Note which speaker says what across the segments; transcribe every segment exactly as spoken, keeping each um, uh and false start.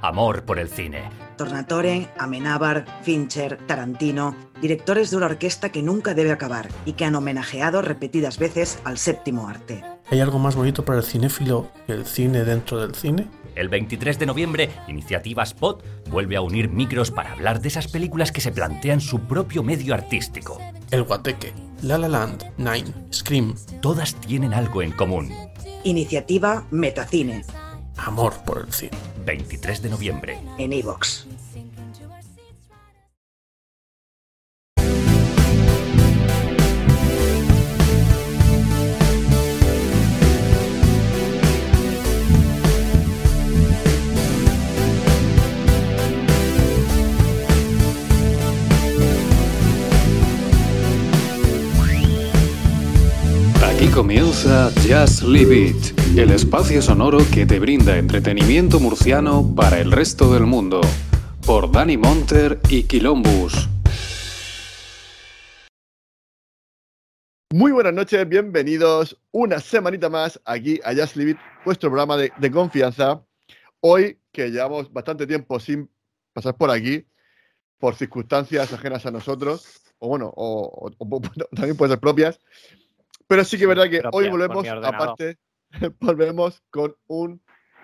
Speaker 1: Amor por el cine.
Speaker 2: Tornatore, Amenábar, Fincher, Tarantino, directores de una orquesta que nunca debe acabar y que han homenajeado repetidas veces al séptimo arte.
Speaker 3: ¿Hay algo más bonito para el cinéfilo que el cine dentro del cine?
Speaker 1: El veintitrés de noviembre, Iniciativa Spot vuelve a unir micros para hablar de esas películas que se plantean su propio medio artístico.
Speaker 3: El Guateque, La La Land, Nine, Scream.
Speaker 1: Todas tienen algo en común.
Speaker 2: Iniciativa Metacine.
Speaker 3: Amor por el cine.
Speaker 1: veintitrés de noviembre.
Speaker 2: En iVoox.
Speaker 4: Aquí comienza Just Leave It, el espacio sonoro que te brinda entretenimiento murciano para el resto del mundo, por Dani Monter y Quilombus.
Speaker 5: Muy buenas noches, bienvenidos una semanita más aquí a Just Leave It, vuestro programa de, de confianza. Hoy, que llevamos bastante tiempo sin pasar por aquí, por circunstancias ajenas a nosotros, o bueno, o, o, o también pueden ser propias. Pero sí que es verdad que
Speaker 6: Propia,
Speaker 5: hoy volvemos, aparte, volvemos con un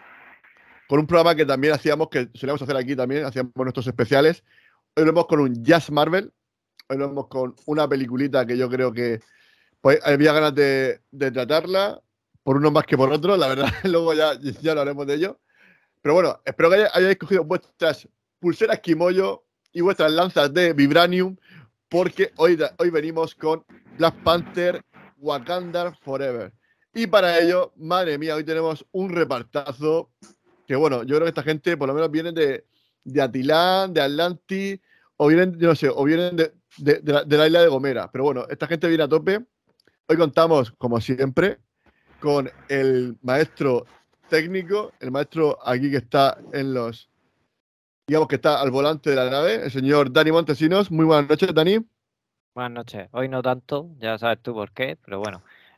Speaker 5: con un programa que también hacíamos, que solíamos hacer aquí también, hacíamos nuestros especiales. Hoy volvemos con un Just Marvel. Hoy volvemos con una peliculita que yo creo que pues, había ganas de, de tratarla, por uno más que por otro, la verdad. Luego ya, ya lo haremos de ello. Pero bueno, espero que hayáis cogido vuestras pulseras Kimoyo y vuestras lanzas de Vibranium, porque hoy, hoy venimos con Black Panther Wakanda Forever. Y para ello, madre mía, hoy tenemos un repartazo que, bueno, yo creo que esta gente por lo menos viene de, de Atilán, de Atlantis, o vienen, yo no sé, o vienen de, de, de, la, de la isla de Gomera. Pero bueno, esta gente viene a tope. Hoy contamos, como siempre, con el maestro técnico, el maestro aquí que está en los, digamos que está al volante de la nave, el señor Dani Montesinos. Muy buenas noches, Dani.
Speaker 6: Buenas noches. Hoy no tanto, ya sabes tú por qué, pero bueno,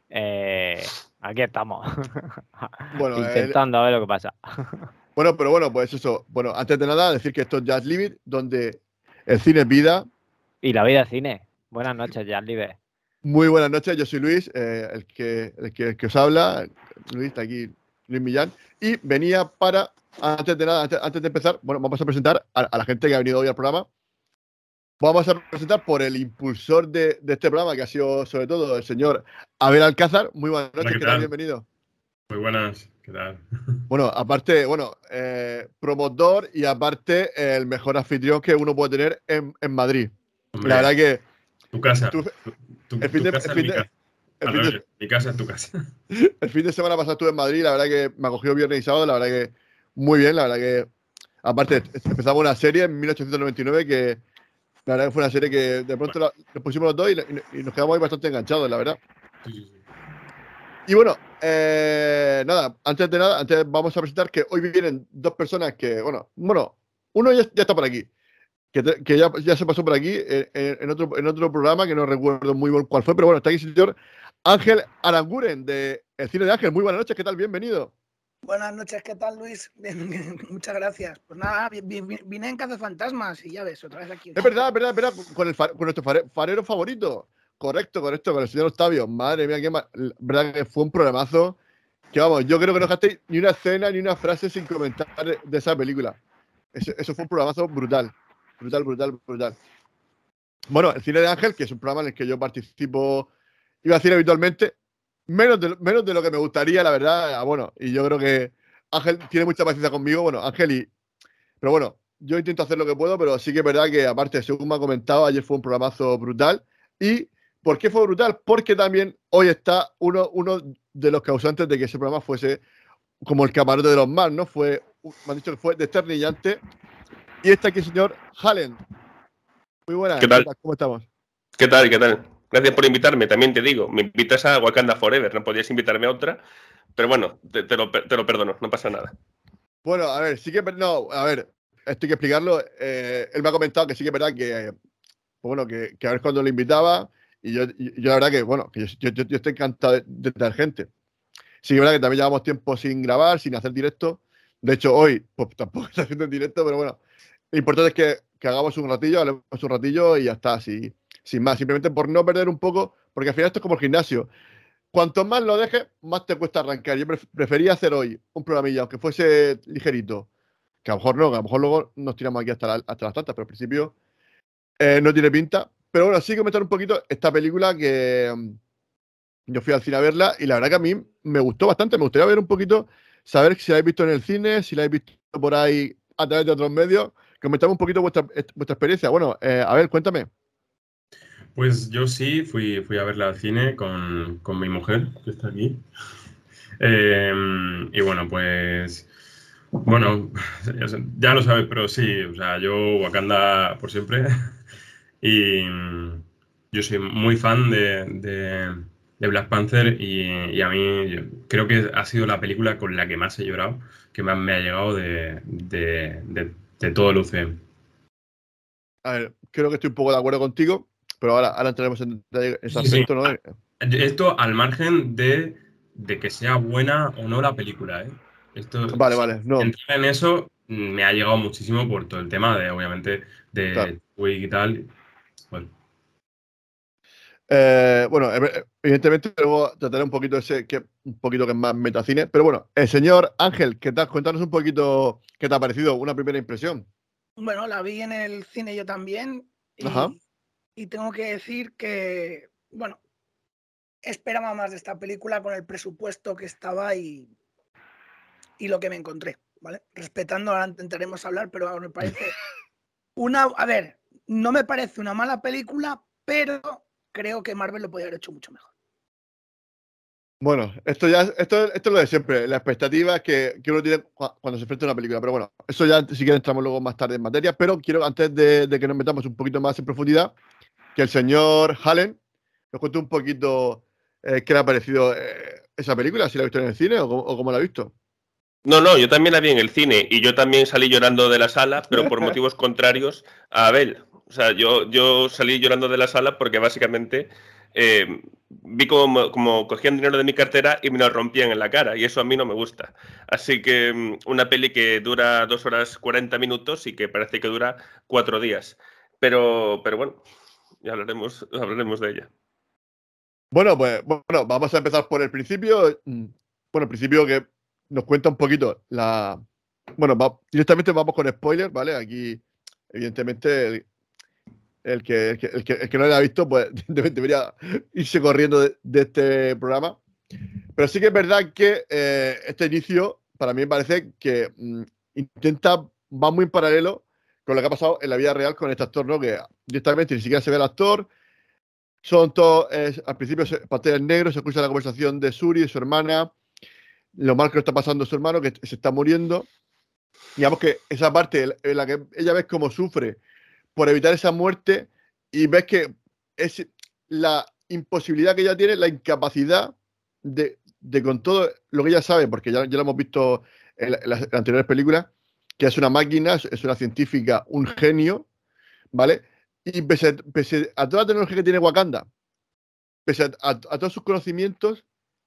Speaker 6: eh, aquí estamos. Bueno, intentando el... a ver lo que pasa.
Speaker 5: Bueno, pero bueno, pues eso. Bueno, antes de nada, decir que esto es Just Leave It, donde el cine es vida.
Speaker 6: Y la vida es cine. Buenas noches, Just Leave It.
Speaker 5: Muy buenas noches, yo soy Luis, eh, el, que, el, que, el que os habla. Luis, está aquí, Luis Millán. Y venía para, antes de nada, antes, antes de empezar, bueno, vamos a presentar a, a la gente que ha venido hoy al programa. Vamos a presentar por el impulsor de, de este programa, que ha sido sobre todo el señor Abel Alcázar. Muy buenas noches,
Speaker 7: Hola, ¿qué
Speaker 5: ¿qué
Speaker 7: tal?
Speaker 5: tal? Bienvenido.
Speaker 7: Muy buenas, ¿qué tal?
Speaker 5: Bueno, aparte, bueno, eh, promotor y aparte eh, el mejor anfitrión que uno puede tener en, en Madrid. Hombre, la verdad que…
Speaker 7: Tu casa.
Speaker 5: Tu,
Speaker 7: tu,
Speaker 5: el fin
Speaker 7: tu
Speaker 5: de,
Speaker 7: casa
Speaker 5: el fin
Speaker 7: es mi
Speaker 5: de,
Speaker 7: casa.
Speaker 5: El
Speaker 7: A
Speaker 5: fin
Speaker 7: ver,
Speaker 5: de,
Speaker 7: mi casa es tu casa.
Speaker 5: El fin de semana pasado estuve en Madrid, la verdad que me acogió viernes y sábado, la verdad que muy bien, la verdad que… Aparte, empezamos una serie en mil ochocientos noventa y nueve que… La verdad que fue una serie que de pronto la, nos pusimos los dos y, y, y nos quedamos ahí bastante enganchados, la verdad.
Speaker 7: Sí, sí, sí.
Speaker 5: Y bueno, eh, nada, antes de nada, antes vamos a presentar que hoy vienen dos personas que, bueno, bueno, uno ya, ya está por aquí, que, te, que ya, ya se pasó por aquí en, en, otro, en otro programa que no recuerdo muy bien cuál fue, pero bueno, está aquí el señor Ángel Aranguren de El Cine de Ángel. Muy buenas noches, ¿qué tal? Bienvenido.
Speaker 8: Buenas noches, ¿qué tal, Luis? Bien, muchas gracias. Pues nada, vine en Cazafantasmas y ya ves, otra vez aquí.
Speaker 5: Es verdad, es verdad, es verdad, con, el far, con nuestro fare, farero favorito. Correcto, correcto, con el señor Octavio. Madre mía, qué mal. La verdad que fue un programazo. Que vamos, yo creo que no gastéis ni una escena ni una frase sin comentar de esa película. Eso, eso fue un programazo brutal. Brutal, brutal, brutal. Bueno, El Cine de Ángel, que es un programa en el que yo participo, iba a decir habitualmente, menos de, menos de lo que me gustaría, la verdad. Bueno, y yo creo que Ángel tiene mucha paciencia conmigo. Bueno, Ángel y… Pero bueno, yo intento hacer lo que puedo, pero sí que es verdad que, aparte, según me ha comentado, ayer fue un programazo brutal. ¿Y por qué fue brutal? Porque también hoy está uno, uno de los causantes de que ese programa fuese como el camarote de los más, ¿no? Fue, me han dicho que fue desternillante. Y está aquí el señor Hallen. Muy buenas.
Speaker 9: ¿Qué tal?
Speaker 5: ¿Cómo estamos?
Speaker 9: ¿Qué tal? ¿Qué tal? Gracias por invitarme, también te digo. Me invitas a Wakanda Forever, no podías invitarme a otra. Pero bueno, te, te, lo, te lo perdono, no pasa nada.
Speaker 5: Bueno, a ver, sí que… No, a ver, esto hay que explicarlo. Eh, él me ha comentado que sí que es verdad que… Eh, bueno, que, que a ver cuando lo invitaba… Y yo, y yo la verdad que, bueno, que yo, yo, yo estoy encantado de, de tener gente. Sí, que es verdad que también llevamos tiempo sin grabar, sin hacer directo. De hecho, hoy pues, tampoco está haciendo en directo, pero bueno, lo importante es que, que hagamos un ratillo, hablemos un ratillo y ya está, así, sin más. Simplemente por no perder un poco, porque al final esto es como el gimnasio. Cuanto más lo dejes, más te cuesta arrancar. Yo pref prefería hacer hoy un programilla, aunque fuese ligerito, que a lo mejor no, que a lo mejor luego nos tiramos aquí hasta, la, hasta las tantas, pero al principio eh, no tiene pinta. Pero bueno, sí comentar un poquito esta película que um, yo fui al cine a verla y la verdad que a mí me gustó bastante. Me gustaría ver un poquito, saber si la habéis visto en el cine, si la habéis visto por ahí a través de otros medios. Comentame un poquito vuestra, vuestra experiencia. Bueno, eh, a ver, cuéntame.
Speaker 7: Pues yo sí fui, fui a verla al cine con, con mi mujer, que está aquí. Eh, y bueno, pues... Bueno, ya lo sabes, pero sí, o sea, yo Wakanda por siempre. Y yo soy muy fan de, de, de Black Panther y, y a mí yo creo que ha sido la película con la que más he llorado, que más me ha llegado de, de, de, de todo el U C M.
Speaker 5: A ver, creo que estoy un poco de acuerdo contigo, pero ahora, ahora entraremos en ese aspecto, ¿no?
Speaker 7: Esto al margen de, de que sea buena o no la película, ¿eh? Esto,
Speaker 5: vale, vale, no.
Speaker 7: Entrar en eso me ha llegado muchísimo por todo el tema de, obviamente, de
Speaker 5: claro.
Speaker 7: Wig y tal. Bueno.
Speaker 5: Eh, bueno, evidentemente luego trataré un poquito ese, que un poquito que es más metacine, pero bueno, el señor Ángel, ¿qué tal? Cuéntanos un poquito qué te ha parecido, una primera impresión.
Speaker 8: Bueno, la vi en el cine yo también y, y tengo que decir que, bueno, esperaba más de esta película con el presupuesto que estaba y, y lo que me encontré, ¿vale? Respetando, ahora intentaremos hablar, pero ahora me parece una, a ver, no me parece una mala película, pero creo que Marvel lo podría haber hecho mucho mejor.
Speaker 5: Bueno, esto ya esto, esto es lo de siempre, la expectativa que, que uno tiene cuando se enfrenta a una película, pero bueno, eso ya si quieres entramos luego más tarde en materia, pero quiero antes de, de que nos metamos un poquito más en profundidad, que el señor Hallen nos cuente un poquito eh, qué le ha parecido eh, esa película, si la ha visto en el cine o, o cómo la ha visto.
Speaker 9: No, no, yo también la vi en el cine y yo también salí llorando de la sala, pero por motivos contrarios a Abel. O sea, yo, yo salí llorando de la sala porque básicamente eh, vi como, como cogían dinero de mi cartera y me lo rompían en la cara y eso a mí no me gusta. Así que una peli que dura dos horas cuarenta minutos y que parece que dura cuatro días. Pero, pero bueno, ya hablaremos, hablaremos de ella.
Speaker 5: Bueno, pues bueno, vamos a empezar por el principio. Bueno, el principio que nos cuenta un poquito la... Bueno, va, directamente vamos con spoilers, ¿vale? Aquí, evidentemente, el, el, que, el, que, el, que, el que no lo haya visto, pues debería irse corriendo de, de este programa. Pero sí que es verdad que eh, este inicio, para mí me parece que mm, intenta, va muy en paralelo con lo que ha pasado en la vida real con este actor, ¿no? Que directamente ni siquiera se ve al actor. Son todos, eh, al principio, pantalla en negro, se escucha la conversación de Shuri y su hermana, lo mal que lo está pasando a su hermano, que se está muriendo. Digamos que esa parte en la que ella ve cómo sufre por evitar esa muerte y ves que es la imposibilidad que ella tiene, la incapacidad de, de con todo lo que ella sabe, porque ya, ya lo hemos visto en, la, en las anteriores películas, que es una máquina, es una científica, un genio, ¿vale? Y pese a, pese a toda la tecnología que tiene Wakanda, pese a, a, a todos sus conocimientos,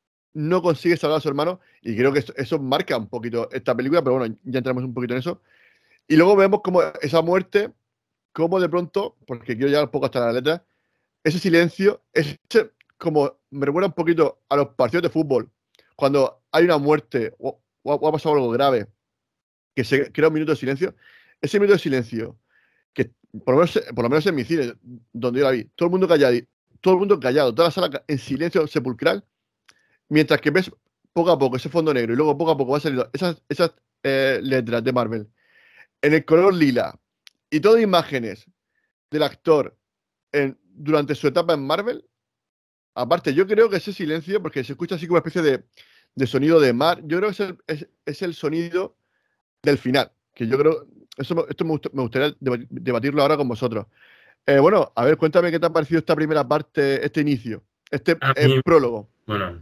Speaker 5: no consigue salvar a su hermano. Y creo que eso, eso marca un poquito esta película, pero bueno, ya entramos un poquito en eso. Y luego vemos como esa muerte, como de pronto, porque quiero llegar un poco hasta la letra, ese silencio, ese, como me recuerda un poquito a los partidos de fútbol, cuando hay una muerte o, o ha pasado algo grave, que se crea un minuto de silencio. Ese minuto de silencio, que por lo menos, por lo menos en mi cine, donde yo la vi, todo el mundo callado, todo el mundo callado, toda la sala en silencio sepulcral, mientras que ves poco a poco ese fondo negro y luego poco a poco va saliendo esas, esas eh, letras de Marvel en el color lila y todas imágenes del actor en, durante su etapa en Marvel. Aparte, yo creo que ese silencio, porque se escucha así como una especie de, de sonido de mar, yo creo que es el, es, es el sonido del final, que yo creo, eso, esto me, gust, me gustaría debatirlo ahora con vosotros. Eh, bueno, a ver, cuéntame qué te ha parecido esta primera parte, este inicio, este eh, prólogo.
Speaker 7: Bueno,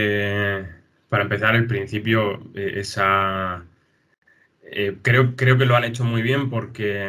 Speaker 7: eh, para empezar, el principio, eh, esa... Eh, creo, creo que lo han hecho muy bien porque,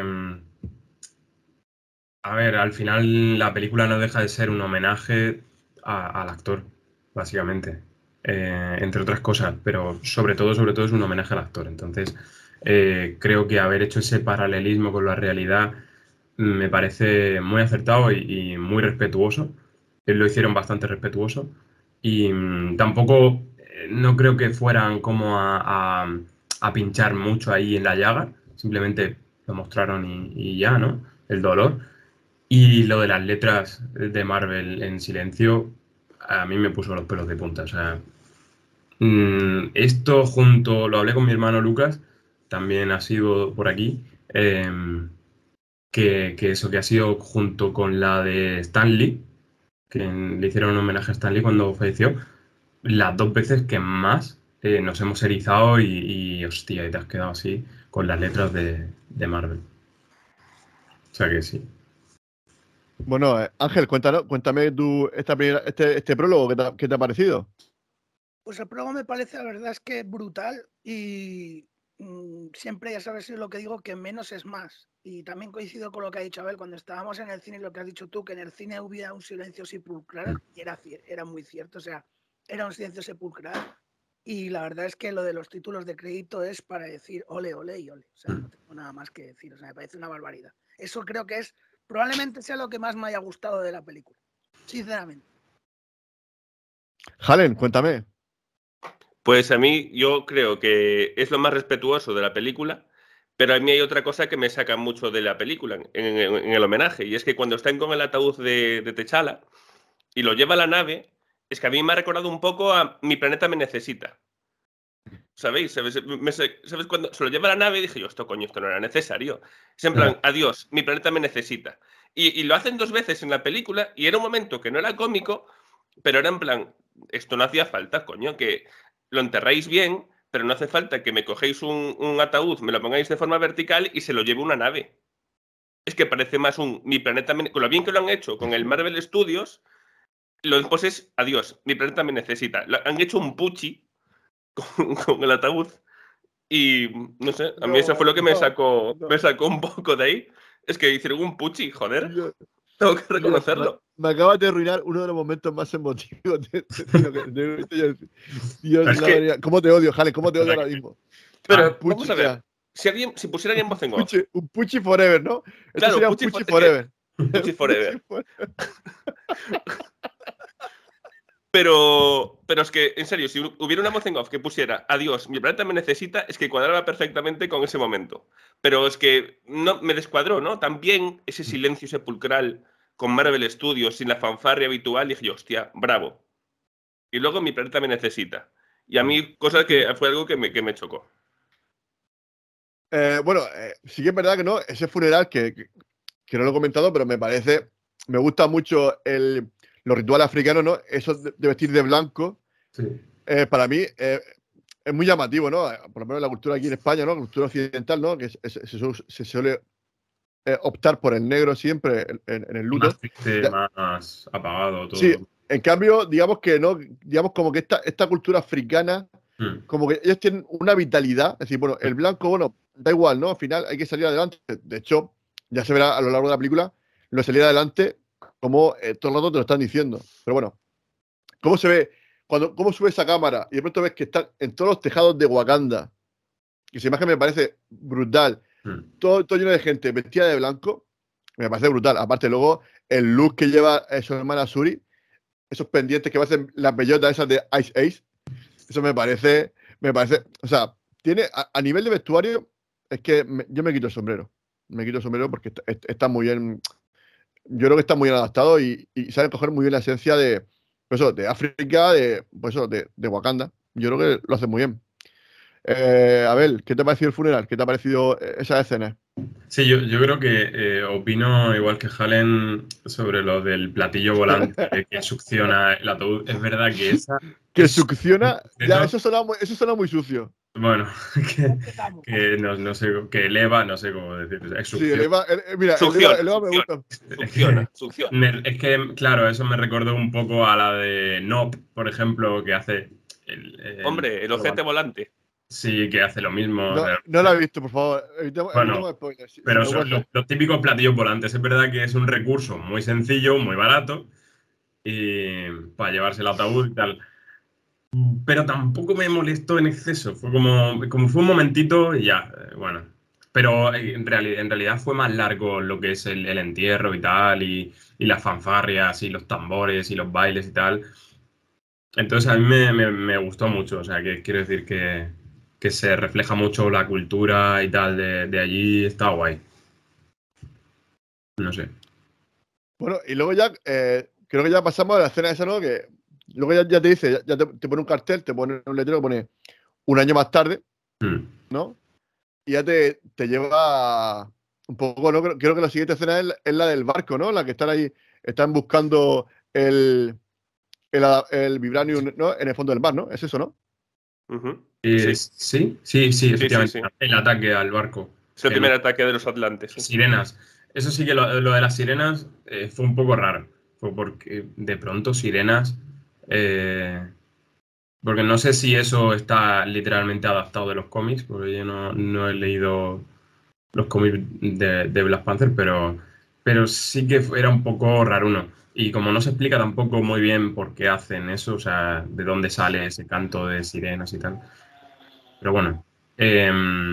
Speaker 7: a ver, al final la película no deja de ser un homenaje a, al actor, básicamente. eh, entre otras cosas, pero sobre todo, sobre todo es un homenaje al actor. Entonces, eh, creo que haber hecho ese paralelismo con la realidad me parece muy acertado y, y muy respetuoso. Lo hicieron bastante respetuoso y mmm, tampoco eh, no creo que fueran como a, a, a pinchar mucho ahí en la llaga, simplemente lo mostraron y, y ya, ¿no? El dolor. Y lo de las letras de Marvel en silencio a mí me puso los pelos de punta. O sea, mmm, esto junto, lo hablé con mi hermano Lucas, también ha sido por aquí, eh, que, que eso que ha sido junto con la de Stan Lee, que le hicieron un homenaje a Stan Lee cuando falleció, las dos veces que más eh, nos hemos erizado y, y, hostia, y te has quedado así con las letras de, de Marvel. O sea que sí.
Speaker 5: Bueno, eh, Ángel, cuéntanos, cuéntame tú esta primera, este, este prólogo, ¿qué te, ¿qué te ha parecido?
Speaker 8: Pues el prólogo me parece, la verdad es que brutal y mmm, siempre, ya sabes lo que digo, que menos es más. Y también coincido con lo que ha dicho Abel, cuando estábamos en el cine, lo que has dicho tú, que en el cine hubiera un silencio sepulcral, y era, era muy cierto, o sea, era un silencio sepulcral. Y la verdad es que lo de los títulos de crédito es para decir ole, ole y ole. O sea, no tengo nada más que decir, o sea, me parece una barbaridad. Eso creo que es, probablemente sea lo que más me haya gustado de la película, sinceramente.
Speaker 5: Jalen, cuéntame.
Speaker 9: Pues a mí yo creo que es lo más respetuoso de la película, pero a mí hay otra cosa que me saca mucho de la película, en, en, en el homenaje, y es que cuando están con el ataúd de, de T'Challa y lo lleva a la nave, es que a mí me ha recordado un poco a Mi planeta me necesita. ¿Sabéis? ¿Sabes? Me, ¿Sabes? Cuando se lo lleva a la nave dije yo, esto coño, esto no era necesario. Es en plan, adiós, mi planeta me necesita. Y, y lo hacen dos veces en la película y era un momento que no era cómico, pero era en plan, esto no hacía falta, coño, que lo enterráis bien, pero no hace falta que me cogéis un, un ataúd, me lo pongáis de forma vertical y se lo lleve una nave. Es que parece más un Mi planeta me... Con lo bien que lo han hecho con el Marvel Studios, lo después es, adiós, mi planeta me necesita. Lo, han hecho un puchi con, con el ataúd y no sé, a mí no, eso fue lo que no, me sacó no. me sacó un poco de ahí. Es que hicieron un puchi, joder. Yo, Tengo que reconocerlo.
Speaker 5: Me, me acabas de arruinar uno de los momentos más emotivos de, de, de, de, de, de Dios, es que, la ¿cómo te odio, Jale? ¿Cómo te odio ahora mismo?
Speaker 9: Pero ah, vamos a ver. Si, alguien, si pusieran en voz en off.
Speaker 5: Puchi, un puchi forever, ¿no? Esto
Speaker 9: claro,
Speaker 5: sería
Speaker 9: puchi
Speaker 5: un puchi
Speaker 9: for,
Speaker 5: forever.
Speaker 9: Puchi forever. Pero, pero es que, en serio, si hubiera una voz en off que pusiera adiós, mi planeta me necesita, es que cuadraba perfectamente con ese momento. Pero es que no me descuadró, ¿no? También ese silencio sepulcral con Marvel Studios, sin la fanfarria habitual, dije yo, hostia, bravo. Y luego mi planeta me necesita. Y a mí, cosa que fue algo que me, que me chocó.
Speaker 5: Eh, bueno, eh, sí que es verdad que no, ese funeral, que, que, que no lo he comentado, pero me parece, me gusta mucho el... los rituales africanos, ¿no? Eso de, de vestir de blanco, sí. eh, para mí eh, es muy llamativo, ¿no? Por lo menos la cultura aquí en España, ¿no? La cultura occidental, ¿no? Que es, es, se, se suele eh, optar por el negro siempre en, en el luto.
Speaker 7: Más triste, más apagado, todo.
Speaker 5: Sí, en cambio, digamos que no, digamos como que esta, esta cultura africana, hmm. como que ellos tienen una vitalidad, es decir, bueno, el blanco, bueno, da igual, ¿no? Al final hay que salir adelante. De hecho, ya se verá a lo largo de la película, lo de salir adelante como eh, todo el rato te lo están diciendo. Pero bueno, ¿cómo se ve? Cuando, ¿Cómo sube esa cámara? Y de pronto ves que están en todos los tejados de Wakanda. Y esa imagen me parece brutal. Mm. Todo, todo lleno de gente vestida de blanco. Me parece brutal. Aparte, luego, el look que lleva eh, su hermana Shuri, esos pendientes que hacen las bellotas esas de Ice Ace. Eso me parece, me parece, o sea, tiene, a, a nivel de vestuario, es que me, yo me quito el sombrero. Me quito el sombrero porque está, está muy bien. Yo creo que está muy bien adaptado y, y saben coger muy bien la esencia de, pues eso, de África, de, pues eso, de, de Wakanda. Yo creo que lo hacen muy bien. Eh, Abel, ¿qué te ha parecido el funeral? ¿Qué te ha parecido esa escena?
Speaker 7: Sí, yo, yo creo que eh, opino igual que Jalen sobre lo del platillo volante que succiona el ataúd. Es verdad que esa...
Speaker 5: Que succiona... Ya, eso suena muy, eso suena muy sucio.
Speaker 7: Bueno, que, que no, no sé, que eleva, no sé cómo decirlo. Es
Speaker 5: sí, eleva, el, mira,
Speaker 9: succiona,
Speaker 5: eleva, eleva me gusta.
Speaker 9: Succiona, succiona.
Speaker 7: Me, es que, claro, eso me recordó un poco a la de Nope, por ejemplo, que hace... El, el,
Speaker 9: Hombre, el ojete volante.
Speaker 7: Sí, que hace lo mismo.
Speaker 5: No,
Speaker 7: o sea,
Speaker 5: no lo he visto, por favor. Evitemos,
Speaker 7: bueno,
Speaker 5: evitemos spoilers.
Speaker 7: pero son los, los típicos platillos volantes. Es verdad que es un recurso muy sencillo, muy barato, y para llevarse el ataúd y tal. pero tampoco me molestó en exceso. Fue como, como fue un momentito y ya, eh, bueno. Pero en, reali en realidad fue más largo lo que es el, el entierro y tal, y, y las fanfarrias y los tambores y los bailes y tal. Entonces a mí me, me, me gustó mucho, o sea, que quiero decir que, que se refleja mucho la cultura y tal de, de allí, está guay. No sé.
Speaker 5: Bueno, y luego ya, eh, creo que ya pasamos a la escena esa, ¿no? Que luego ya, ya te dice, ya, ya te, te pone un cartel, te pone un letrero que pone un año más tarde, mm. ¿no? Y ya te, te lleva un poco, ¿no? Creo, creo que la siguiente escena es, es la del barco, ¿no? La que están ahí, están buscando el, el, el vibranium, ¿no? En el fondo del mar, ¿no? Es eso, ¿no?
Speaker 7: Uh-huh. eh, sí. sí, sí, sí, efectivamente. Sí, sí, sí. El ataque al barco.
Speaker 9: Es el primer no, ataque de los Atlantes.
Speaker 7: Sí. Sirenas. Eso sí que lo, lo de las sirenas eh, fue un poco raro. Fue porque de pronto sirenas... Eh, porque no sé si eso está literalmente adaptado de los cómics, porque yo no, no he leído los cómics de, de Black Panther, pero, pero sí que era un poco raruno. Y como no se explica tampoco muy bien por qué hacen eso, o sea, de dónde sale ese canto de sirenas y tal. Pero bueno. Eh,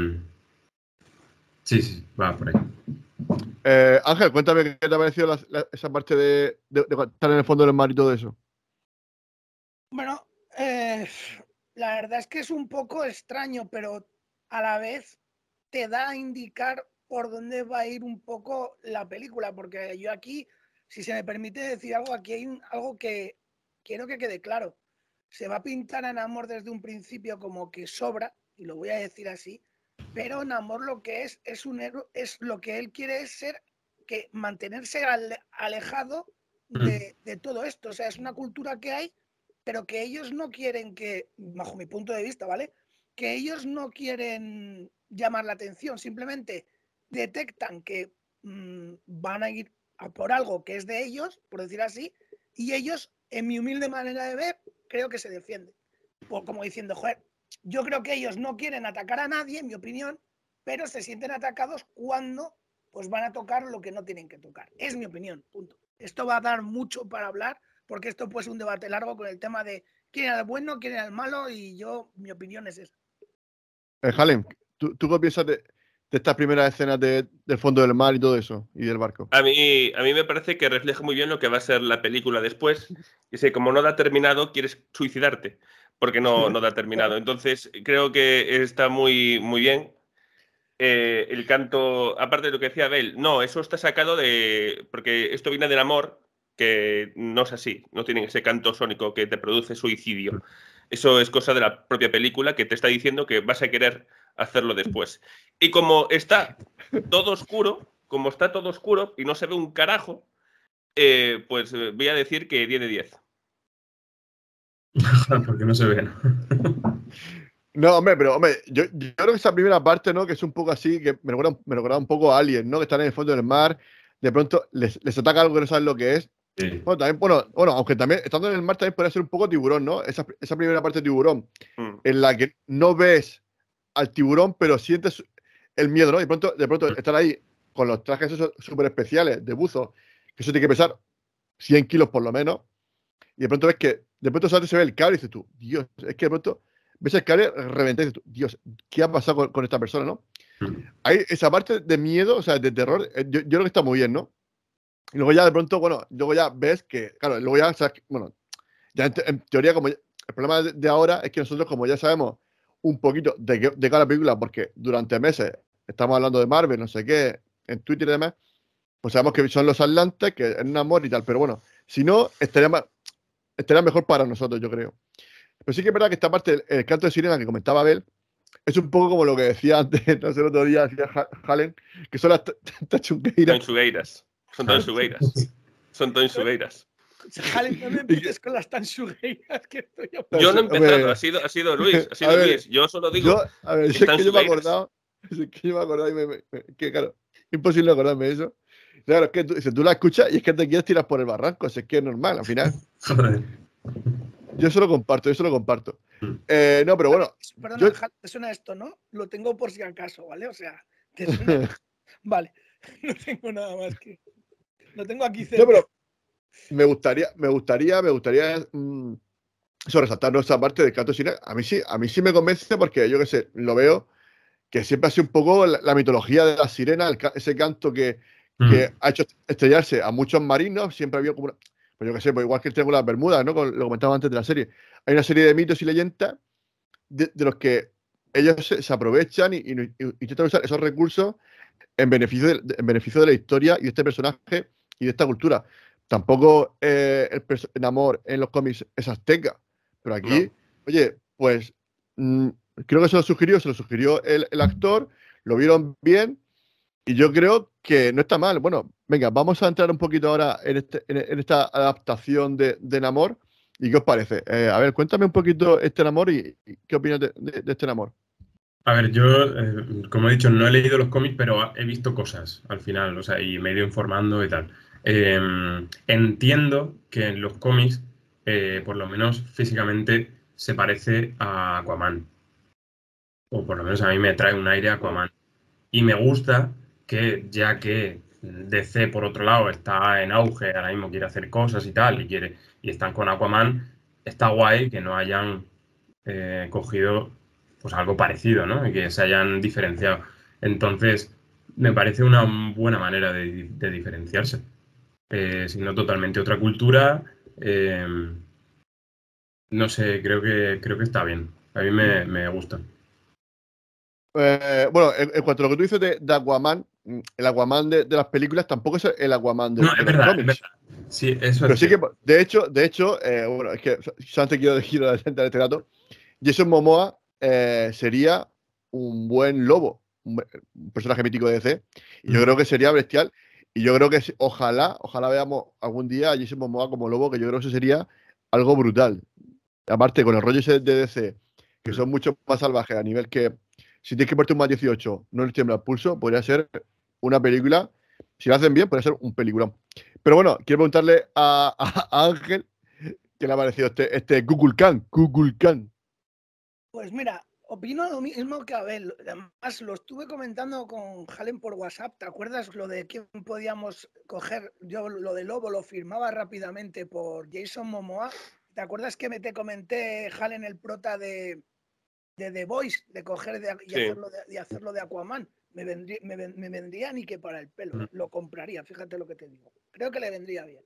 Speaker 7: sí, sí, va por ahí.
Speaker 5: Eh, Ángel, cuéntame qué te ha parecido la, la, esa parte de, de, de estar en el fondo del mar y todo eso.
Speaker 8: Bueno, eh, la verdad es que es un poco extraño, pero a la vez te da a indicar por dónde va a ir un poco la película, porque yo aquí, si se me permite decir algo, aquí hay un, algo que quiero que quede claro. Se va a pintar a Namor desde un principio como que sobra, y lo voy a decir así, pero Namor lo que es, es un héroe, es lo que él quiere es ser, que mantenerse alejado de, de todo esto. O sea, es una cultura que hay, pero que ellos no quieren que, bajo mi punto de vista, ¿vale? Que ellos no quieren llamar la atención, simplemente detectan que mmm, van a ir a por algo que es de ellos, por decir así, y ellos, en mi humilde manera de ver, creo que se defienden. Por, como diciendo, joder, yo creo que ellos no quieren atacar a nadie, en mi opinión, pero se sienten atacados cuando pues van a tocar lo que no tienen que tocar. Es mi opinión, punto. Esto va a dar mucho para hablar, porque esto puede ser un debate largo con el tema de quién era el bueno, quién era el malo, y yo, mi opinión es esa.
Speaker 5: Eh, Halem, ¿tú, ¿tú qué piensas de, de estas primeras escenas de, del fondo del mar y todo eso, y del barco?
Speaker 9: A mí, a mí me parece que refleja muy bien lo que va a ser la película después. Y sé, como no da terminado, quieres suicidarte, porque no, no da terminado. Entonces, creo que está muy, muy bien. Eh, el canto, aparte de lo que decía Abel, no, eso está sacado de... Porque esto viene del amor, que no es así, no tienen ese canto sónico que te produce suicidio. Eso es cosa de la propia película que te está diciendo que vas a querer hacerlo después. Y como está todo oscuro, como está todo oscuro y no se ve un carajo, eh, pues voy a decir que diez de diez.
Speaker 7: Porque no se ve, ¿no?
Speaker 5: No, hombre, pero hombre, yo, yo creo que esa primera parte, ¿no? Que es un poco así, que me recuerda, me recuerda un poco a Alien, ¿no? Que están en el fondo del mar, de pronto les, les ataca algo que no saben lo que es. Sí. Bueno, también, bueno, bueno, aunque también estando en el mar también podría ser un poco tiburón, ¿no? Esa, esa primera parte de tiburón, mm. en la que no ves al tiburón, pero sientes el miedo, ¿no? De pronto, de pronto mm. estar ahí con los trajes esos súper especiales de buzo, que eso tiene que pesar cien kilos por lo menos, y de pronto ves que, de pronto se ve el cable y dices tú, Dios, es que de pronto ves el cable, reventar y dices tú, Dios, ¿qué ha pasado con, con esta persona, no? Mm. Hay esa parte de miedo, o sea, de terror, yo, yo creo que está muy bien, ¿no? Y luego ya de pronto, bueno, luego ya ves que, claro, luego ya, o sea, bueno, ya en, te, en teoría, como ya, el problema de, de ahora es que nosotros, como ya sabemos un poquito de, de cada película, porque durante meses estamos hablando de Marvel, no sé qué, en Twitter y demás, pues sabemos que son los Atlantes, que es un amor y tal, pero bueno, si no, estaría, más, estaría mejor para nosotros, yo creo. Pero sí que es verdad que esta parte, el, el canto de sirena que comentaba Abel, es un poco como lo que decía antes, no sé, el otro día decía Hallen, que son las
Speaker 9: tachungueiras. Tanchugueiras. Son tanchugueiras. Son tanchugueiras.
Speaker 8: Hallen, no me empieces con las tanchugueiras que estoy a...
Speaker 9: Yo no he empezado, ha sido, ha sido Luis, ha sido ver, Luis. Yo solo digo.
Speaker 5: Yo, a ver, es que yo me he acordado, es que yo me he acordado y me, me, me, que claro, imposible acordarme de eso. Claro, es que tú, si tú la escuchas y es que te quieres tirar por el barranco, es que es normal, al final. Yo eso lo comparto, yo eso lo comparto. Eh, no, pero bueno.
Speaker 8: Perdona,
Speaker 5: yo...
Speaker 8: te suena esto, ¿no? Lo tengo por si acaso, ¿vale? O sea, te suena... Vale, no tengo nada más que... Lo tengo aquí cerca.
Speaker 5: No, pero me gustaría, me gustaría, me gustaría mmm, eso, resaltar nuestra parte del canto cine. A mí sí, a mí sí me convence porque yo qué sé, lo veo que siempre ha sido un poco la, la mitología de la sirena, el, ese canto que, mm. que ha hecho estrellarse a muchos marinos, siempre ha habido como una, pues yo qué sé, pues igual que el Triángulo de las Bermudas, ¿no? Con, lo comentaba antes de la serie. Hay una serie de mitos y leyendas de, de los que ellos se, se aprovechan y, y, y intentan usar esos recursos en beneficio, de, en beneficio de la historia y de este personaje y de esta cultura. Tampoco eh, el, el amor en los cómics es azteca, pero aquí, no. oye, pues mmm, creo que se lo sugirió, se lo sugirió el, el actor, lo vieron bien y yo creo que no está mal. Bueno, venga, vamos a entrar un poquito ahora en, este, en, en esta adaptación de, de Namor. ¿Y qué os parece? Eh, a ver, cuéntame un poquito este Namor y, y qué opinas de, de, de este Namor.
Speaker 7: A ver, yo, eh, como he dicho, no he leído los cómics, pero he visto cosas al final, o sea, y me he ido informando y tal. Eh, entiendo que en los cómics, eh, por lo menos físicamente, se parece a Aquaman. O por lo menos a mí me trae un aire Aquaman. Y me gusta que, ya que D C, por otro lado, está en auge, ahora mismo quiere hacer cosas y tal, y quiere y están con Aquaman, está guay que no hayan eh, cogido pues algo parecido, ¿no? Y que se hayan diferenciado. Entonces, me parece una buena manera de, de diferenciarse. Eh, siendo totalmente otra cultura, eh, no sé, creo que, creo que está bien. A mí me, me gusta.
Speaker 5: Eh, bueno, en, en cuanto a lo que tú dices de, de Aquaman, el Aquaman de, de las películas tampoco es el Aquaman de,
Speaker 7: no,
Speaker 5: de
Speaker 7: es
Speaker 5: los
Speaker 7: verdad,
Speaker 5: cómics.
Speaker 7: Es verdad. Sí, eso
Speaker 5: Pero
Speaker 7: es
Speaker 5: sí que, de hecho, de hecho eh, bueno, es que solamente quiero decir a la gente de este dato, Jason Momoa eh, sería un buen lobo, un, un personaje mítico de D C, y yo mm. creo que sería bestial, y yo creo que ojalá, ojalá veamos algún día a Jason Momoa como lobo, que yo creo que eso sería algo brutal. Aparte, con el rollo ese de D C, que son mucho más salvajes a nivel que si tienes que ponerte un más dieciocho, no les tiembla el pulso, podría ser una película. Si lo hacen bien, podría ser un peliculón. Pero bueno, quiero preguntarle a, a, a Ángel qué le ha parecido este, este Google Can. Google Can.
Speaker 8: Pues mira, opino lo mismo que Abel. Además, lo estuve comentando con Halen por WhatsApp. ¿Te acuerdas lo de quién podíamos coger? Yo lo de Lobo lo firmaba rápidamente por Jason Momoa. ¿Te acuerdas que me te comenté, Halen, el prota de, de The Voice, de coger de, y, sí. hacerlo de, y hacerlo de Aquaman? Me vendría, me, me vendría ni que para el pelo. Lo compraría, fíjate lo que te digo. Creo que le vendría bien.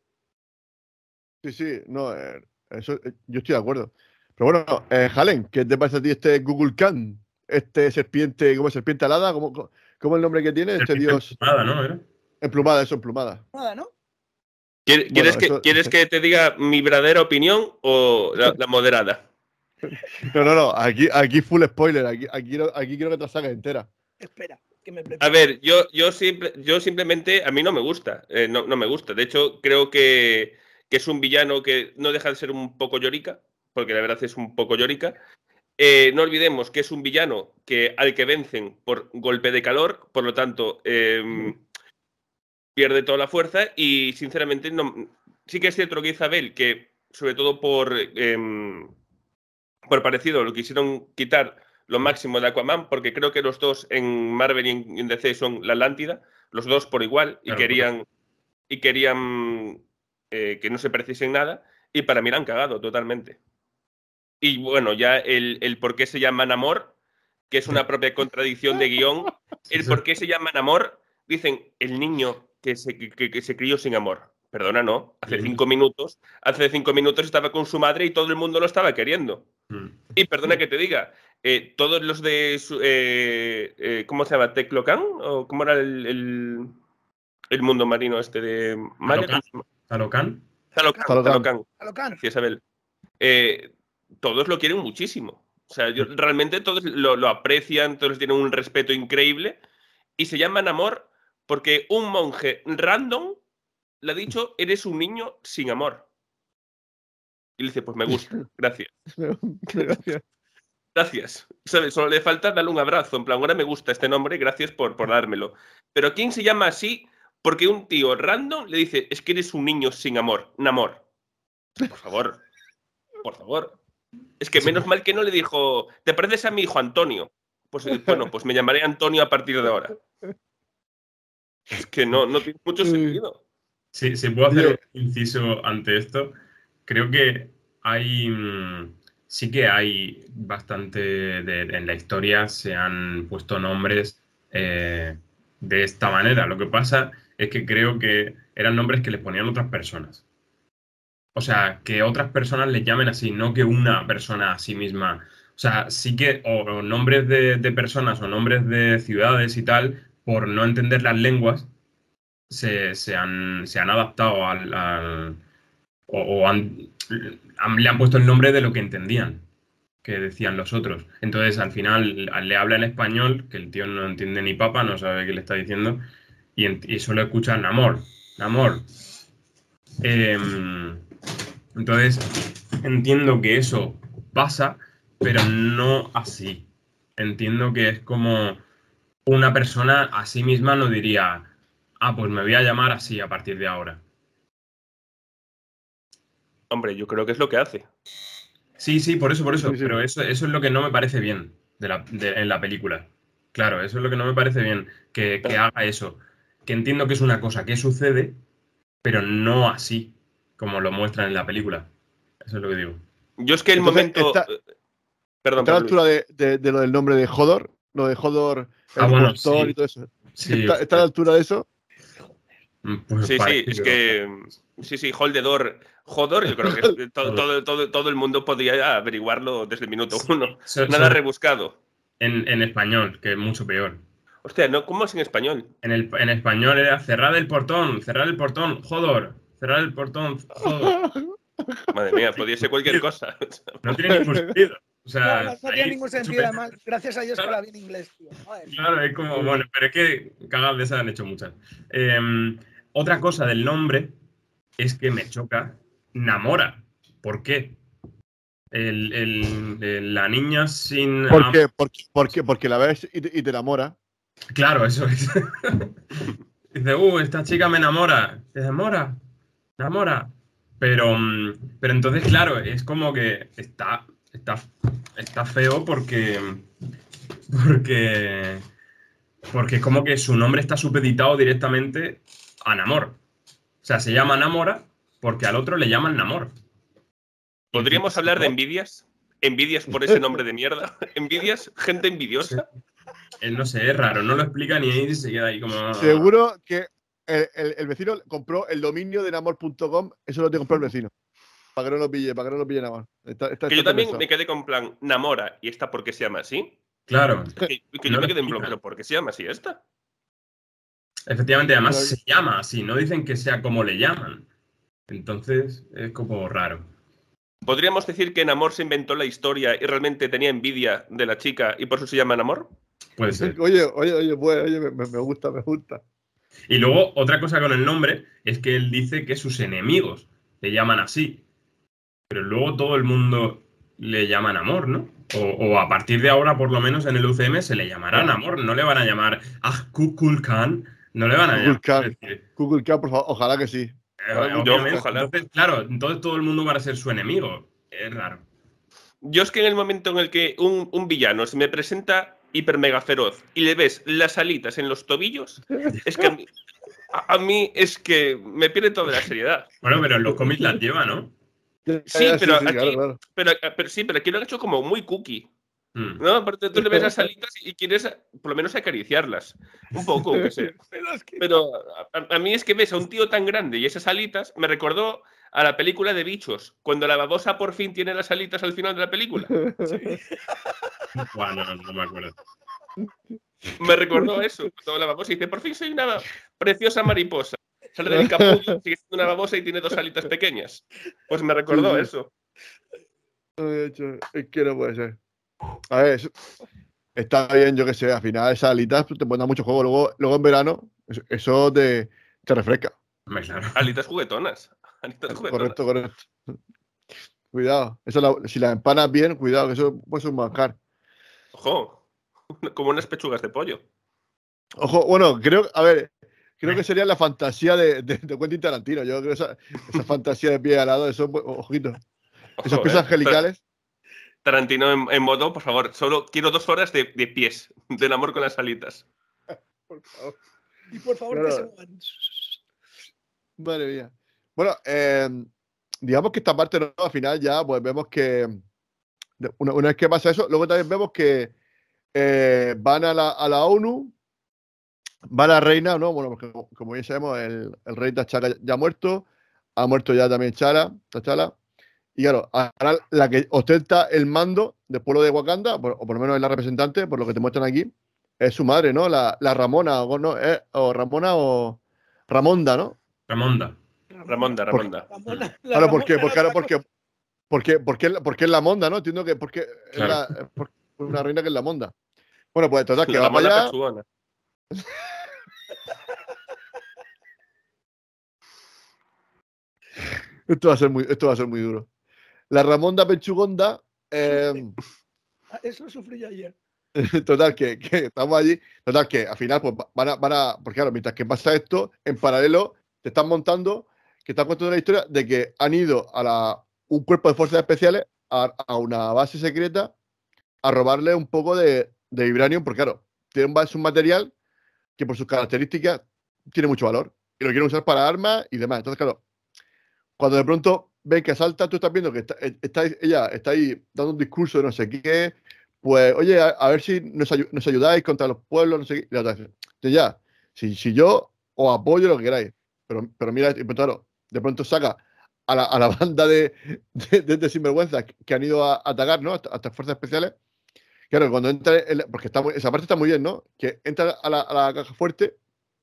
Speaker 5: Sí, sí, no, eh, eso, eh, yo estoy de acuerdo. Pero bueno, eh, Halen, ¿qué te parece a ti este Google Can? Este serpiente, ¿cómo es? ¿Serpiente alada? ¿Cómo, cómo es el nombre que tiene? Este dios.
Speaker 7: Emplumada, ¿no? ¿Era?
Speaker 5: Emplumada, eso, emplumada.
Speaker 8: Emplumada, ¿no?
Speaker 9: ¿Quieres, bueno, que, eso... ¿Quieres que te diga mi verdadera opinión o la, la moderada?
Speaker 5: No, no, no, aquí, aquí full spoiler, aquí, aquí, aquí quiero que te la saques entera.
Speaker 8: Espera, que me
Speaker 9: prepare. A ver, yo, yo, simple, yo simplemente, a mí no me gusta, eh, no, no me gusta. De hecho, creo que, que es un villano que no deja de ser un poco llorica, porque la verdad es un poco llorica. Eh, no olvidemos que es un villano que, al que vencen por golpe de calor, por lo tanto, eh, mm. pierde toda la fuerza y, sinceramente, no, sí que es cierto lo que dice Abel, que, sobre todo por... Eh, por parecido, lo quisieron quitar lo máximo de Aquaman, porque creo que los dos en Marvel y en D C son la Atlántida, los dos por igual, y claro, querían, pues. y querían eh, que no se parecisen nada, y para mí la han cagado totalmente. Y bueno, ya el, el por qué se llama Namor, que es una propia contradicción de guión, el por qué se llama Namor, dicen el niño que se, que, que se crió sin amor. Perdona, no. Hace cinco minutos, hace cinco minutos estaba con su madre y todo el mundo lo estaba queriendo. Mm. Y perdona que te diga, eh, todos los de su, eh, eh, ¿cómo se llama? ¿Teclocan? ¿O cómo era el, el, el mundo marino este de Maya?
Speaker 7: ¿Talocan?
Speaker 9: Talocan. Talocan. Talocan. Sí, Isabel. Eh, todos lo quieren muchísimo. O sea, yo, realmente todos lo, lo aprecian, todos tienen un respeto increíble. Y se llama Namor porque un monje random le ha dicho, eres un niño sin amor. Y le dice, pues me gusta, gracias.
Speaker 5: Gracias.
Speaker 9: Gracias. ¿Sabes? Solo le falta darle un abrazo. En plan, ahora me gusta este nombre, gracias por, por dármelo. Pero ¿quién se llama así? Porque un tío random le dice, es que eres un niño sin amor. Namor. Por favor. Por favor. Es que menos mal que no le dijo, ¿te pareces a mi hijo Antonio? Pues bueno, pues me llamaré Antonio a partir de ahora. Es que no, no tiene mucho sentido.
Speaker 7: Sí, si puedo hacer un inciso ante esto, creo que hay... Sí que hay bastante... De, en la historia se han puesto nombres eh, de esta manera. Lo que pasa es que creo que eran nombres que les ponían otras personas. O sea, que otras personas les llamen así, no que una persona a sí misma. O sea, sí que o, o nombres de, de personas o nombres de ciudades y tal, por no entender las lenguas, se, se, han, se han adaptado al... al o, o han, han, le han puesto el nombre de lo que entendían, que decían los otros. Entonces, al final, le habla en español, que el tío no entiende ni papa, no sabe qué le está diciendo, y, en, y solo escucha Namor, Namor. Eh, entonces, entiendo que eso pasa, pero no así. Entiendo que es como una persona a sí misma no diría, ah, pues me voy a llamar así a partir de ahora.
Speaker 9: Hombre, yo creo que es lo que hace.
Speaker 7: Sí, sí, por eso, por eso.
Speaker 5: Sí, sí.
Speaker 7: Pero eso, eso es lo que no me parece bien de la, de, en la película. Claro, eso es lo que no me parece bien, que, que haga eso. Que entiendo que es una cosa que sucede, pero no así, como lo muestran en la película. Eso es lo que digo.
Speaker 9: Yo es que el
Speaker 5: Entonces,
Speaker 9: momento...
Speaker 5: Está,
Speaker 9: perdón,
Speaker 5: está a la altura de, de, de lo del nombre de Hodor, lo de Hodor, el
Speaker 7: ah, bueno,
Speaker 5: impostor
Speaker 7: sí.
Speaker 5: y todo eso.
Speaker 7: Sí,
Speaker 5: está, está a la altura de eso.
Speaker 7: Pues
Speaker 9: sí,
Speaker 7: parece,
Speaker 9: sí, es
Speaker 7: pero...
Speaker 9: que... Sí, sí, Holdedor, Hodor, yo creo que todo, todo, todo, todo el mundo podría averiguarlo desde el minuto uno.
Speaker 7: So,
Speaker 9: Nada
Speaker 7: so,
Speaker 9: rebuscado.
Speaker 7: En, en español, que es mucho peor.
Speaker 9: Hostia, ¿no? ¿Cómo es en español?
Speaker 7: En, el, en español era cerrar el portón, cerrar el portón, Hodor, cerrar el portón, Hodor.
Speaker 9: Madre mía, podría ser cualquier cosa.
Speaker 7: No tiene ningún sentido. O sea,
Speaker 8: no, no, no tiene ningún sentido,
Speaker 7: super...
Speaker 8: además. Gracias a Dios
Speaker 7: claro.
Speaker 8: que la vi en inglés, tío. Joder.
Speaker 7: Claro, es como, bueno, pero es que cagadas de esas han hecho muchas. Eh, otra cosa del nombre es que me choca Namora. ¿Por qué? El, el, el, la niña sin...
Speaker 5: ¿Por qué? Porque, porque, porque la ves y te, y te enamora.
Speaker 7: Claro, eso es. Dice, uh, esta chica me enamora. ¿Te enamora? ¿Enamora? Pero, pero entonces, claro, es como que está, está, está feo porque... Porque... Porque es como que su nombre está supeditado directamente a Namor. O sea, se llama Namora porque al otro le llaman Namor.
Speaker 9: ¿Podríamos hablar de envidias? ¿Envidias por ese nombre de mierda? ¿Envidias? ¿Gente envidiosa?
Speaker 7: Él no sé, es raro, no lo explica ni ahí y se queda ahí como...
Speaker 5: Seguro que el, el, el vecino compró el dominio de namor punto com, eso lo tiene que comprar el vecino. Para que no lo pille, para que no lo pille Namor. Está, está,
Speaker 9: que
Speaker 5: está
Speaker 9: yo también
Speaker 5: pensado.
Speaker 9: me quedé con plan, Namora, ¿y esta por qué se llama así?
Speaker 7: Claro.
Speaker 9: Que, que
Speaker 7: no
Speaker 9: yo me quedé en
Speaker 7: explica.
Speaker 9: plan, ¿pero por qué se llama así esta?
Speaker 7: Efectivamente, además
Speaker 5: Claro.
Speaker 7: se llama así, no dicen que sea como le llaman. Entonces es como raro.
Speaker 9: ¿Podríamos decir que Namor se inventó la historia y realmente tenía envidia de la chica y por eso se llama Namor?
Speaker 7: Puede ser.
Speaker 5: Oye, oye, oye, pues, oye me, me gusta, me gusta.
Speaker 7: Y luego, otra cosa con el nombre es que él dice que sus enemigos le llaman así. Pero luego todo el mundo le llama Namor, ¿no? O, o a partir de ahora, por lo menos en el U C M, se le llamará Namor. No le van a llamar Ah Kukulkan. No le van a llamar.
Speaker 5: Kukulkan, Kukulkan, por favor, ojalá que sí.
Speaker 7: Eh, obviamente, ojalá. Entonces, claro, entonces todo el mundo va a ser su enemigo. Es raro.
Speaker 9: Yo es que en el momento en el que un, un villano se me presenta hiper mega feroz y le ves las alitas en los tobillos, es que a mí, a, a mí es que me pierde toda la seriedad.
Speaker 7: Bueno, pero en los cómics las lleva, ¿no?
Speaker 9: Sí, pero,
Speaker 5: sí, sí,
Speaker 9: aquí,
Speaker 5: claro, claro.
Speaker 9: Pero, pero sí, pero aquí lo han hecho como muy cookie.
Speaker 7: Mm.
Speaker 9: ¿No? Porque tú le ves las alitas y quieres por lo menos acariciarlas. Un poco, aunque sea. Pero a, a mí es que ves a un tío tan grande y esas alitas me recordó a la película de Bichos, cuando la babosa por fin tiene las alitas al final de la película.
Speaker 7: Sí. Bueno, no, no me acuerdo.
Speaker 9: Me recordó eso, cuando la babosa dice, por fin soy una preciosa mariposa. Sale del capullo, sigue siendo una babosa y tiene dos alitas pequeñas. Pues me recordó
Speaker 5: Sí, sí.
Speaker 9: eso.
Speaker 5: Es que no puede ser. A ver, eso- está bien, yo que sé, al final esas alitas te pueden dar mucho juego. Luego, luego en verano, eso, eso te, te refresca.
Speaker 7: Hombre, claro.
Speaker 9: Alitas juguetonas. Alitas juguetonas.
Speaker 5: Correcto, correcto. Cuidado. Eso la- si las empanas bien, cuidado, que eso puede ser un manjar.
Speaker 9: Ojo, como unas pechugas de pollo.
Speaker 5: Ojo, bueno, creo, a ver, creo que sería la fantasía de, de, de Quentin Tarantino. Yo creo que esa, esa fantasía de pie al lado, esos ojitos, esos
Speaker 9: Ojo,
Speaker 5: pies
Speaker 9: eh.
Speaker 5: angelicales.
Speaker 9: Tarantino en, en modo, por favor, solo quiero dos horas de, de pies, del amor con las alitas.
Speaker 5: Por favor.
Speaker 8: Y por favor
Speaker 5: Claro.
Speaker 8: que se muevan.
Speaker 5: Madre mía. Bueno, eh, digamos que esta parte, ¿no? Al final ya pues vemos que una, una vez que pasa eso, luego también vemos que eh, van a la, a la ONU, va la reina, ¿no? Bueno, porque como, como bien sabemos, el, el rey T'Challa ya, ya ha muerto, ha muerto ya también T'Challa, T'Challa, y claro, ahora la que ostenta el mando del pueblo de Wakanda, por, o por lo menos es la representante, por lo que te muestran aquí, es su madre, ¿no? La, la Ramona, o, no, eh, o Ramona o Ramonda, ¿no?
Speaker 7: Ramonda.
Speaker 9: Ramonda, Ramonda.
Speaker 5: Por, claro, ¿por qué? Porque, claro, porque, porque, porque, porque es la monda, ¿no? Entiendo que porque claro. es, la, es una reina que es la monda. Bueno, pues total, que
Speaker 9: la
Speaker 5: va para allá. esto, va a ser muy, esto va a ser muy duro. La Ramonda Pechugonda. Eh,
Speaker 8: Eso sufrí yo ayer.
Speaker 5: Total, que, que estamos allí. Total, que al final, pues van a, van a. Porque claro, mientras que pasa esto, en paralelo te están montando, que están contando la historia de que han ido a la, un cuerpo de fuerzas especiales a, a una base secreta a robarle un poco de, de vibranium, porque claro, tiene un, es un material que por sus características tiene mucho valor y lo quieren usar para armas y demás. Entonces, claro, cuando de pronto ven que salta, tú estás viendo que está, está, ella está ahí dando un discurso de no sé qué, pues, oye, a, a ver si nos, ay nos, ayudáis contra los pueblos, no sé qué. Y la otra dice, ya, si, si yo os apoyo lo que queráis, pero, pero mira, y pues, claro, de pronto saca a la, a la banda de, de, de, de sinvergüenzas que han ido a, a atacar, ¿no? A estas fuerzas especiales. Claro, cuando entra, el, porque está muy, esa parte está muy bien, ¿no? Que entra a la, a la caja fuerte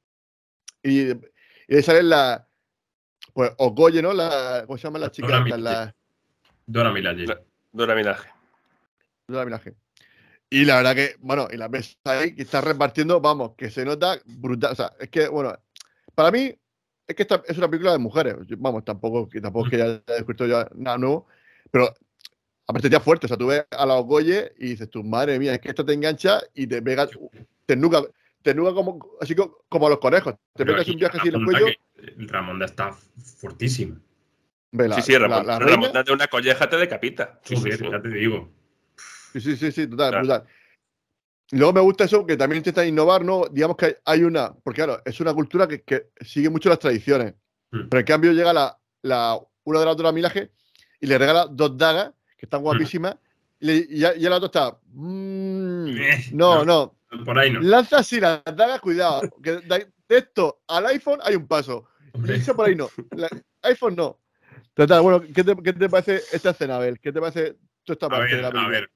Speaker 5: y, y de sale la, pues, Okoye, ¿no? La, ¿cómo se llama la chica?
Speaker 7: Dora
Speaker 5: esta, la,
Speaker 7: Dora Milaje.
Speaker 9: Dora Milaje.
Speaker 5: Dora Milaje. Y la verdad que, bueno, y la ves ahí que está repartiendo, vamos, que se nota brutal. O sea, es que, bueno, para mí es que esta es una película de mujeres. Vamos, tampoco, que tampoco es que haya descubierto ya nada nuevo, pero aparte ya fuerte. O sea, tú ves a la Okoye y dices, tu madre mía, es que esto te engancha y te pega, te nuca, te nuca como, así como, como a los conejos. Te
Speaker 7: pero
Speaker 5: pegas un viaje así en el cuello.
Speaker 7: Ramonda está fortísima.
Speaker 5: La,
Speaker 9: sí, sí, Ramón,
Speaker 5: la, la
Speaker 9: Ramonda de una colleja te decapita.
Speaker 7: Sí, sí, sí, ya te digo.
Speaker 5: Sí, sí, sí, sí, total, claro. Brutal. Y luego me gusta eso, que también intenta innovar, ¿no? Digamos que hay, hay una, porque claro, es una cultura que, que sigue mucho las tradiciones, mm. pero en cambio llega la, la, una de las Dora Milaje y le regala dos dagas, que están guapísimas, mm. y, le, y, ya, y ya la otra está, mmm, no, no,
Speaker 7: no, por ahí no.
Speaker 5: Lanza así las dagas, cuidado, que de, de esto al iPhone hay un paso, y eso por ahí no, la, iPhone no. Total, bueno, ¿qué te, ¿qué te parece esta escena, Abel? ¿Qué te parece toda esta parte
Speaker 7: ver,
Speaker 5: de la película?
Speaker 7: A ver.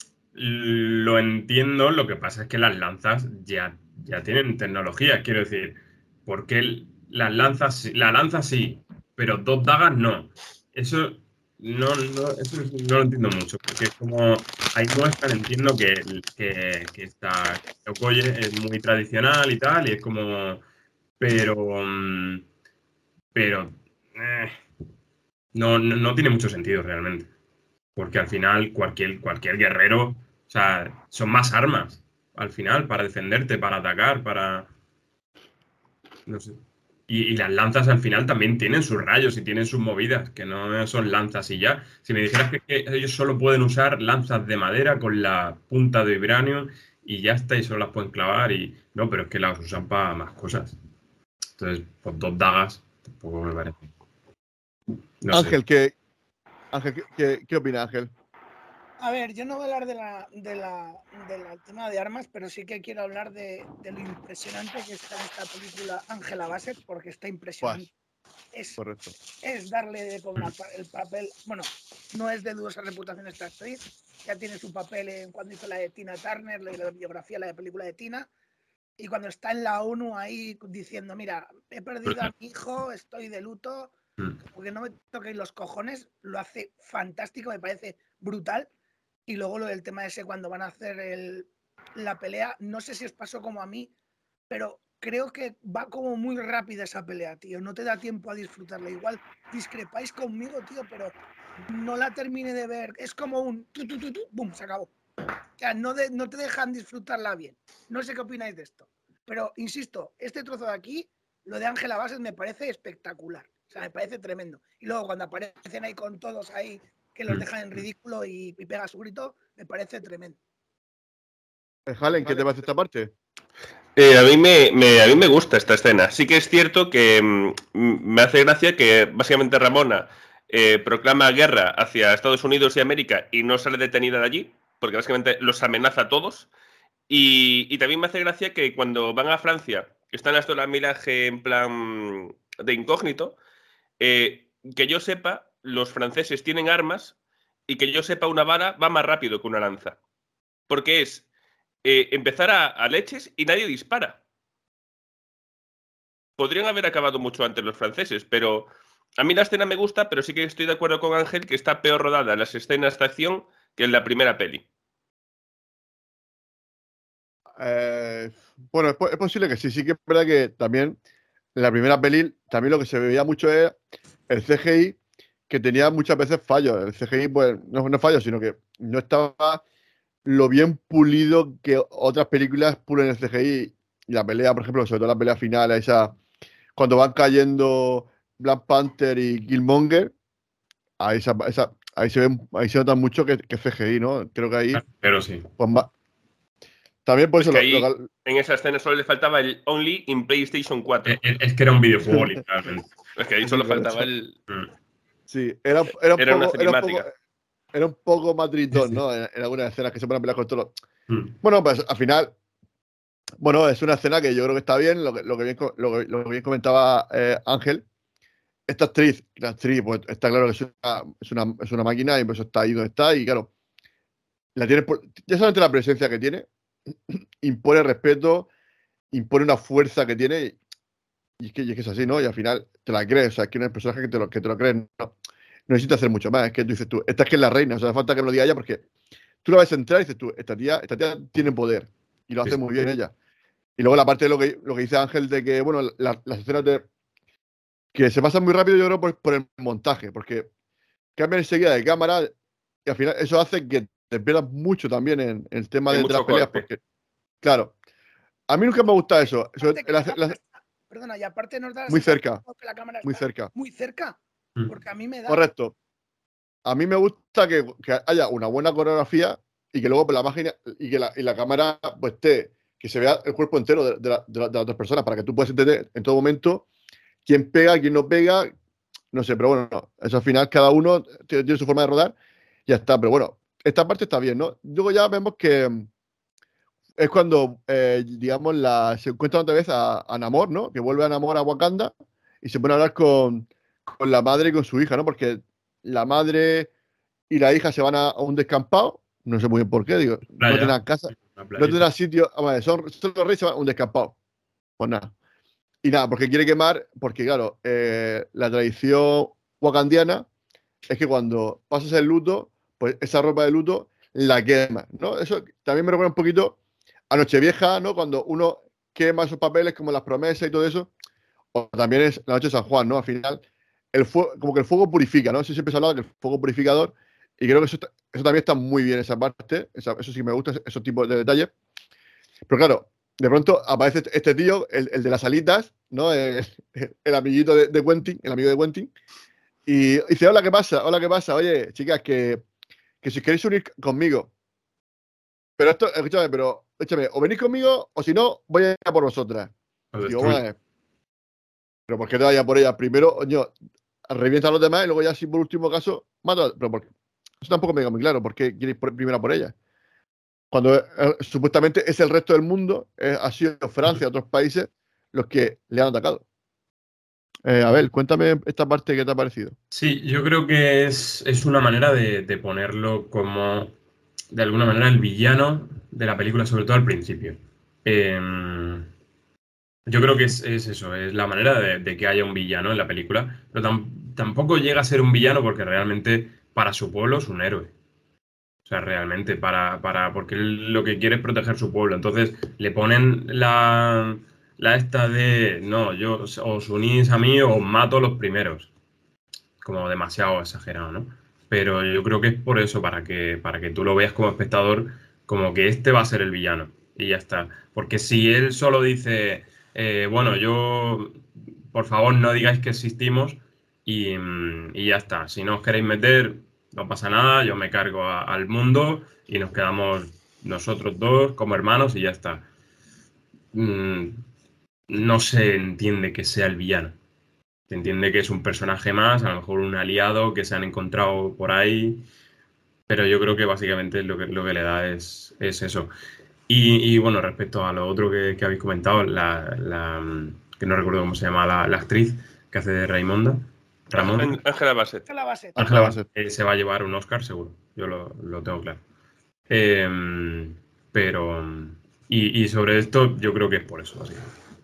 Speaker 7: Lo entiendo, lo que pasa es que las lanzas ya, ya tienen tecnología, quiero decir, porque las lanzas, la lanza sí, pero dos dagas no. Eso no, no, eso no lo entiendo mucho, porque es como, ahí muestran, entiendo que, que, que esta Okoye es muy tradicional y tal, y es como, pero, pero, eh, no, no, no tiene mucho sentido realmente. Porque al final cualquier, cualquier guerrero, o sea, son más armas al final para defenderte, para atacar, para... No sé. Y, y las lanzas al final también tienen sus rayos y tienen sus movidas, que no son lanzas y ya. Si me dijeras que, que ellos solo pueden usar lanzas de madera con la punta de vibranium y ya está, y solo las pueden clavar y... No, pero es que las usan para más cosas. Entonces, pues dos dagas tampoco me parece.
Speaker 5: No Ángel, sé. que... Ángel, ¿qué, qué, ¿qué opina Ángel?
Speaker 8: A ver, yo no voy a hablar de la, de la, del tema de armas, pero sí que quiero hablar de, de lo impresionante que está en esta película Angela Bassett, porque está impresionante. Es,
Speaker 5: Correcto.
Speaker 8: es darle de con la, el papel, bueno, no es de dudosa reputación esta actriz, ya tiene su papel en cuando hizo la de Tina Turner, la, la biografía, la de película de Tina, y cuando está en la ONU ahí diciendo, mira, he perdido a mi hijo, estoy de luto, porque no me toquéis los cojones, lo hace fantástico, me parece brutal. Y luego lo del tema ese cuando van a hacer el, la pelea, no sé si os pasó como a mí, pero creo que va como muy rápida esa pelea, tío, no te da tiempo a disfrutarla. Igual discrepáis conmigo, tío, pero no la terminé de ver, es como un tu, tu, tu, tu, boom, se acabó. O sea, no, de, no te dejan disfrutarla bien. No sé qué opináis de esto, pero insisto, este trozo de aquí, lo de Angela Bassett me parece espectacular. O sea, me parece tremendo. Y luego cuando aparecen ahí con todos ahí, que los dejan en ridículo y, y pega su grito, me parece tremendo.
Speaker 5: Jalen, ¿qué te parece esta parte?
Speaker 9: Eh, a, mí me, me, a mí me gusta esta escena. Sí que es cierto que mm, me hace gracia que básicamente Ramona eh, proclama guerra hacia Estados Unidos y América y no sale detenida de allí, porque básicamente los amenaza a todos. Y, y también me hace gracia que cuando van a Francia, están hasta el milaje en plan de incógnito, eh, que yo sepa, los franceses tienen armas y que yo sepa, una vara va más rápido que una lanza. Porque es eh, empezar a, a leches y nadie dispara. Podrían haber acabado mucho antes los franceses, pero a mí la escena me gusta, pero sí que estoy de acuerdo con Ángel que está peor rodada en las escenas de acción que en la primera peli.
Speaker 5: Eh, bueno, es, es posible que sí, sí que es verdad que también en la primera peli también lo que se veía mucho es el C G I, que tenía muchas veces fallos. El C G I, pues, no, no fallos, sino que no estaba lo bien pulido que otras películas pulen el C G I. Y la pelea, por ejemplo, sobre todo la pelea final, esa, cuando van cayendo Black Panther y Killmonger, ahí, esa, esa, ahí, se, ven, ahí se nota mucho que, que C G I, ¿no? Creo que ahí...
Speaker 7: Pero sí.
Speaker 5: Pues, más, también por
Speaker 9: es
Speaker 5: eso...
Speaker 9: Que
Speaker 5: lo,
Speaker 9: ahí,
Speaker 5: lo,
Speaker 9: en esa escena solo le faltaba el Only in PlayStation cuatro.
Speaker 7: Es, es que era un videojuego, literalmente.
Speaker 9: Es que ahí solo faltaba el...
Speaker 5: Sí, era, era, un
Speaker 9: era
Speaker 5: poco,
Speaker 9: una cinemática.
Speaker 5: Era un poco, era un poco matritón, ¿no? En, en algunas escenas que se ponen a pelear con todos los...
Speaker 7: Mm.
Speaker 5: Bueno, pues al final... Bueno, es una escena que yo creo que está bien, lo que, lo que, bien, lo que, lo que bien comentaba eh, Ángel. Esta actriz, la actriz, pues está claro que es una, es una, es una máquina y por eso está ahí donde está. Y claro, la tiene por, ya solamente la presencia que tiene impone respeto, impone una fuerza que tiene. Y es que, y es, que es así, ¿no? Y al final te la crees. O sea, es que no es personaje que te lo, que te lo crees. No, no necesita hacer mucho más. Es que tú dices tú, esta es que es la reina. O sea, hace falta que me lo diga ella porque tú la ves entrar y dices tú, esta tía, esta tía tiene poder. Y lo hace sí, muy bien ella. Y luego la parte de lo que, lo que dice Ángel de que, bueno, la, las escenas de... que se pasan muy rápido, yo creo, por, por el montaje, porque cambian enseguida de cámara y al final eso hace que te pierdas mucho también en, en el tema de, de las peleas, porque, claro, a mí nunca me gusta eso. eso
Speaker 8: la
Speaker 5: la,
Speaker 8: la,
Speaker 5: la,
Speaker 8: perdona, y aparte nos da la
Speaker 5: muy cerca,
Speaker 8: que la cámara
Speaker 5: muy
Speaker 8: está
Speaker 5: cerca.
Speaker 8: Muy cerca, porque a mí me da...
Speaker 5: Correcto. A mí me gusta que, que haya una buena coreografía y que luego la máquina y que la, y la cámara pues esté, que se vea el cuerpo entero de, de, la, de, la, de las otras personas para que tú puedas entender en todo momento quién pega, quién no pega, no sé, pero bueno, no, eso al final cada uno tiene, tiene su forma de rodar y ya está, pero bueno, esta parte está bien, ¿no? Luego ya vemos que es cuando, eh, digamos, la, se encuentra otra vez a, a Namor, ¿no? Que vuelve a Namor a Wakanda y se pone a hablar con, con la madre y con su hija, ¿no? Porque la madre y la hija se van a, a un descampado, no sé muy bien por qué, digo, playa. No tendrán casa, no tendrán sitio, ah, son, son los reyes, se van a un descampado. Pues nada. Y nada, porque quiere quemar, porque claro, eh, la tradición wakandiana es que cuando pasas el luto, pues esa ropa de luto la quema, ¿no? Eso también me recuerda un poquito a Nochevieja, ¿no? Cuando uno quema esos papeles como las promesas y todo eso, o también es la noche de San Juan, ¿no? Al final, el fuego, como que el fuego purifica, ¿no? Eso siempre se ha hablado del fuego purificador, y creo que eso, eso también está muy bien, esa parte, esa, eso sí me gusta, esos tipos de detalles. Pero claro, de pronto aparece este tío, el, el de las alitas, ¿no? El, el amiguito de, de Quentin, el amigo de Quentin, y dice, hola, ¿qué pasa? Hola, ¿qué pasa? Oye, chicas, que, que si queréis unir conmigo. Pero esto, escúchame, pero, escúchame, o venís conmigo, o si no, voy a ir a por vosotras. Digo, bueno, pero ¿por qué te vayas por ella? Primero, oño, revienta a los demás y luego ya, si por último caso, mata. Pero porque, eso tampoco me diga muy claro, ¿por qué quieres por, primero por ella? Cuando eh, supuestamente es el resto del mundo, eh, ha sido Francia, otros países, los que le han atacado. Eh, a ver, cuéntame esta parte que te ha parecido.
Speaker 7: Sí, yo creo que es, es una manera de, de ponerlo como, de alguna manera, el villano de la película, sobre todo al principio. Eh, yo creo que es, es eso, es la manera de, de que haya un villano en la película, pero tam, tampoco llega a ser un villano porque realmente para su pueblo es un héroe. O sea, realmente, para, para, porque él lo que quiere es proteger su pueblo. Entonces, le ponen la, la esta de, no, yo os unís a mí o os mato los primeros. Como demasiado exagerado, ¿no? Pero yo creo que es por eso, para que, para que tú lo veas como espectador, como que este va a ser el villano. Y ya está. Porque si él solo dice, eh, bueno, yo, por favor, no digáis que existimos y, y ya está. Si no os queréis meter... no pasa nada, yo me cargo a, al mundo y nos quedamos nosotros dos como hermanos y ya está. Mm, no se entiende que sea el villano. Se entiende que es un personaje más, a lo mejor un aliado que se han encontrado por ahí, pero yo creo que básicamente lo que, lo que le da es, es eso. Y, y bueno, respecto a lo otro que, que habéis comentado, la, la, que no recuerdo cómo se llama la, la actriz que hace de Raimonda. Ramón.
Speaker 9: Ángela Bassett.
Speaker 8: Ángela Bassett.
Speaker 7: Ángela Bassett. Eh, se va a llevar un Oscar, seguro. Yo lo, lo tengo claro. Eh, pero... Y, y sobre esto, yo creo que es por eso, así.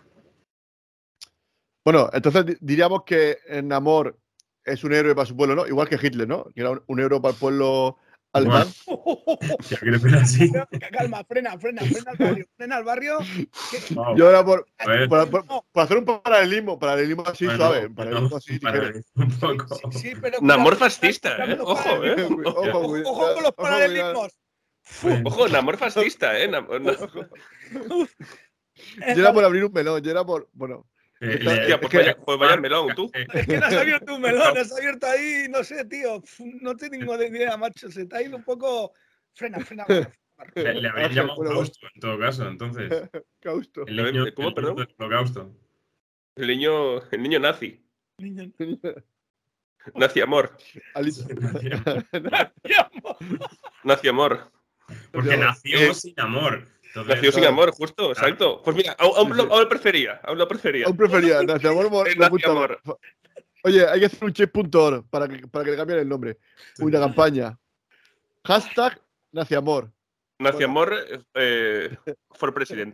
Speaker 5: Bueno, entonces diríamos que Namor es un héroe para su pueblo, ¿no? Igual que Hitler, ¿no? Que era un, un héroe para el pueblo alemán.
Speaker 7: Bueno, ya creo que era así.
Speaker 8: Calma, frena, frena, frena al barrio. Frena al barrio. Que...
Speaker 5: Wow. Yo era por, por, por, por, por hacer un paralelismo, paralelismo así bueno, suave. Paralelismo
Speaker 7: no,
Speaker 5: así
Speaker 7: paralelismo un poco.
Speaker 8: Sí, sí, pero
Speaker 9: Namor fascista, ¿eh? Ojo, ¿eh?
Speaker 8: Ojo, ojo, ojo con los paralelismos.
Speaker 9: Bueno. Ojo, Namor fascista, ¿eh? Namor, no.
Speaker 5: Yo era por abrir un melón, yo era por. Bueno.
Speaker 9: Eh, Hostia, pues, que, vaya, pues vaya melón, tú.
Speaker 8: Es que no has abierto un melón, has abierto ahí, no sé, tío. No tengo ni idea, macho. Se te ha ido un poco. Frena, frena.
Speaker 7: Le, le habrían llamado bueno, Causto, en todo caso, entonces.
Speaker 5: Causto.
Speaker 7: El niño,
Speaker 9: ¿Cómo,
Speaker 7: el
Speaker 9: perdón?
Speaker 7: Niño Holocausto.
Speaker 9: El niño, el niño nazi. Nazi amor. Nazi amor.
Speaker 7: Porque nació eh, sin amor.
Speaker 9: Entonces, nació sin amor, justo, claro. Exacto. Pues mira, aún, aún, aún lo prefería, aún lo prefería.
Speaker 5: Aún prefería, nazi amor, nazi amor. Oye, hay que hacer un change punto org para que, para que le cambien el nombre. Una campaña. Hashtag nazi amor.
Speaker 9: Nazi amor eh, for president.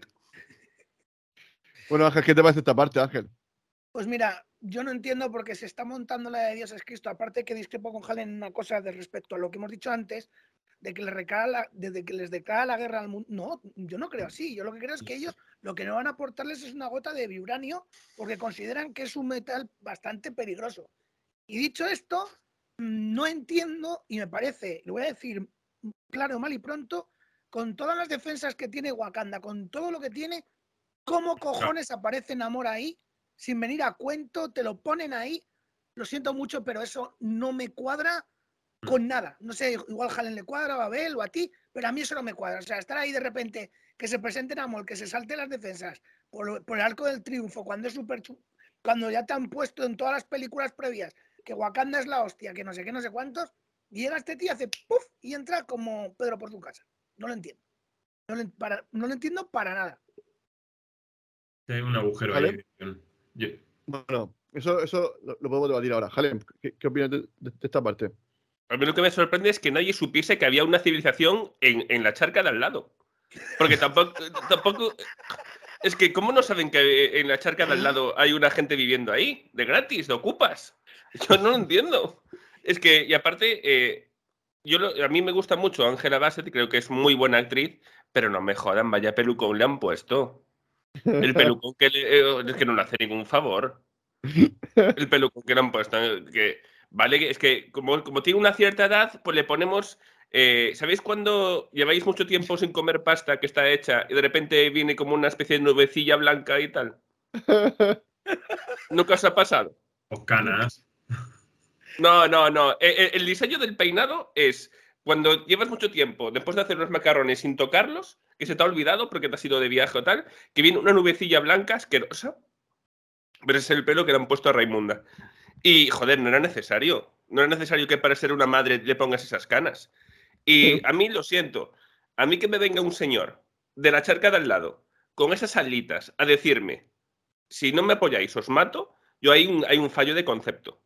Speaker 5: Bueno, Ángel, ¿qué te parece esta parte, Ángel?
Speaker 8: Pues mira, yo no entiendo por qué se está montando la de Dios es Cristo. Aparte que discrepo con Halen en una cosa de respecto a lo que hemos dicho antes, de que, les recala la, de que les declara la guerra al mundo. No, yo no creo así. Yo lo que creo es que ellos lo que no van a aportarles es una gota de vibranium porque consideran que es un metal bastante peligroso. Y dicho esto, no entiendo, y me parece, lo voy a decir claro, mal y pronto, con todas las defensas que tiene Wakanda, con todo lo que tiene, ¿cómo cojones aparece Namor ahí? Sin venir a cuento, te lo ponen ahí. Lo siento mucho, pero eso no me cuadra con nada. No sé, igual Halen le cuadra, a Abel o a ti, pero a mí eso no me cuadra. O sea, estar ahí de repente, que se presente Namor, que se salte las defensas por, por el arco del triunfo, cuando es súper chulo, cuando ya te han puesto en todas las películas previas que Wakanda es la hostia, que no sé qué, no sé cuántos, y llega este tío, hace puff y entra como Pedro por su casa. No lo entiendo. No lo, para, no lo entiendo para nada.
Speaker 7: Hay un agujero ¿Halen? Ahí.
Speaker 5: Yo... Bueno, eso, eso lo, lo podemos debatir ahora. Halen, ¿qué, qué opinas de, de, de esta parte?
Speaker 9: A mí lo que me sorprende es que nadie supiese que había una civilización en, en la charca de al lado. Porque tampoco, tampoco... Es que, ¿cómo no saben que en la charca de al lado hay una gente viviendo ahí? De gratis, de ocupas. Yo no lo entiendo. Es que, y aparte, eh, yo lo, a mí me gusta mucho Ángela Bassett, creo que es muy buena actriz, pero no me jodan, vaya pelucón le han puesto. El pelucón que le, eh, es que no le hace ningún favor. El pelucón que le han puesto. Que, vale, es que como, como tiene una cierta edad, pues le ponemos... Eh, ¿Sabéis cuando lleváis mucho tiempo sin comer pasta que está hecha y de repente viene como una especie de nubecilla blanca y tal? ¿Nunca os ha pasado?
Speaker 7: O canas.
Speaker 9: No, no, no. El, el diseño del peinado es cuando llevas mucho tiempo, después de hacer unos macarrones sin tocarlos, que se te ha olvidado porque te has ido de viaje o tal, que viene una nubecilla blanca asquerosa, pero es el pelo que le han puesto a Raimunda. Y, joder, no era necesario. No era necesario que para ser una madre le pongas esas canas. Y a mí, lo siento, a mí que me venga un señor de la charca de al lado con esas alitas a decirme, si no me apoyáis os mato, yo hay un, hay un fallo de concepto.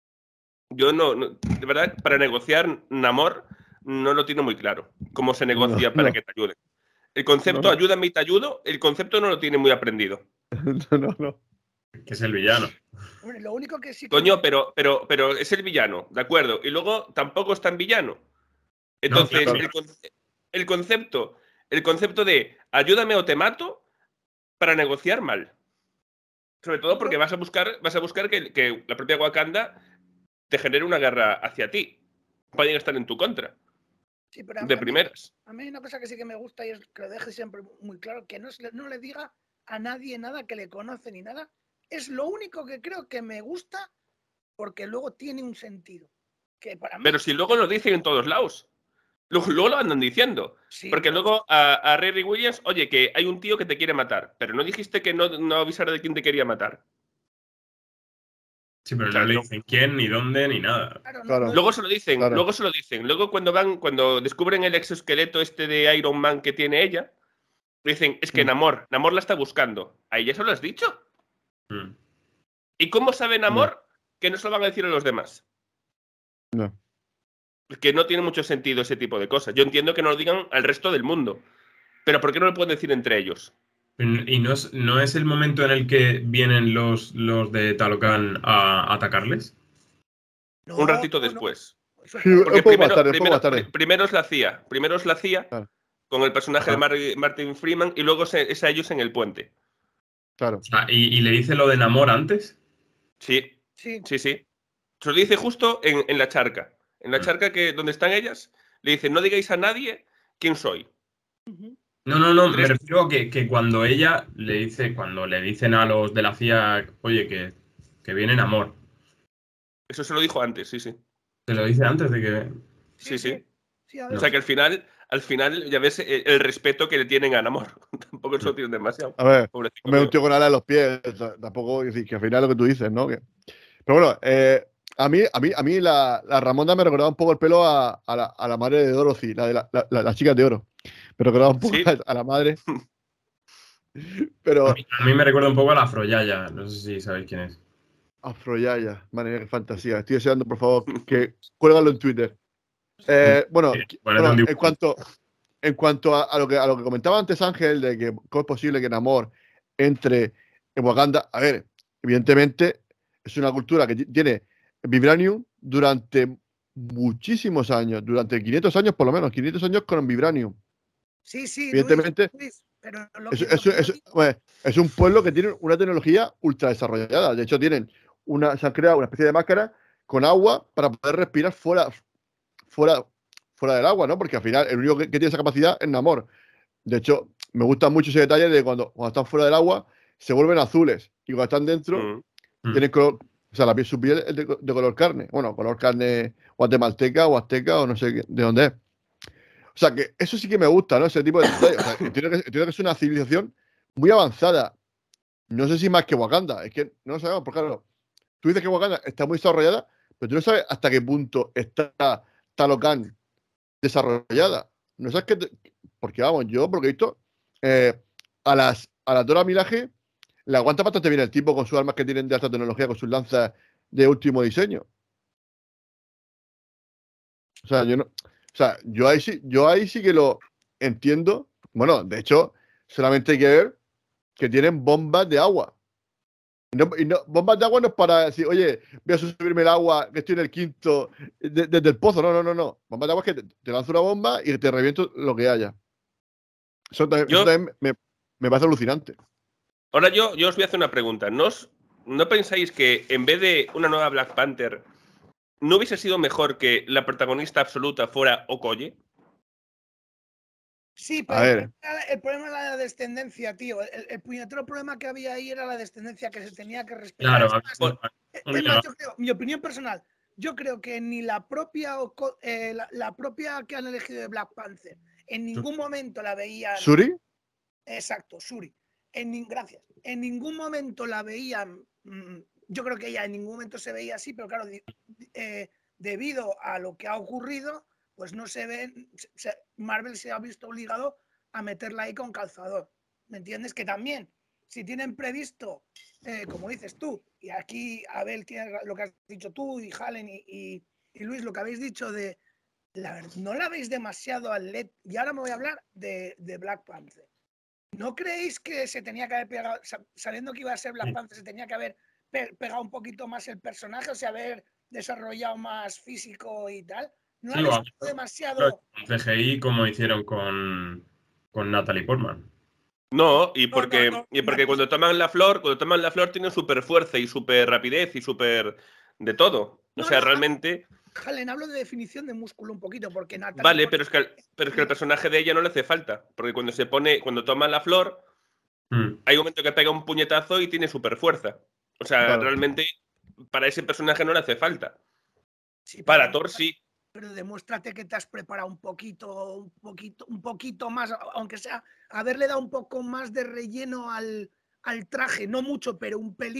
Speaker 9: Yo no, no, de verdad, para negociar Namor no lo tiene muy claro, cómo se negocia no, para no. que te ayude. El concepto no. ayúdame y te ayudo, el concepto no lo tiene muy aprendido.
Speaker 5: No, no, no.
Speaker 7: Que es el villano.
Speaker 8: Bueno, lo único que sí que...
Speaker 9: Coño, pero, pero, pero es el villano, ¿de acuerdo? Y luego tampoco es tan villano. Entonces, no, claro. el, el, concepto, el concepto de ayúdame o te mato para negociar mal. Sobre todo porque vas a buscar, vas a buscar que, que la propia Wakanda te genere una guerra hacia ti. Pueden estar en tu contra.
Speaker 8: Sí, pero a
Speaker 9: de
Speaker 8: mí,
Speaker 9: primeras.
Speaker 8: A mí hay una cosa que sí que me gusta y es que lo deje siempre muy claro, que no, no le diga a nadie nada que le conoce ni nada. Es lo único que creo que me gusta porque luego tiene un sentido. Que para mí...
Speaker 9: Pero si luego lo dicen en todos lados. Luego lo andan diciendo. Sí, porque pero... luego a, a Riri Williams, oye, que hay un tío que te quiere matar. Pero no dijiste que no, no avisara de quién te quería matar.
Speaker 7: Sí, pero no le dicen quién, ni dónde, ni nada.
Speaker 8: Claro,
Speaker 5: Claro.
Speaker 8: no,
Speaker 9: Luego se lo dicen,
Speaker 5: Claro.
Speaker 9: luego se lo dicen. Luego cuando van, cuando descubren el exoesqueleto este de Iron Man que tiene ella, dicen, es que
Speaker 5: Mm.
Speaker 9: Namor, Namor la está buscando. ¿A ella se lo has dicho?
Speaker 7: Mm.
Speaker 9: ¿Y cómo sabe Namor que no se lo van a decir a los demás?
Speaker 5: No.
Speaker 9: Que no tiene mucho sentido ese tipo de cosas. Yo entiendo que no lo digan al resto del mundo. Pero ¿por qué no lo pueden decir entre ellos?
Speaker 7: ¿Y no es, no es el momento en el que vienen los, los de Talocan a atacarles?
Speaker 8: no,
Speaker 9: Un ratito
Speaker 8: no, no.
Speaker 9: después.
Speaker 8: Eso
Speaker 5: Sí,
Speaker 8: es-
Speaker 5: un
Speaker 9: Porque
Speaker 5: poco
Speaker 9: primero,
Speaker 5: más tarde, un poco
Speaker 9: primero,
Speaker 5: más tarde.
Speaker 9: pri- primero es la C I A. Primero es la C I A
Speaker 5: Claro.
Speaker 9: con el personaje
Speaker 7: Ajá.
Speaker 9: de Mar- Martin Freeman y luego se- es a ellos en el puente.
Speaker 5: Claro.
Speaker 7: Ah, ¿y, y le dice lo de Namor antes?
Speaker 9: Sí,
Speaker 8: Sí,
Speaker 9: sí, sí. Se lo dice justo en, en la charca. En la
Speaker 7: Mm.
Speaker 9: charca que donde están ellas, le dice, no digáis a nadie quién soy.
Speaker 8: ujú.
Speaker 7: No, no, no, me
Speaker 9: Tres-
Speaker 7: refiero a que, que cuando ella le dice, cuando le dicen a los de la C I A, oye, que, que viene Namor,
Speaker 9: Eso se lo dijo antes, sí, sí.
Speaker 7: te lo dice antes de que...
Speaker 9: Sí, sí.
Speaker 8: Sí, a
Speaker 9: O
Speaker 8: ver,
Speaker 9: sea que al final, al final ya ves el, el respeto que le tienen a Namor. Tampoco se lo tienen demasiado.
Speaker 5: A ver,
Speaker 9: Pobrecito
Speaker 5: hombre, un
Speaker 9: mío.
Speaker 5: tío con alas en los pies, t- tampoco, es decir, que al final es lo que tú dices, ¿no? Que- pero bueno, eh, a mí, a mí, a mí la, la Ramonda me recordaba un poco el pelo a, a la, a la madre de Dorothy, la de la, la, la- las chicas de oro. Me recordaba un poco
Speaker 9: Sí.
Speaker 5: a, a la madre. Pero
Speaker 7: A mí, a mí me recuerda un poco a la Froyaya, no sé si sabéis quién es.
Speaker 5: Afroyaya, madre mía, qué fantasía. Estoy deseando, por favor, que cuélgalo en Twitter. Eh, bueno,
Speaker 7: Sí,
Speaker 5: qui-
Speaker 7: parece
Speaker 5: bueno,
Speaker 7: un
Speaker 5: en
Speaker 7: dibujo.
Speaker 5: cuanto, en cuanto a, a lo que, a lo que comentaba antes Ángel, de que cómo es posible que Namor entre en Wakanda, a ver, evidentemente es una cultura que ti- tiene Vibranium durante muchísimos años, durante quinientos años por lo menos, quinientos años con Vibranium.
Speaker 8: sí, sí,
Speaker 5: Evidentemente,
Speaker 8: Luis, Luis, pero lo
Speaker 5: Es,
Speaker 8: que,
Speaker 5: es-
Speaker 8: lo que
Speaker 5: es-
Speaker 8: yo digo-
Speaker 5: pues, es un pueblo que tiene una tecnología ultra desarrollada. De hecho, tienen una, se han creado una especie de máscara con agua para poder respirar fuera, fuera, fuera del agua, ¿no? Porque al final el único que, que tiene esa capacidad es Namor. De hecho, me gusta mucho ese detalle de cuando, cuando están fuera del agua se vuelven azules y cuando están dentro
Speaker 9: Mm.
Speaker 7: Mm.
Speaker 5: tienen color, o sea, la piel, su piel es de, de color carne. Bueno, color carne guatemalteca o azteca o no sé qué- de dónde es. O sea, que eso sí que me gusta, ¿no? Ese tipo de detalles. O sea, entiendo que, entiendo que es una civilización muy avanzada. No sé si más que Wakanda. Es que no lo sabemos, porque claro, tú dices que Wakanda está muy desarrollada, pero tú no sabes hasta qué punto está Talocan desarrollada. No sabes qué. te- Porque vamos, yo, por lo que he visto, eh, a las a la Dora Milaje le aguanta bastante bien el tipo con sus armas que tienen de alta tecnología, con sus lanzas de último diseño. O sea, yo no. O sea, yo ahí sí, yo ahí sí que lo entiendo. Bueno, de hecho, solamente hay que ver que tienen bombas de agua. Y no, y no- bombas de agua no es para decir, oye, voy a subirme el agua, que estoy en el quinto, de- desde el pozo. No, no, no, no. Bombas de agua es que te, te lanzo una bomba y te reviento lo que haya. Eso también,
Speaker 9: Yo-
Speaker 5: eso también me, me parece alucinante.
Speaker 9: Ahora yo, yo os voy a hacer una pregunta. ¿No, os- ¿No pensáis que en vez de una nueva Black Panther, no hubiese sido mejor que la protagonista absoluta fuera Okoye?
Speaker 8: Sí,
Speaker 5: A
Speaker 8: pero el
Speaker 5: ver.
Speaker 8: problema, era- el problema era la descendencia, tío. El, el puñetero problema que había ahí era la descendencia que se tenía que respetar.
Speaker 7: Claro,
Speaker 8: Es
Speaker 7: a-
Speaker 8: más,
Speaker 9: Por-
Speaker 8: es
Speaker 7: Oye,
Speaker 8: más,
Speaker 7: no.
Speaker 8: yo creo, mi opinión personal, yo creo que ni la propia Oko- eh, la, la propia que han elegido de Black Panther en ningún momento la veían.
Speaker 5: ¿Suri?
Speaker 8: Exacto, Shuri. En, nin- gracias. En ningún momento la veían. mm, Yo creo que ella en ningún momento se veía así, pero claro, di- eh, debido a lo que ha ocurrido, pues no se ve. se- se- Marvel se ha visto obligado a meterla ahí con calzador. ¿Me entiendes? Que también, si tienen previsto, eh, como dices tú, y aquí Abel tiene lo que has dicho tú, y Halen y, y- y Luis, lo que habéis dicho de. La verdad, no la veis demasiado al L E D. Y ahora me voy a hablar de, de Black Panther. ¿No creéis que se tenía que haber pegado, sa- sabiendo que iba a ser Black Panther, se tenía que haber pe- pegado un poquito más el personaje, o sea, haber desarrollado más físico y tal? ¿No
Speaker 7: Sí,
Speaker 8: habéis
Speaker 7: o-
Speaker 8: visto demasiado?
Speaker 7: con C G I como hicieron con, con Natalie Portman.
Speaker 9: No, y
Speaker 8: No,
Speaker 9: porque,
Speaker 8: no, no.
Speaker 9: y porque cuando toman la flor, cuando toman la flor tienen súper fuerza y súper rapidez y súper de todo. O
Speaker 8: No,
Speaker 9: sea,
Speaker 8: no,
Speaker 9: realmente.
Speaker 8: Jalen, hablo de definición de músculo un poquito, porque Natalie
Speaker 9: Vale,
Speaker 8: Portman-
Speaker 9: pero es que, el- pero es que el personaje de ella no le hace falta. Porque cuando se pone, cuando toma la flor,
Speaker 7: Mm.
Speaker 9: hay un momento que pega un puñetazo y tiene súper fuerza. O sea,
Speaker 5: Claro.
Speaker 9: realmente para ese personaje no le hace falta.
Speaker 8: Sí, pero-
Speaker 9: Para Thor sí.
Speaker 8: Pero demuéstrate que te has preparado un poquito, un poquito, un poquito más, aunque sea haberle dado un poco más de relleno al, al traje, no mucho, pero un pelín.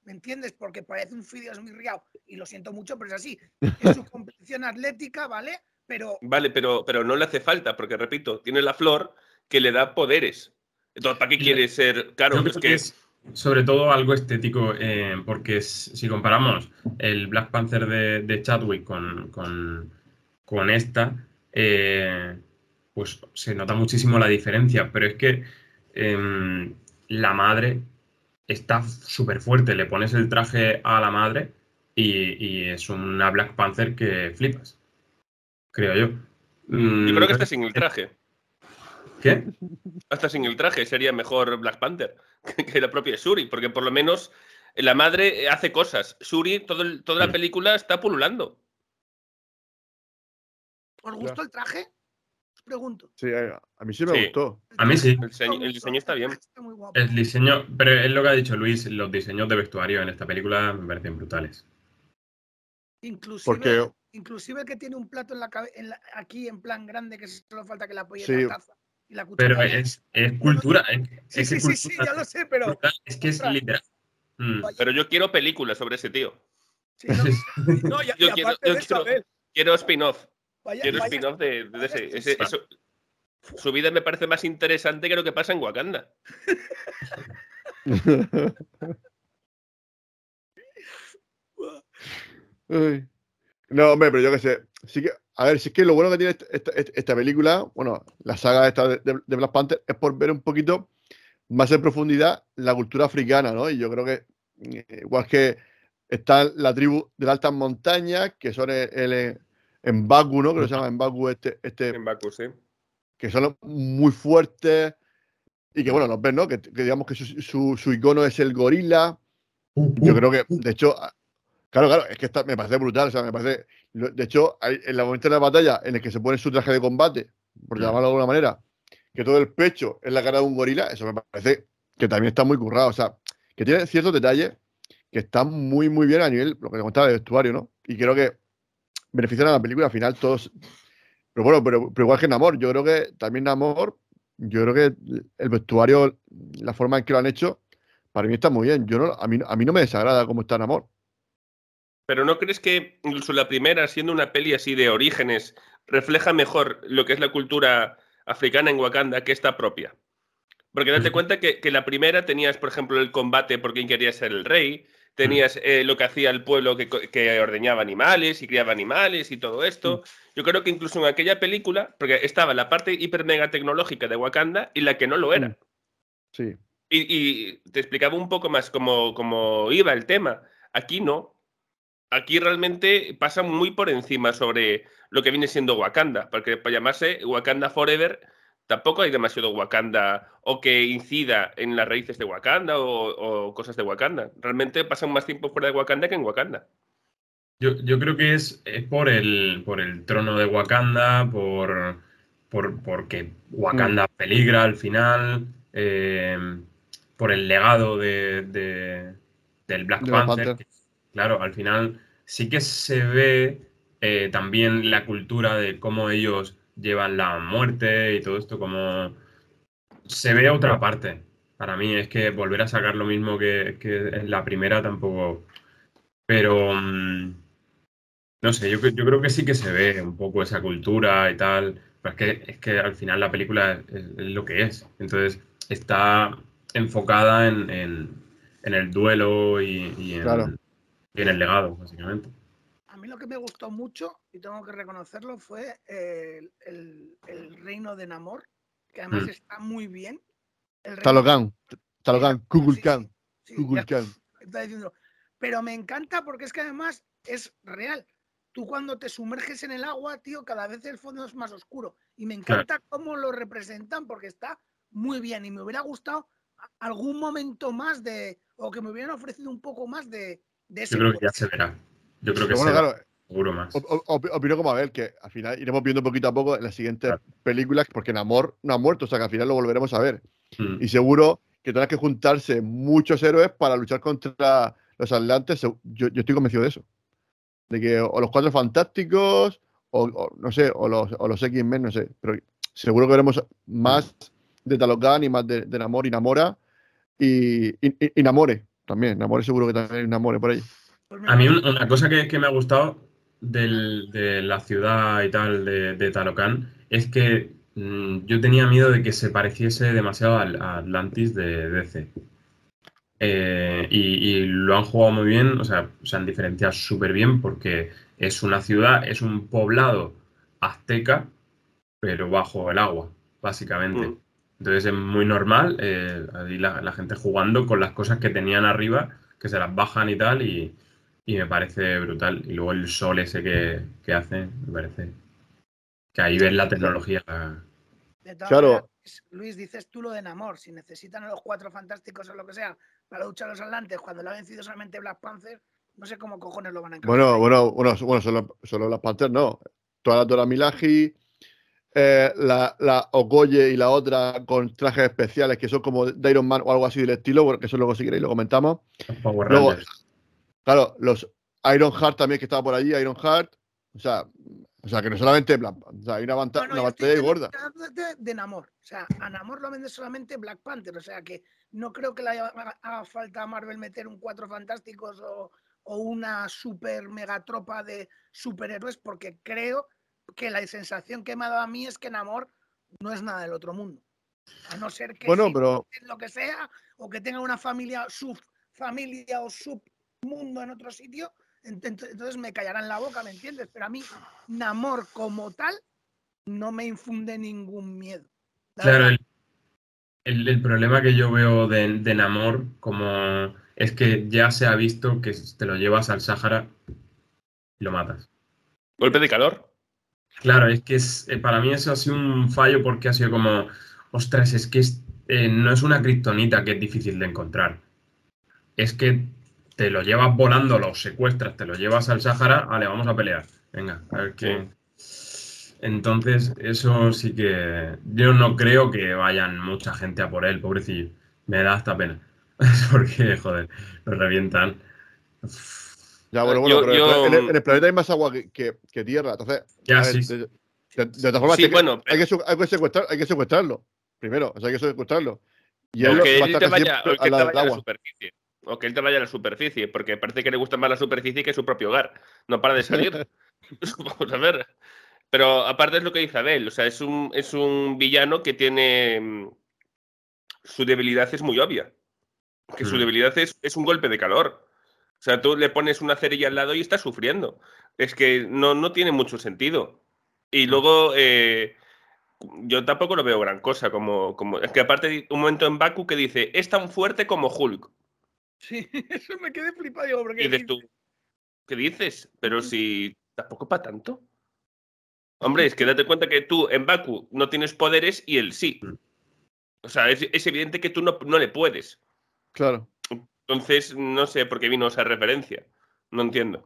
Speaker 8: ¿me entiendes? Porque parece un fideo esmirriado, y lo siento mucho, pero es así. Es su competición atlética, ¿vale? Pero...
Speaker 9: Vale, pero, pero no le hace falta, porque repito, tiene la flor que le da poderes. Entonces, ¿para qué quiere ser? Claro,
Speaker 7: Yo creo
Speaker 9: es que...
Speaker 7: que es sobre todo algo estético, eh, porque es, si comparamos el Black Panther de, de Chadwick con, con, con esta, eh, pues se nota muchísimo la diferencia, pero es que eh, la madre está súper fuerte, le pones el traje a la madre y, y es una Black Panther que flipas, creo yo.
Speaker 9: Mm, yo creo que está sin el traje.
Speaker 7: ¿Qué?
Speaker 9: Hasta sin el traje sería mejor Black Panther que la propia Shuri, porque por lo menos la madre hace cosas. Shuri, todo el, toda la película está pululando.
Speaker 8: ¿Os gustó el traje? Os pregunto.
Speaker 5: Sí, a mí sí me
Speaker 9: sí.
Speaker 5: gustó.
Speaker 7: A mí sí.
Speaker 9: El diseño, el diseño está bien.
Speaker 8: Está muy guapo.
Speaker 7: El diseño, pero es lo que ha dicho Luis, los diseños de vestuario en esta película me parecen brutales.
Speaker 8: Inclusive,
Speaker 5: Porque...
Speaker 8: inclusive que tiene un plato en la, en la aquí en plan grande que solo falta que le apoye
Speaker 5: sí.
Speaker 8: la taza. Y la cuchara.
Speaker 7: Pero es, es cultura. Es,
Speaker 8: sí,
Speaker 7: es
Speaker 8: sí,
Speaker 7: que
Speaker 8: sí,
Speaker 7: cultura,
Speaker 8: sí, ya lo sé, pero...
Speaker 7: Es que es literal. Mm.
Speaker 9: Pero yo quiero películas sobre ese tío.
Speaker 8: Sí, no, no, y,
Speaker 9: yo
Speaker 8: y
Speaker 9: quiero,
Speaker 8: yo
Speaker 9: quiero,
Speaker 8: quiero,
Speaker 9: quiero spin-off.
Speaker 8: Vaya,
Speaker 9: quiero
Speaker 8: vaya,
Speaker 9: spin-off de, de ese.
Speaker 8: vaya,
Speaker 9: ese eso, su vida me parece más interesante que lo que pasa en Wakanda.
Speaker 5: No, hombre, pero yo qué sé. Sí que, a ver, si es que lo bueno que tiene esta, esta, esta película, bueno, la saga esta de, de Black Panther, es por ver un poquito más en profundidad la cultura africana, ¿no? Y yo creo que, igual que está la tribu de las altas montañas, que son el, el Mbaku, ¿no? Que lo se llama Mbaku este, este
Speaker 9: Mbaku, sí.
Speaker 5: Que son muy fuertes y que, bueno, los ves, ¿no? Que, que digamos que su, su, su icono es el gorila. Yo creo que, de hecho, claro, claro, es que esta, me parece brutal, o sea, me parece... De hecho, hay, en el momento de la batalla en el que se pone su traje de combate, por llamarlo de alguna manera, que todo el pecho es la cara de un gorila, eso me parece que también está muy currado, o sea, que tiene ciertos detalles que están muy, muy bien a nivel, lo que te contaba, del vestuario, ¿no? Y creo que benefician a la película al final todos... Pero bueno, pero, pero igual que Namor, yo creo que también Namor, yo creo que el vestuario, la forma en que lo han hecho, para mí está muy bien. Yo no, a, mí, a mí no me desagrada cómo está Namor.
Speaker 9: Pero ¿no crees que incluso la primera, siendo una peli así de orígenes, refleja mejor lo que es la cultura africana en Wakanda que esta propia? Porque date cuenta que, que la primera tenías, por ejemplo, el combate por quién quería ser el rey, tenías eh, lo que hacía el pueblo que, que ordeñaba animales y criaba animales y todo esto. Yo creo que incluso en aquella película, porque estaba la parte hiper mega tecnológica de Wakanda y la que no lo era.
Speaker 5: Sí.
Speaker 9: Y, y te explicaba un poco más cómo, cómo iba el tema. Aquí no. Aquí realmente pasa muy por encima sobre lo que viene siendo Wakanda, porque para llamarse Wakanda Forever tampoco hay demasiado Wakanda o que incida en las raíces de Wakanda o, o cosas de Wakanda. Realmente pasan más tiempo fuera de Wakanda que en Wakanda.
Speaker 7: Yo, yo creo que es, es por el por el trono de Wakanda, por, por porque Wakanda mm. peligra al final, eh, por el legado de, de del Black
Speaker 5: de
Speaker 7: Panther.
Speaker 5: Panther.
Speaker 7: Que, claro, al final sí que se ve eh, también la cultura de cómo ellos llevan la muerte y todo esto, como se ve otra parte. Para mí es que volver a sacar lo mismo que, que en la primera tampoco... Pero... Um, no sé, yo, yo creo que sí que se ve un poco esa cultura y tal, pero es que, es que al final la película es, es lo que es. Entonces está enfocada en, en, en el duelo y, y, en,
Speaker 5: claro.
Speaker 7: y en el legado, básicamente.
Speaker 8: A mí lo que me gustó mucho, y tengo que reconocerlo, fue el, el, el reino de Namor, que además mm. está muy bien.
Speaker 5: Talocan, Talocan, Kukulkan, Kukulkan.
Speaker 8: Pero me encanta porque es que además es real. Tú cuando te sumerges en el agua, tío, cada vez el fondo es más oscuro. Y me encanta claro. cómo lo representan porque está muy bien. Y me hubiera gustado algún momento más de... O que me hubieran ofrecido un poco más de, de ese...
Speaker 7: Yo creo que ya se verá. Yo creo que
Speaker 5: bueno,
Speaker 7: se
Speaker 5: claro,
Speaker 7: verá seguro más.
Speaker 5: Opino como Abel, que al final iremos viendo poquito a poco en las siguientes claro. películas, porque Namor no ha muerto, o sea que al final lo volveremos a ver. Mm. Y seguro que tendrán que juntarse muchos héroes para luchar contra los Atlantes. Yo, yo estoy convencido de eso. De que o los Cuatro Fantásticos, o, o no sé, o los, o los X-Men, no sé. Pero seguro que veremos más de Talocan y más de, de Namor y Namora y, y, y Namore también. Namor seguro que también hay Namor por ahí.
Speaker 7: A mí una cosa que, que me ha gustado del, de la ciudad y tal de, de Talocan es que mmm, yo tenía miedo de que se pareciese demasiado al, a Atlantis de D C. Eh, y, y lo han jugado muy bien, o sea, se han diferenciado súper bien porque es una ciudad, es un poblado azteca, pero bajo el agua, básicamente. Mm. Entonces es muy normal, eh, ahí la, la gente jugando con las cosas que tenían arriba, que se las bajan y tal, y, y me parece brutal. Y luego el sol ese que, que hace, me parece que ahí ves la tecnología.
Speaker 8: De todas claro. maneras, Luis, dices tú lo de Namor. Si necesitan a los Cuatro Fantásticos o lo que sea para luchar a los Atlantes cuando lo ha vencido solamente Black Panther, no sé cómo cojones lo van a encontrar.
Speaker 5: Bueno, bueno, bueno, bueno, solo, solo Black Panther no. Toda la Dora Milaje, eh, la, la Okoye y la otra con trajes especiales que son como de Iron Man o algo así del estilo, porque eso luego si queréis lo comentamos.
Speaker 7: Power
Speaker 5: luego,
Speaker 7: Rangers.
Speaker 5: Claro, los Iron Heart también que estaba por allí, Iron Heart. O sea, o sea que no solamente Black Panther, o sea, hay una, no, no, una batalla gorda.
Speaker 8: De, de Namor. O sea, a Namor lo vende solamente Black Panther. O sea que no creo que le haga, haga falta a Marvel meter un Cuatro Fantásticos o, o una super mega tropa de superhéroes, porque creo que la sensación que me ha dado a mí es que Namor no es nada del otro mundo. A no ser que
Speaker 5: bueno,
Speaker 8: sí,
Speaker 5: pero...
Speaker 8: lo que sea, o que tenga una familia, subfamilia o submundo en otro sitio, entonces me callarán la boca, ¿me entiendes? Pero a mí, Namor como tal, no me infunde ningún miedo.
Speaker 7: Claro, el, el, el problema que yo veo de, de Namor como es que ya se ha visto que te lo llevas al Sáhara y lo matas.
Speaker 9: ¿Golpe de calor?
Speaker 7: Claro, es que es, para mí eso ha sido un fallo porque ha sido como, ostras, es que es, eh, no es una kriptonita que es difícil de encontrar. Es que te lo llevas volando, lo secuestras, te lo llevas al Sáhara, vale, vamos a pelear. Venga, a ver qué... Entonces, eso sí que... Yo no creo que vayan mucha gente a por él, pobrecillo. Me da hasta pena. Porque, joder, lo revientan.
Speaker 5: Ya, bueno, bueno, yo, pero yo... En, el, en el planeta hay más agua que, que, que tierra. Entonces,
Speaker 7: ya,
Speaker 5: ver,
Speaker 7: sí.
Speaker 5: De, de, de, de todas formas,
Speaker 9: sí,
Speaker 5: hay,
Speaker 9: bueno,
Speaker 5: que, hay, que, hay, que secuestrar, hay que secuestrarlo. Primero, o sea, hay que secuestrarlo.
Speaker 9: Y él, que él te vaya, o que él te vaya a la superficie. O que él te vaya a la superficie, porque parece que le gusta más la superficie que su propio hogar. No para de salir. Vamos a ver. Pero aparte es lo que dice Abel, o sea, es un, es un villano que tiene... Su debilidad es muy obvia. Que mm. su debilidad es, es un golpe de calor. O sea, tú le pones una cerilla al lado y está sufriendo. Es que no, no tiene mucho sentido. Y luego... Eh, yo tampoco lo veo gran cosa. Como, como es que aparte hay un momento en Baku que dice, es tan fuerte como Hulk.
Speaker 8: Sí, eso me quedé flipado. Digo, ¿por qué
Speaker 9: y dices tú, ¿qué dices? Pero si tampoco para tanto. Hombre, es que date cuenta que tú en Baku no tienes poderes y él sí. O sea, es, es evidente que tú no, no le puedes.
Speaker 5: Claro.
Speaker 9: Entonces, no sé por qué vino esa referencia. No entiendo.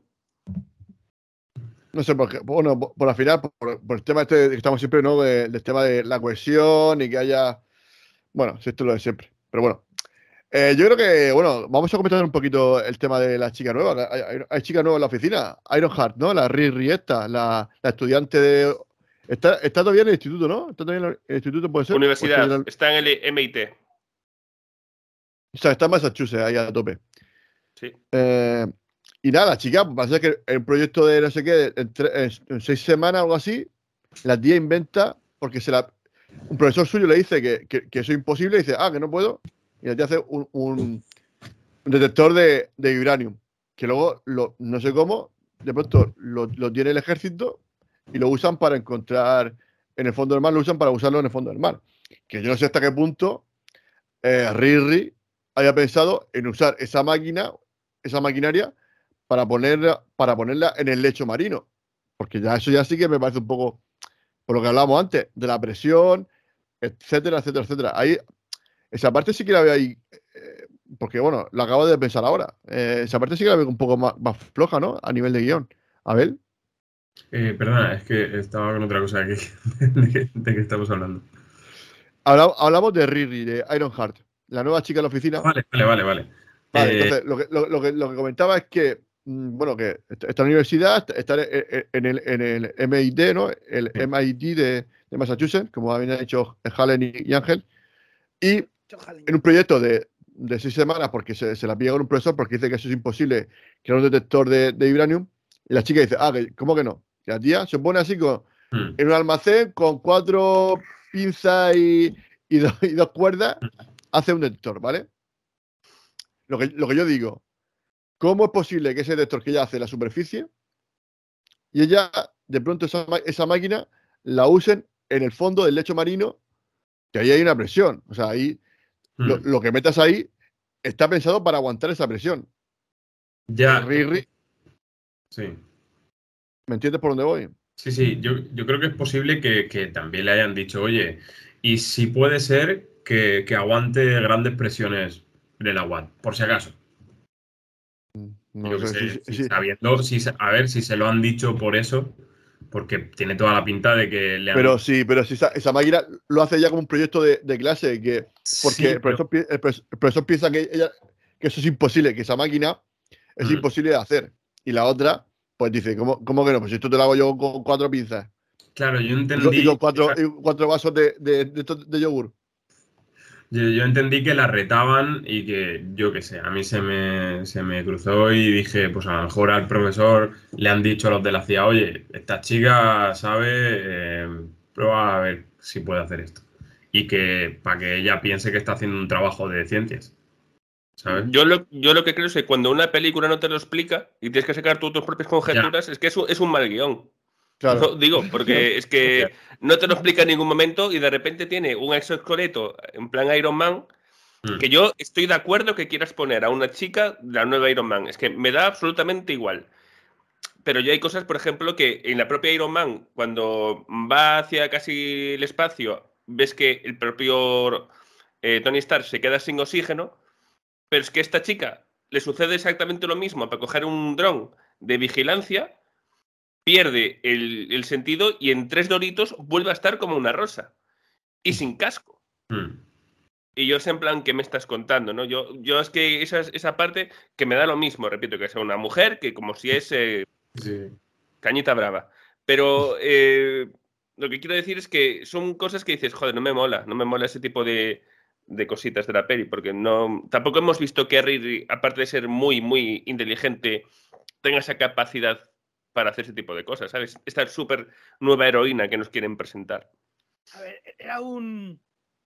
Speaker 5: No sé por qué. Bueno, por, por al final, por, por el tema este que estamos siempre, ¿no? De, del tema de la cohesión y que haya. Bueno, si esto es lo de siempre. Pero bueno. Eh, yo creo que, bueno, vamos a comentar un poquito el tema de la chica nueva. Hay, hay, hay chica nueva en la oficina. Ironheart, ¿no? La Riri esta, la, la estudiante de. Está, está todavía en el instituto, ¿no? Está todavía en el instituto, puede ser.
Speaker 9: Universidad,
Speaker 5: el...
Speaker 9: está en el M I T.
Speaker 5: O sea, está en Massachusetts, ahí a tope.
Speaker 9: Sí.
Speaker 5: Eh, y nada, la chica, pues parece que el proyecto de no sé qué, en, en, en seis semanas o algo así, la tía inventa, porque se la, un profesor suyo le dice que, que, que eso es imposible, y dice, ah, que no puedo, y la tía hace un, un, un detector de, de vibranium, que luego, lo, no sé cómo, de pronto lo, lo tiene el ejército y lo usan para encontrar en el fondo del mar, lo usan para usarlo en el fondo del mar. Que yo no sé hasta qué punto eh, Riri haya pensado en usar esa máquina, esa maquinaria, para ponerla, para ponerla en el lecho marino. Porque ya eso ya sí que me parece un poco, por lo que hablábamos antes, de la presión, etcétera, etcétera, etcétera. Ahí, esa parte sí que la veo ahí, eh, porque bueno, lo acabo de pensar ahora. Eh, esa parte sí que la veo un poco más, más floja, ¿no? A nivel de guión. Abel.
Speaker 7: Eh, perdona, es que estaba con otra cosa aquí. ¿De qué, de qué estamos hablando?
Speaker 5: Hablamos, hablamos de Riri, de Ironheart, la nueva chica en la oficina.
Speaker 7: Vale, vale, vale, vale.
Speaker 5: Vale,
Speaker 7: eh...
Speaker 5: entonces, lo que, lo, lo, que, lo que comentaba es que, bueno, que está en la universidad, está en el, en el M I T, ¿no? El sí. M I T de, de Massachusetts, como habían dicho Halen y, y Ángel, y en un proyecto de, de seis semanas porque se, se la pilla con un profesor porque dice que eso es imposible, que era un detector de, de vibranium. Y la chica dice, ah, ¿cómo que no? Y la tía se pone así con, mm. en un almacén con cuatro pinzas y, y, do, y dos cuerdas, hace un detector, ¿vale? Lo que, lo que yo digo, ¿cómo es posible que ese detector que ella hace en la superficie y ella, de pronto, esa, esa máquina la usen en el fondo del lecho marino, que ahí hay una presión? O sea, ahí mm. lo, lo que metas ahí está pensado para aguantar esa presión.
Speaker 7: Ya.
Speaker 5: Ri, ri.
Speaker 7: Sí.
Speaker 5: ¿Me entiendes por dónde voy?
Speaker 7: Sí, sí, yo, yo creo que es posible que, que también le hayan dicho, oye, y si puede ser que, que aguante grandes presiones en el agua, por si acaso.
Speaker 5: No
Speaker 7: yo
Speaker 5: sé,
Speaker 7: sé,
Speaker 5: sí,
Speaker 7: si,
Speaker 5: sí.
Speaker 7: sabiendo, si, a ver si se lo han dicho por eso, porque tiene toda la pinta de que le han...
Speaker 5: Pero sí, pero si esa, esa máquina lo hace ya como un proyecto de, de clase, que porque
Speaker 7: sí,
Speaker 5: el, profesor,
Speaker 7: pero...
Speaker 5: el, profesor, el profesor piensa que, ella, que eso es imposible, que esa máquina es mm. imposible de hacer. Y la otra, pues dice, ¿cómo, cómo que no? Pues esto te lo hago yo con cuatro pinzas.
Speaker 7: Claro, yo entendí...
Speaker 5: Y con, y con cuatro, y cuatro vasos de, de, de, de, de yogur.
Speaker 7: Yo, yo entendí que la retaban y que, yo qué sé, a mí se me, se me cruzó y dije, pues a lo mejor al profesor le han dicho a los de la C I A, oye, esta chica sabe, eh, prueba a ver si puede hacer esto. Y que para que ella piense que está haciendo un trabajo de ciencias. ¿Sabes?
Speaker 9: Yo lo, yo lo que creo es que cuando una película no te lo explica y tienes que sacar tú tus propias conjeturas, ya. es que es un, es un mal guión. Claro. No, digo, porque es que no te lo explica en ningún momento y de repente tiene un exoesqueleto en plan Iron Man, mm. que yo estoy de acuerdo que quieras poner a una chica la nueva Iron Man. Es que me da absolutamente igual. Pero ya hay cosas, por ejemplo, que en la propia Iron Man, cuando va hacia casi el espacio, ves que el propio eh, Tony Stark se queda sin oxígeno, pero es que a esta chica le sucede exactamente lo mismo para coger un dron de vigilancia, pierde el, el sentido y en tres doritos vuelve a estar como una rosa. Y sin casco. Mm. Y yo sé en plan, ¿qué me estás contando? ¿No? Yo, yo es que esa, esa parte que me da lo mismo, repito, que sea una mujer, que como si es eh, sí. cañita brava. Pero eh, lo que quiero decir es que son cosas que dices, joder, no me mola, no me mola ese tipo de, de cositas de la peli, porque no tampoco hemos visto que Riri, aparte de ser muy, muy inteligente, tenga esa capacidad para hacer ese tipo de cosas, ¿sabes? Esta súper nueva heroína que nos quieren presentar.
Speaker 8: A ver, era un...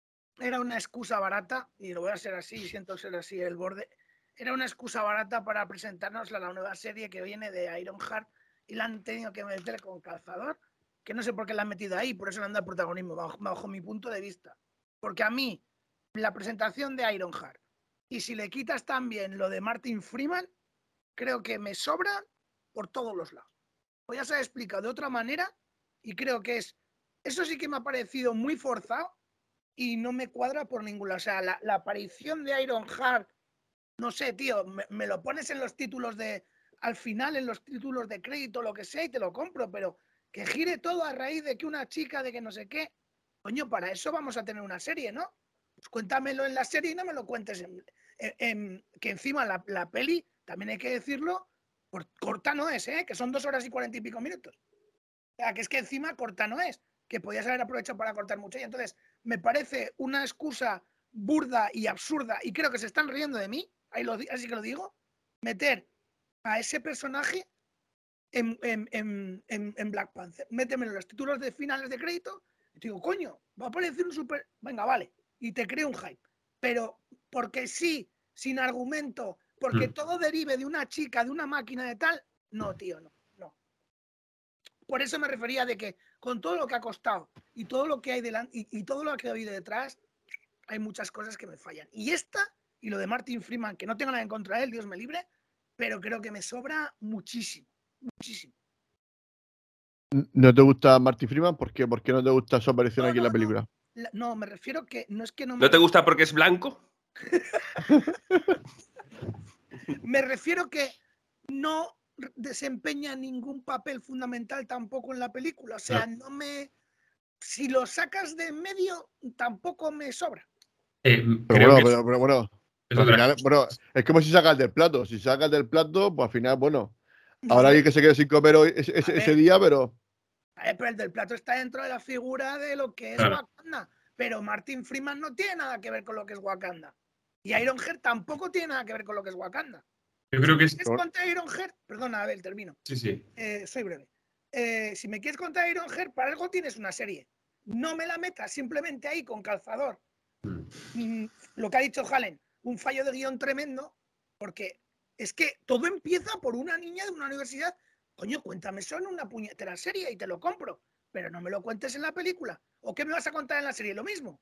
Speaker 8: Era una excusa barata, y lo voy a hacer así, siento ser así el borde. Era una excusa barata para presentarnos a la nueva serie que viene de Ironheart y la han tenido que meter con calzador, que no sé por qué la han metido ahí, por eso le han dado protagonismo, bajo, bajo mi punto de vista. Porque a mí, la presentación de Ironheart, y si le quitas también lo de Martin Freeman, creo que me sobra por todos los lados. Pues ya se ha explicado de otra manera y creo que es, eso sí que me ha parecido muy forzado y no me cuadra por ninguna. O sea, la, la aparición de Ironheart, no sé, tío, me, me lo pones en los títulos de, al final, en los títulos de crédito, lo que sea, y te lo compro, pero que gire todo a raíz de que una chica, de que no sé qué. Coño, para eso vamos a tener una serie, ¿no? Pues cuéntamelo en la serie y no me lo cuentes en, en, en que encima la, la peli, también hay que decirlo, corta no es, ¿eh? Que son dos horas y cuarenta y pico minutos. O sea, que es que encima corta no es, que podías haber aprovechado para cortar mucho. Y entonces me parece una excusa burda y absurda, y creo que se están riendo de mí, ahí lo, así que lo digo, meter a ese personaje en, en, en, en, en Black Panther. Métemelo en los títulos de finales de crédito y te digo, coño, va a aparecer un super... Venga, vale, y te creo un hype. Pero porque sí, sin argumento, porque mm. todo derive de una chica, de una máquina de tal, no, tío, no, no. Por eso me refería de que con todo lo que ha costado y todo lo que hay delante y, y todo lo que ha habido detrás, hay muchas cosas que me fallan. Y esta, y lo de Martin Freeman, que no tengo nada en contra de él, Dios me libre, pero creo que me sobra muchísimo, muchísimo.
Speaker 5: ¿No te gusta Martin Freeman? ¿Por qué? ¿Por qué no te gusta su aparición no, aquí no, en la película?
Speaker 8: No. no, me refiero que no es que no me...
Speaker 9: ¿No te gusta porque es blanco?
Speaker 8: Me refiero que no desempeña ningún papel fundamental tampoco en la película. O sea, no, no me... Si lo sacas de en medio, tampoco me sobra.
Speaker 7: Eh,
Speaker 5: pero,
Speaker 7: creo
Speaker 5: bueno,
Speaker 7: que
Speaker 5: pero, pero bueno, pero al final, bueno, es como si sacas del plato. Si sacas del plato, pues al final, bueno, no, habrá alguien que se quede sin comer hoy, ese, ese, ese día, pero...
Speaker 8: A ver, pero el del plato está dentro de la figura de lo que es claro. Wakanda. Pero Martin Freeman no tiene nada que ver con lo que es Wakanda. Y Ironheart tampoco tiene nada que ver con lo que es Wakanda.
Speaker 7: Yo creo que
Speaker 8: si
Speaker 7: es...
Speaker 8: ¿Quieres contar Ironheart? Perdona, a ver, termino.
Speaker 7: Sí, sí.
Speaker 8: Eh, soy breve. Eh, si me quieres contar Ironheart, para algo tienes una serie. No me la metas simplemente ahí con calzador. Mm. Mm, lo que ha dicho Halen, un fallo de guión tremendo, porque es que todo empieza por una niña de una universidad. Coño, cuéntame eso en una puñetera serie y te lo compro, pero no me lo cuentes en la película. ¿O qué me vas a contar en la serie? Lo mismo.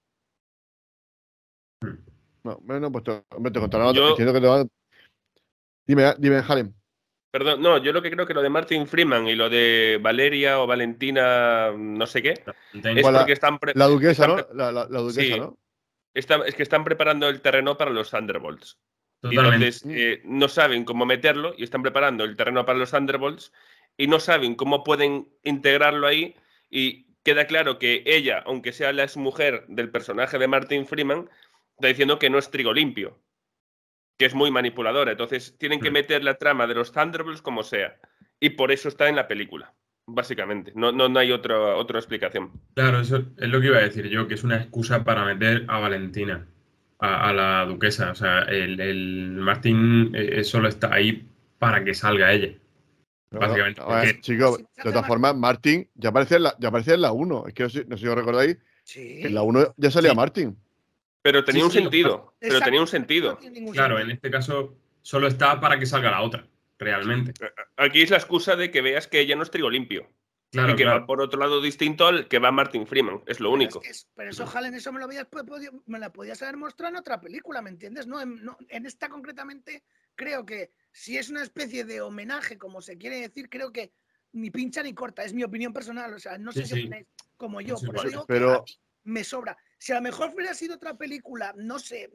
Speaker 5: No, bueno, pues te, te contaré.
Speaker 9: Yo...
Speaker 5: Entiendo que te va... Dime, dime, Halen.
Speaker 9: Perdón, no, yo lo que creo que lo de Martin Freeman y lo de Valeria o Valentina, no sé qué, es
Speaker 5: la,
Speaker 9: porque están...
Speaker 5: La duquesa, están ¿no? La, la, la duquesa,
Speaker 9: sí,
Speaker 5: ¿no?
Speaker 9: Está, es que están preparando el terreno para los Thunderbolts. Totalmente. Y entonces eh, no saben cómo meterlo y están preparando el terreno para los Thunderbolts y no saben cómo pueden integrarlo ahí y queda claro que ella, aunque sea la exmujer del personaje de Martin Freeman, está diciendo que no es trigo limpio, que es muy manipuladora. Entonces tienen que meter la trama de los Thunderbolts como sea. Y por eso está en la película, básicamente. No, no, no hay otra, otra explicación.
Speaker 7: Claro, eso es lo que iba a decir yo, que es una excusa para meter a Valentina, a, a la duquesa. O sea, el, el Martín eh, solo está ahí para que salga ella.
Speaker 5: No,
Speaker 7: básicamente.
Speaker 5: No, no, porque... Chicos, de todas formas, Martín ya aparecía en la, ya aparecía en la uno. Es que no sé, no sé si os recordáis.
Speaker 8: Sí.
Speaker 5: En la uno ya salía
Speaker 7: sí.
Speaker 5: Martín.
Speaker 9: Pero tenía
Speaker 7: sí,
Speaker 9: un
Speaker 7: sí,
Speaker 9: sentido.
Speaker 8: Exacto.
Speaker 9: Pero tenía un sentido.
Speaker 8: No
Speaker 7: claro, en este caso solo está para que salga la otra, realmente.
Speaker 9: Aquí es la excusa de que veas que ella no es trigo limpio.
Speaker 7: Claro,
Speaker 9: y que
Speaker 7: claro.
Speaker 9: va por otro lado distinto al que va Martin Freeman. Es lo
Speaker 8: pero
Speaker 9: único.
Speaker 8: Es que es, pero eso, Halen, eso me lo habías podido, me la podías haber mostrado en otra película, ¿me entiendes? No en, no, en esta concretamente creo que si es una especie de homenaje, como se quiere decir, creo que ni pincha ni corta. Es mi opinión personal. O sea, no sé sí, si sí. opináis como yo. Por eso digo pero... que a mí me sobra. Si a lo mejor hubiera sido otra película, no sé,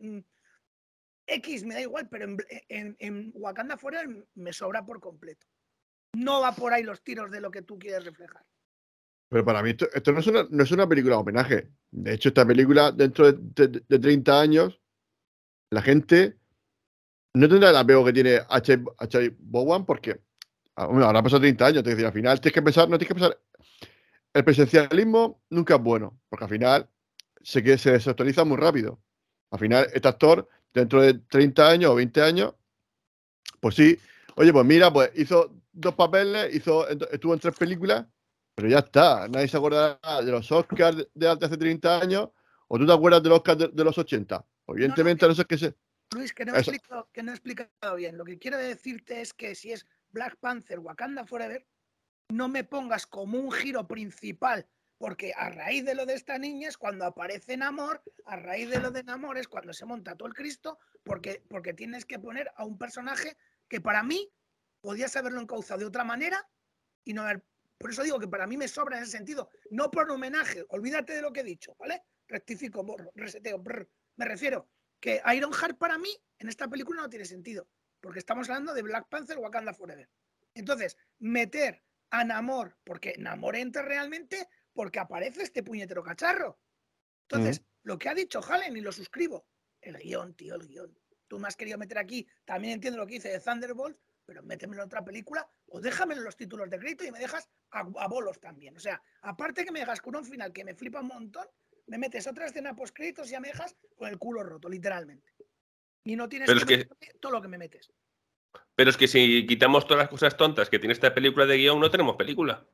Speaker 8: X, me da igual, pero en, en, en Wakanda Forever me sobra por completo. No va por ahí los tiros de lo que tú quieres reflejar.
Speaker 5: Pero para mí esto, esto no, es una, no es una película de homenaje. De hecho, esta película, dentro de, de, de treinta años, la gente no tendrá el apego que tiene H. H. Bowen porque bueno, ahora ha pasado treinta años. Te decir, al final tienes que pensar, no tienes que pensar. El presencialismo nunca es bueno, porque al final se, que se desactualiza muy rápido. Al final, este actor, dentro de treinta años o veinte años, pues sí, oye, pues mira, pues hizo dos papeles, hizo, estuvo en tres películas, pero ya está. Nadie se acuerda de los Oscars de hace treinta años, o tú te acuerdas de los Oscars de, de los ochenta. Evidentemente, no, no, no sé qué sé.
Speaker 8: Luis, que no, he explicado, que no he explicado bien. Lo que quiero decirte es que si es Black Panther, Wakanda Forever, no me pongas como un giro principal, porque a raíz de lo de esta niña es cuando aparece Namor, a raíz de lo de Namor es cuando se monta todo el Cristo, porque, porque tienes que poner a un personaje que para mí podías haberlo encauzado de otra manera y no haber... Por eso digo que para mí me sobra en ese sentido, no por un homenaje, olvídate de lo que he dicho, ¿vale? Rectifico, borro, reseteo, brr. Me refiero que Ironheart para mí en esta película no tiene sentido, porque estamos hablando de Black Panther, Wakanda Forever. Entonces, meter a Namor, porque Namor entra realmente porque aparece este puñetero cacharro. Entonces, mm. lo que ha dicho Halen, y lo suscribo, el guión, tío, el guión. Tú me has querido meter aquí, también entiendo lo que dice de Thunderbolt, pero métemelo en otra película o déjamelo en los títulos de crédito y me dejas a, a bolos también. O sea, aparte que me dejas con un final que me flipa un montón, me metes otra escena post créditos y ya me dejas con el culo roto, literalmente. Y no tienes
Speaker 9: pero
Speaker 8: que,
Speaker 9: es que
Speaker 8: todo lo que me metes.
Speaker 9: Pero es que si quitamos todas las cosas tontas que tiene esta película de guión, no tenemos película.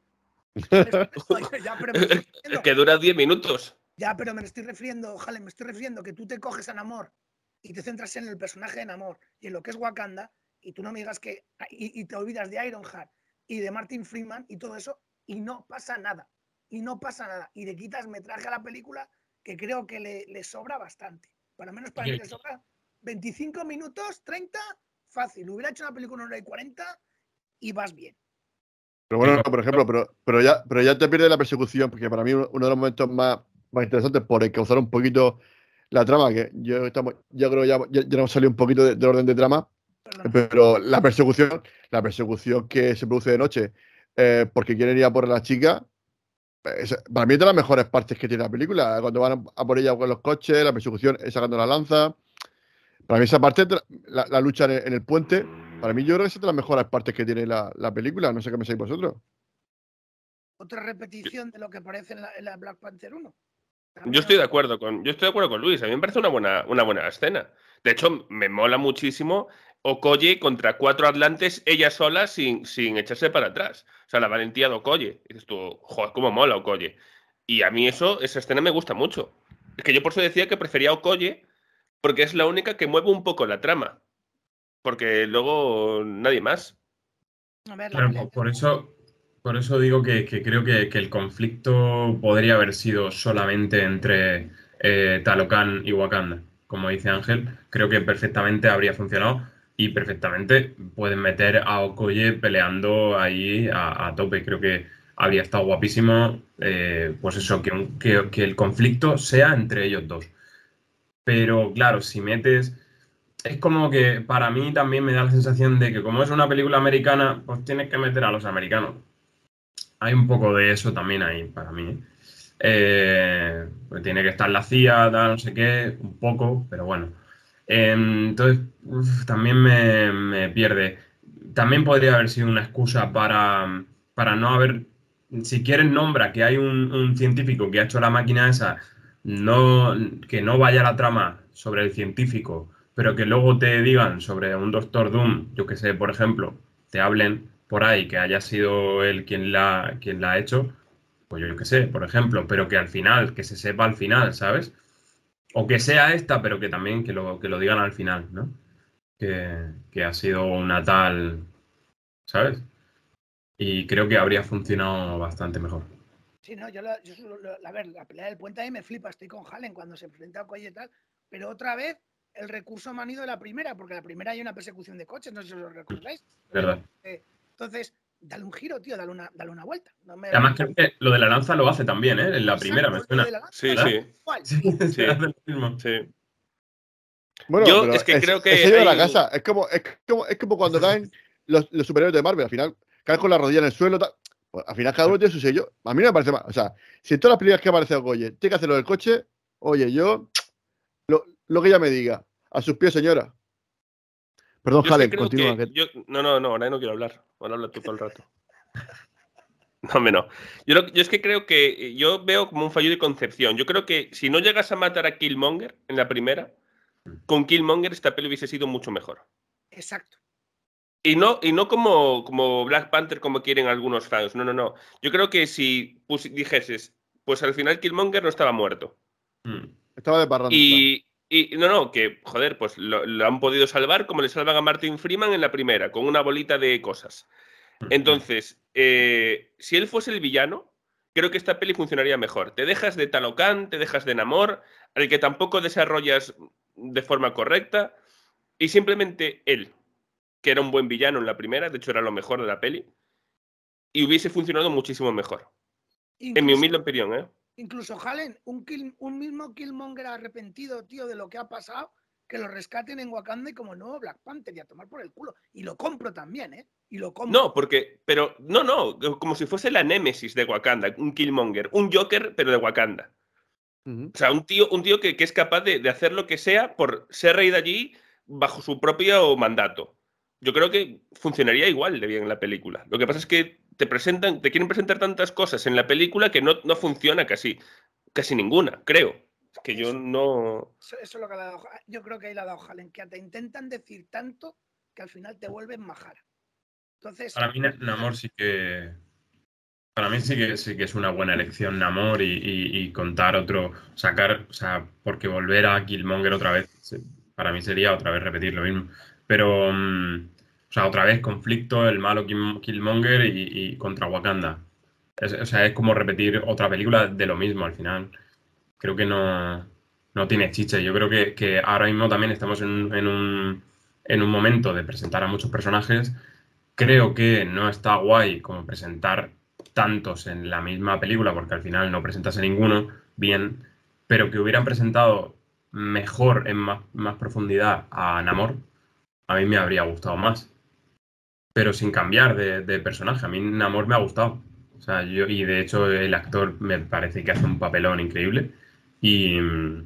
Speaker 8: ya, pero me
Speaker 9: es que dura diez minutos.
Speaker 8: Ya, pero me estoy refiriendo, ojalá, me estoy refiriendo que tú te coges a Namor y te centras en el personaje de Namor y en lo que es Wakanda, y tú no me digas que... Y, y te olvidas de Ironheart y de Martin Freeman y todo eso, y no pasa nada. Y no pasa nada. Y le quitas metraje a la película que creo que le, le sobra bastante. Para menos para mí le sobra veinticinco minutos, treinta, fácil. Hubiera hecho una película en una hora y cuarenta y vas bien.
Speaker 5: Pero bueno, por ejemplo, pero, pero, ya, pero ya te pierdes la persecución, porque para mí uno de los momentos más, más interesantes por encauzar un poquito la trama, que yo, estamos, yo creo ya, ya, ya nos salió un poquito de, de orden de trama, Perdón. Pero la persecución, la persecución que se produce de noche, eh, porque quieren ir a por la chica, es, para mí es de las mejores partes que tiene la película, cuando van a por ella con los coches, la persecución es sacando la lanza. Para mí esa parte, la, la lucha en el, en el puente, para mí yo creo que es de las mejores partes que tiene la, la película. No sé qué me pensáis vosotros.
Speaker 8: Otra repetición de lo que aparece en la, en la Black Panther uno.
Speaker 9: Yo estoy de acuerdo con, yo estoy de acuerdo con Luis. A mí me parece una buena, una buena escena. De hecho, me mola muchísimo Okoye contra cuatro atlantes, ella sola, sin, sin echarse para atrás. O sea, la valentía de Okoye. Y dices tú, joder, cómo mola Okoye. Y a mí eso, esa escena me gusta mucho. Es que yo por eso decía que prefería a Okoye, porque es la única que mueve un poco la trama. Porque luego nadie más.
Speaker 8: A ver,
Speaker 7: Claro,
Speaker 8: la...
Speaker 7: por eso, por eso digo que, que creo que, que el conflicto podría haber sido solamente entre eh, Talocan y Wakanda. Como dice Ángel, creo que perfectamente habría funcionado y perfectamente pueden meter a Okoye peleando ahí a, a tope. Creo que habría estado guapísimo, eh, pues eso, que, un- que, que el conflicto sea entre ellos dos. Pero claro, si metes... Es como que para mí también me da la sensación de que como es una película americana, pues tienes que meter a los americanos. Hay un poco de eso también ahí para mí. ¿eh? Eh, pues tiene que estar la C I A, tal, no sé qué, un poco, pero bueno. Eh, entonces, uf, también me, me pierde. También podría haber sido una excusa para, para no haber... Si quieres, nombra que hay un, un científico que ha hecho la máquina esa, no, que no vaya la trama sobre el científico, pero que luego te digan sobre un Doctor Doom, yo que sé, por ejemplo, te hablen por ahí que haya sido él quien la, quien la ha hecho, pues yo qué sé, por ejemplo, pero que al final, que se sepa al final, ¿sabes? O que sea esta, pero que también que lo, que lo digan al final, ¿no? Que, que ha sido una tal, ¿sabes? Y creo que habría funcionado bastante mejor.
Speaker 8: Sí, no, yo, la, yo lo- a ver, la pelea del puente ahí me flipa, estoy con Halen cuando se enfrenta a Okoye y tal, pero otra vez el recurso manido de la primera, porque la primera hay una persecución de coches, no sé si os lo recordáis.
Speaker 7: ¿Verdad?
Speaker 8: Eh, Entonces, dale un giro, tío, dale una, dale una vuelta. No me
Speaker 7: Además,
Speaker 8: vengas-
Speaker 7: creo que lo de la lanza lo hace también, ¿eh? En la primera, me
Speaker 8: Exacto, lo
Speaker 7: suena.
Speaker 8: de la lanza,
Speaker 9: Sí,
Speaker 7: ¿verdad?
Speaker 9: sí.
Speaker 8: igual.
Speaker 7: Sí, se
Speaker 9: Sí.
Speaker 7: hace lo mismo.
Speaker 9: Sí.
Speaker 5: Bueno,
Speaker 9: Yo
Speaker 5: pero
Speaker 9: es que
Speaker 5: es-
Speaker 9: creo que
Speaker 5: ese lleva la
Speaker 9: hay-
Speaker 5: casa. Es como, es como, es como cuando caen los, los superhéroes de Marvel. Al final caen con la rodilla en el suelo. Tal. Pues, al final cada uno tiene su sello. A mí no me parece mal. O sea, si en todas las películas que aparece Okoye tiene que hacer lo del coche, oye, yo lo, lo que ella me diga. A sus pies, señora. Perdón,
Speaker 9: Yo es que
Speaker 5: Halen,
Speaker 9: creo
Speaker 5: continúa.
Speaker 9: que.
Speaker 5: que-
Speaker 9: Yo, no, no, no, ahora no quiero hablar. Ahora habla tú todo el rato. No, me no. Yo, lo- yo es que creo que. Yo veo como un fallo de concepción. Yo creo que si no llegas a matar a Killmonger en la primera, con Killmonger esta peli hubiese sido mucho mejor.
Speaker 8: Exacto.
Speaker 9: Y no, y no como, como Black Panther, como quieren algunos fans. No, no, no. Yo creo que si pus- dijeses, pues al final Killmonger no estaba muerto.
Speaker 7: Mm.
Speaker 5: Estaba de parranda.
Speaker 9: Y, y no, no, que joder, pues lo, lo han podido salvar como le salvan a Martin Freeman en la primera, con una bolita de cosas. Entonces, eh, si él fuese el villano, creo que esta peli funcionaría mejor. Te dejas de Talocan, te dejas de Namor, al que tampoco desarrollas de forma correcta, y simplemente él, que era un buen villano en la primera, de hecho era lo mejor de la peli, y hubiese funcionado muchísimo mejor. En mi
Speaker 8: Incluso,
Speaker 9: humilde opinión, ¿eh?
Speaker 8: incluso Halen, un, kill- un mismo Killmonger arrepentido, tío, de lo que ha pasado, que lo rescaten en Wakanda y como nuevo Black Panther y a tomar por el culo. Y lo compro también, ¿eh? Y lo compro.
Speaker 9: No, porque, pero, no, no, como si fuese la némesis de Wakanda, un Killmonger, un Joker, pero de Wakanda.
Speaker 5: Ujú.
Speaker 9: O sea, un tío, un tío que, que es capaz de, de hacer lo que sea por ser rey de allí bajo su propio mandato. Yo creo que funcionaría igual de bien en la película. Lo que pasa es que te presentan, te quieren presentar tantas cosas en la película que no, no funciona casi, casi ninguna, creo. Es que yo
Speaker 8: Eso.
Speaker 9: no.
Speaker 8: Eso, eso es lo que le ha dado. Yo creo que ahí le ha dado Halen, que te intentan decir tanto que al final te vuelven majara. Entonces,
Speaker 7: Para mí, Namor sí que. Para mí sí que sí que es una buena elección Namor y, y- y contar otro. Sacar. O sea, porque volver a Killmonger otra vez. se- Para mí sería otra vez repetir lo mismo. Pero. mm, o sea, otra vez conflicto, el malo Kill- Killmonger y, y contra Wakanda. Es- o sea, es como repetir otra película de lo mismo al final. Creo que no, no tiene chicha. Yo creo que, que ahora mismo también estamos en, en un, en un momento de presentar a muchos personajes. Creo que no está guay como presentar tantos en la misma película, porque al final no presentas a ninguno bien, pero que hubieran presentado mejor, en más, más profundidad a Namor, a mí me habría gustado más. Pero sin cambiar de, de personaje. A mí Namor me ha gustado. O sea, yo, y de hecho el actor me parece que hace un papelón increíble. Y, mm,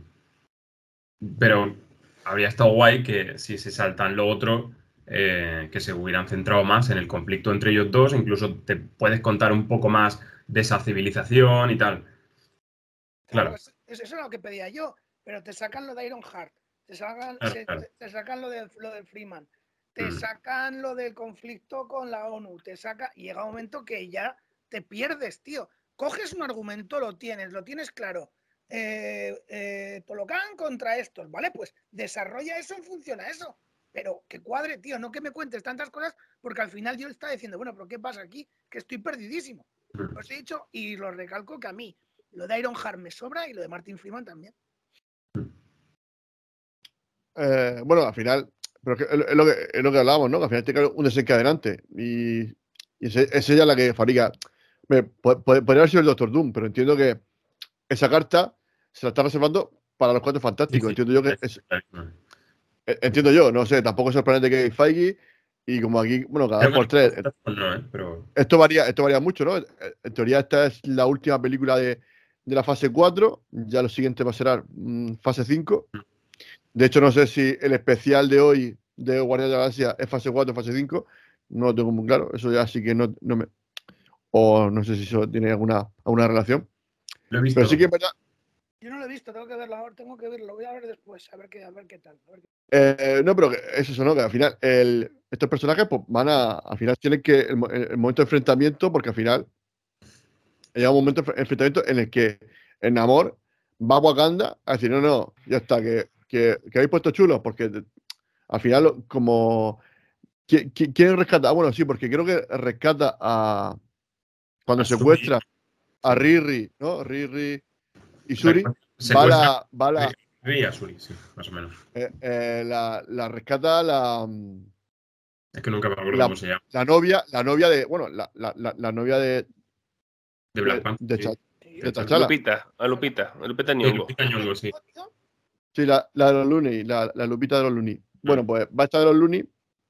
Speaker 7: pero habría estado guay que si se saltan lo otro, eh, que se hubieran centrado más en el conflicto entre ellos dos, incluso te puedes contar un poco más de esa civilización y tal.
Speaker 8: claro,
Speaker 7: Claro.
Speaker 8: es, eso es lo que pedía yo, pero te sacan lo de Ironheart, te sacan,
Speaker 7: Claro,
Speaker 8: se-
Speaker 7: claro.
Speaker 8: te, te sacan lo de, lo del Freeman, te
Speaker 7: Mm.
Speaker 8: sacan lo del conflicto con la ONU, te saca, y llega un momento que ya te pierdes, tío. Coges un argumento, lo tienes, lo tienes claro. Eh, eh, Tolokán contra estos, ¿vale? Pues desarrolla eso en función a eso. Pero que cuadre, tío, no que me cuentes tantas cosas, porque al final yo estaba diciendo, bueno, pero ¿qué pasa aquí? Que estoy perdidísimo.
Speaker 7: Mm.
Speaker 8: Os he dicho, y lo recalco, que a mí lo de Ironheart me sobra y lo de Martin Freeman también.
Speaker 5: Eh, bueno, al final, pero es, que es, lo que, es lo que hablábamos, ¿no? Que al final tiene que haber un desencadenante. Y, y ese, es ella la que fabrica. Me, puede, podría haber sido el Doctor Doom, pero entiendo que esa carta se la está reservando para los Cuatro Fantásticos.
Speaker 7: Sí, sí.
Speaker 5: Entiendo yo que es, entiendo yo, no sé, tampoco es sorprendente que Feige y como aquí, bueno, cada dos por tres.
Speaker 7: No, eh, pero...
Speaker 5: Esto varía, esto varía mucho, ¿no? En teoría esta es la última película de, de la fase cuatro, ya lo siguiente va a ser mm, fase cinco. De hecho, no sé si el especial de hoy de Guardianes de la Galaxia es fase cuatro o fase cinco. No lo tengo muy claro. Eso ya sí que no, no me... O no sé si eso tiene alguna, alguna relación.
Speaker 7: Lo he visto.
Speaker 5: Pero sí que es verdad.
Speaker 8: Yo no lo he visto, tengo que verlo ahora, tengo que verlo, lo voy a ver después, a ver qué, a ver qué tal. A ver qué...
Speaker 5: Eh, no, pero que es eso, ¿no? Que al final el, estos personajes pues, van a... Al final tienen que... El, el momento de enfrentamiento, porque al final llega un momento de enfrentamiento en el que el Namor va a Wakanda a decir, no, no, ya está, que, que, que habéis puesto chulos, porque al final, como. ¿Quién rescata? Ah, bueno, sí, porque creo que rescata a. Cuando
Speaker 7: A
Speaker 5: secuestra
Speaker 7: Shuri.
Speaker 5: a Riri, ¿no? Riri y Shuri.
Speaker 7: Se
Speaker 5: Va la. Va la,
Speaker 7: Riri a Shuri, sí, más o menos.
Speaker 5: eh, eh, la, la rescata la.
Speaker 7: Es que nunca me acuerdo
Speaker 5: la,
Speaker 7: cómo se llama.
Speaker 5: La novia, la novia de. Bueno, la, la, la, la novia de.
Speaker 7: De Black Panther.
Speaker 5: De,
Speaker 7: sí.
Speaker 5: de, de T'Challa.
Speaker 9: Lupita, a Lupita, a Lupita Nyong'o.
Speaker 7: Lupita Nyong'o, sí.
Speaker 5: Sí, la, la de los Looney, la, la Lupita de los Looney. Bueno, pues va a estar de los Looney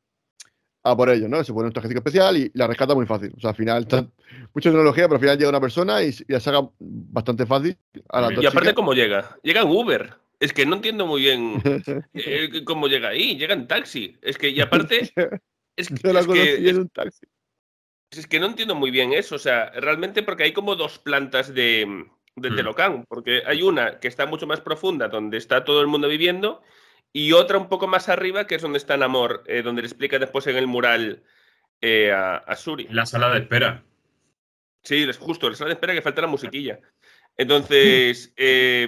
Speaker 5: a por ellos, ¿no? Se pone un trajecito especial y la rescata muy fácil. O sea, al final está mucha tecnología, pero al final llega una persona y, y la saca bastante fácil a las dos
Speaker 9: Y aparte,
Speaker 5: chicas.
Speaker 9: ¿cómo llega? Llega en Uber. Es que no entiendo muy bien eh, cómo llega ahí. Llega en taxi. Es que, y aparte, es,
Speaker 5: Yo la
Speaker 9: es
Speaker 5: conocí
Speaker 9: que,
Speaker 5: en un taxi.
Speaker 9: Es que no entiendo muy bien eso. O sea, realmente porque hay como dos plantas de, de
Speaker 7: Mm.
Speaker 9: Talocan. Porque hay una que está mucho más profunda, donde está todo el mundo viviendo, y otra un poco más arriba, que es donde está Namor, eh, donde le explica después en el mural eh, a, a Shuri.
Speaker 7: La sala de espera.
Speaker 9: Sí, es justo, la sala de espera, que falta la musiquilla. Entonces, eh,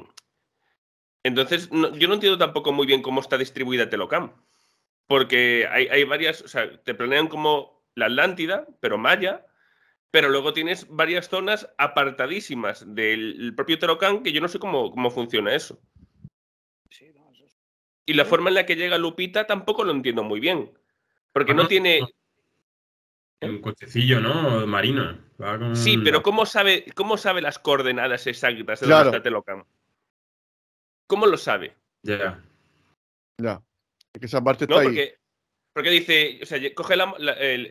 Speaker 9: entonces no, yo no entiendo tampoco muy bien cómo está distribuida Telocam. Porque hay, hay varias, o sea, te planean como la Atlántida, pero Maya, pero luego tienes varias zonas apartadísimas del propio Telocam, que yo no sé cómo, cómo funciona eso.
Speaker 8: Sí, no, eso es...
Speaker 9: Y la forma en la que llega Lupita tampoco lo entiendo muy bien. Porque
Speaker 7: Bueno,
Speaker 9: no tiene...
Speaker 7: Un cochecillo, ¿no? Marino. Va con
Speaker 9: Sí, pero
Speaker 7: la-
Speaker 9: ¿cómo sabe, cómo sabe las coordenadas exactas de
Speaker 5: Claro.
Speaker 9: dónde está Telocam? ¿Cómo lo sabe?
Speaker 7: Ya.
Speaker 5: Ya. Es que esa parte
Speaker 9: ¿No?
Speaker 5: está ahí.
Speaker 9: Porque, porque dice, o sea, coge la, la- el,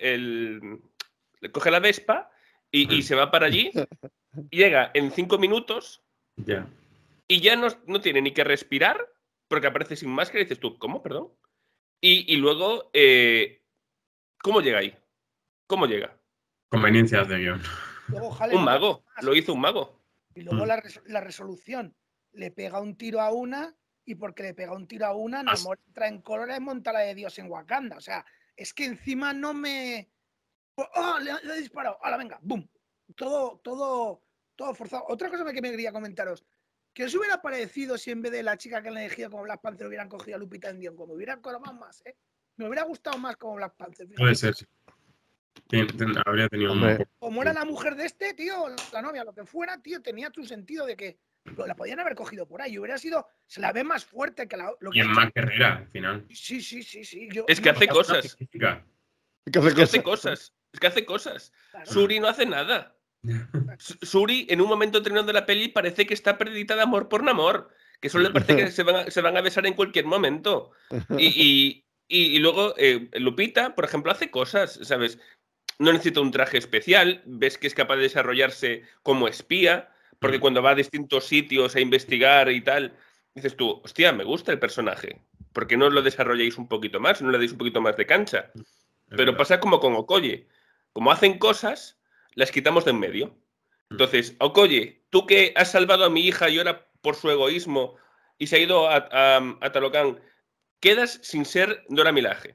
Speaker 9: el- coge la Vespa y, y se va para allí, llega en cinco minutos
Speaker 7: Ya.
Speaker 9: y ya no, no tiene ni que respirar porque aparece sin máscara y dices tú, ¿cómo? Perdón. Y, y luego, eh, ¿cómo llega ahí? ¿Cómo llega?
Speaker 7: Conveniencias de guión.
Speaker 8: Luego, jale,
Speaker 9: Un mago, lo hizo un mago.
Speaker 8: Y luego
Speaker 7: Mm.
Speaker 8: la, res- la resolución. Le pega un tiro a una y porque le pega un tiro a una, Namor entra en colores y monta la de Dios en Wakanda. O sea, es que encima no me... ¡Oh! Le, le he disparado. ¡Hala, venga! ¡Bum! Todo, todo, todo forzado. Otra cosa que me quería comentaros. ¿Qué os hubiera parecido si en vez de la chica que han elegido como Black Panther hubieran cogido a Lupita Nyong'o? Me hubiera colado más, ¿eh? Me hubiera gustado más como Black Panther. fíjate.
Speaker 7: Puede ser, sí. Tien- ten- habría tenido
Speaker 5: Hombre.
Speaker 7: un poco.
Speaker 8: Como era la mujer de este, tío, la novia, lo que fuera, tío, tenía tu sentido de que la podían haber cogido por ahí. Hubiera sido, se la ve más fuerte que la, lo que
Speaker 7: Y es
Speaker 8: ha
Speaker 7: más
Speaker 8: hecho.
Speaker 7: guerrera, al final.
Speaker 8: Sí, sí, sí, sí. Yo,
Speaker 9: Es que
Speaker 8: yo-
Speaker 9: hace cosas.
Speaker 5: Es que hace
Speaker 9: Es que hace
Speaker 5: cosas.
Speaker 9: cosas. Es que hace cosas.
Speaker 8: Claro.
Speaker 9: Suri no hace nada. Su- Suri, en un momento determinado de la peli, parece que está perdida de amor por Namor. Que solo le parece que se van a, se van a besar en cualquier momento. Y, y, y- y luego, eh, Lupita, por ejemplo, hace cosas, ¿sabes? No necesita un traje especial. Ves que es capaz de desarrollarse como espía. Porque
Speaker 7: Mm.
Speaker 9: cuando va a distintos sitios a investigar y tal, dices tú, hostia, me gusta el personaje. ¿Por qué no lo desarrolláis un poquito más? ¿No le dais un poquito más de cancha?
Speaker 7: Es
Speaker 9: Pero
Speaker 7: verdad.
Speaker 9: pasa como con Okoye. Como hacen cosas, las quitamos de en medio. Entonces, Okoye, tú que has salvado a mi hija y ahora por su egoísmo y se ha ido a, a, a Talocan, quedas sin ser Dora Milaje.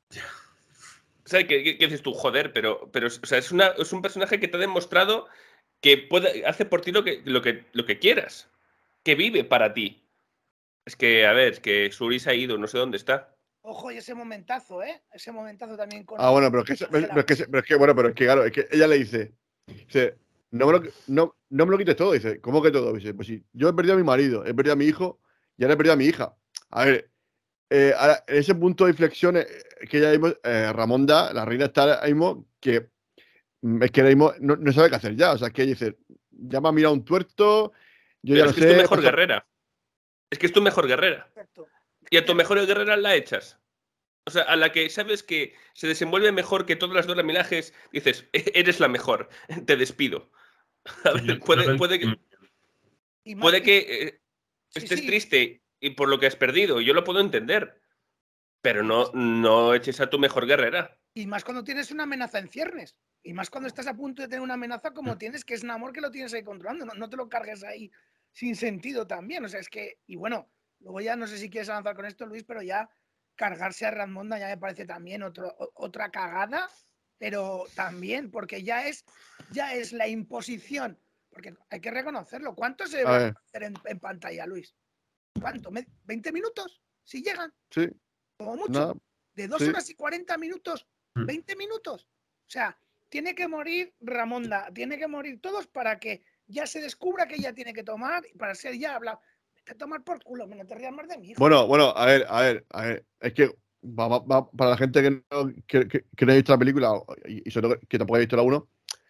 Speaker 9: ¿Sabes qué, qué, qué dices tú? Joder, pero, pero o sea, es, una, es un personaje que te ha demostrado que puede, hace por ti lo que, lo, que, lo que quieras, que vive para ti. Es que, a ver, es que Shuri se ha ido, no sé dónde está.
Speaker 8: Ojo, y ese momentazo, ¿eh? Ese momentazo también con...
Speaker 5: Ah, bueno, pero es que, pero es que, pero es que bueno, pero es que claro, es que ella le dice, dice, no me lo, no, no me lo quites todo, dice, ¿cómo que todo? Dice, pues sí, yo he perdido a mi marido, he perdido a mi hijo y ahora he perdido a mi hija. A ver, eh, ahora, en ese punto de inflexión eh, que ella mismo, eh, Ramonda, la reina está ahora mismo que es que ahora mismo no, no sabe qué hacer ya, o sea, es que ella dice, ya me ha mirado un tuerto, yo
Speaker 9: pero
Speaker 5: ya
Speaker 9: es
Speaker 5: no
Speaker 9: que
Speaker 5: sé.
Speaker 9: Es tu mejor
Speaker 5: pasa...
Speaker 9: guerrera. Es que es tu mejor guerrera. Perfecto. Y a tu mejor guerrera la echas. O sea, a la que sabes que se desenvuelve mejor que todas las Dora Milajes, dices, eres la mejor, te despido. A ver, puede, puede que, puede que eh, estés sí, sí. triste y por lo que has perdido, yo lo puedo entender, pero no, no eches a tu mejor guerrera.
Speaker 8: Y más cuando tienes una amenaza en ciernes, y más cuando estás a punto de tener una amenaza como tienes, que es un amor que lo tienes ahí controlando, no, no te lo cargues ahí sin sentido también, o sea, es que, y bueno, luego ya no sé si quieres avanzar con esto, Luis, pero ya cargarse a Ramonda ya me parece también otro, otra cagada, pero también porque ya es, ya es la imposición, porque hay que reconocerlo. ¿Cuánto se va a hacer en, en pantalla, Luis? ¿Cuánto? ¿veinte minutos? Si llegan.
Speaker 5: Sí.
Speaker 8: Como mucho.
Speaker 5: No.
Speaker 8: De dos
Speaker 5: sí.
Speaker 8: horas y cuarenta minutos, veinte minutos. O sea, tiene que morir Ramonda, tiene que morir todos para que ya se descubra que ella tiene que tomar, para ser ya hablado. A tomar por culo, no te rías más de mí, hijo.
Speaker 5: Bueno, bueno, a ver, a ver, a ver. Es que va, va, va, para la gente que no, que, que, que no ha visto la película y, y sobre todo que tampoco haya visto la uno,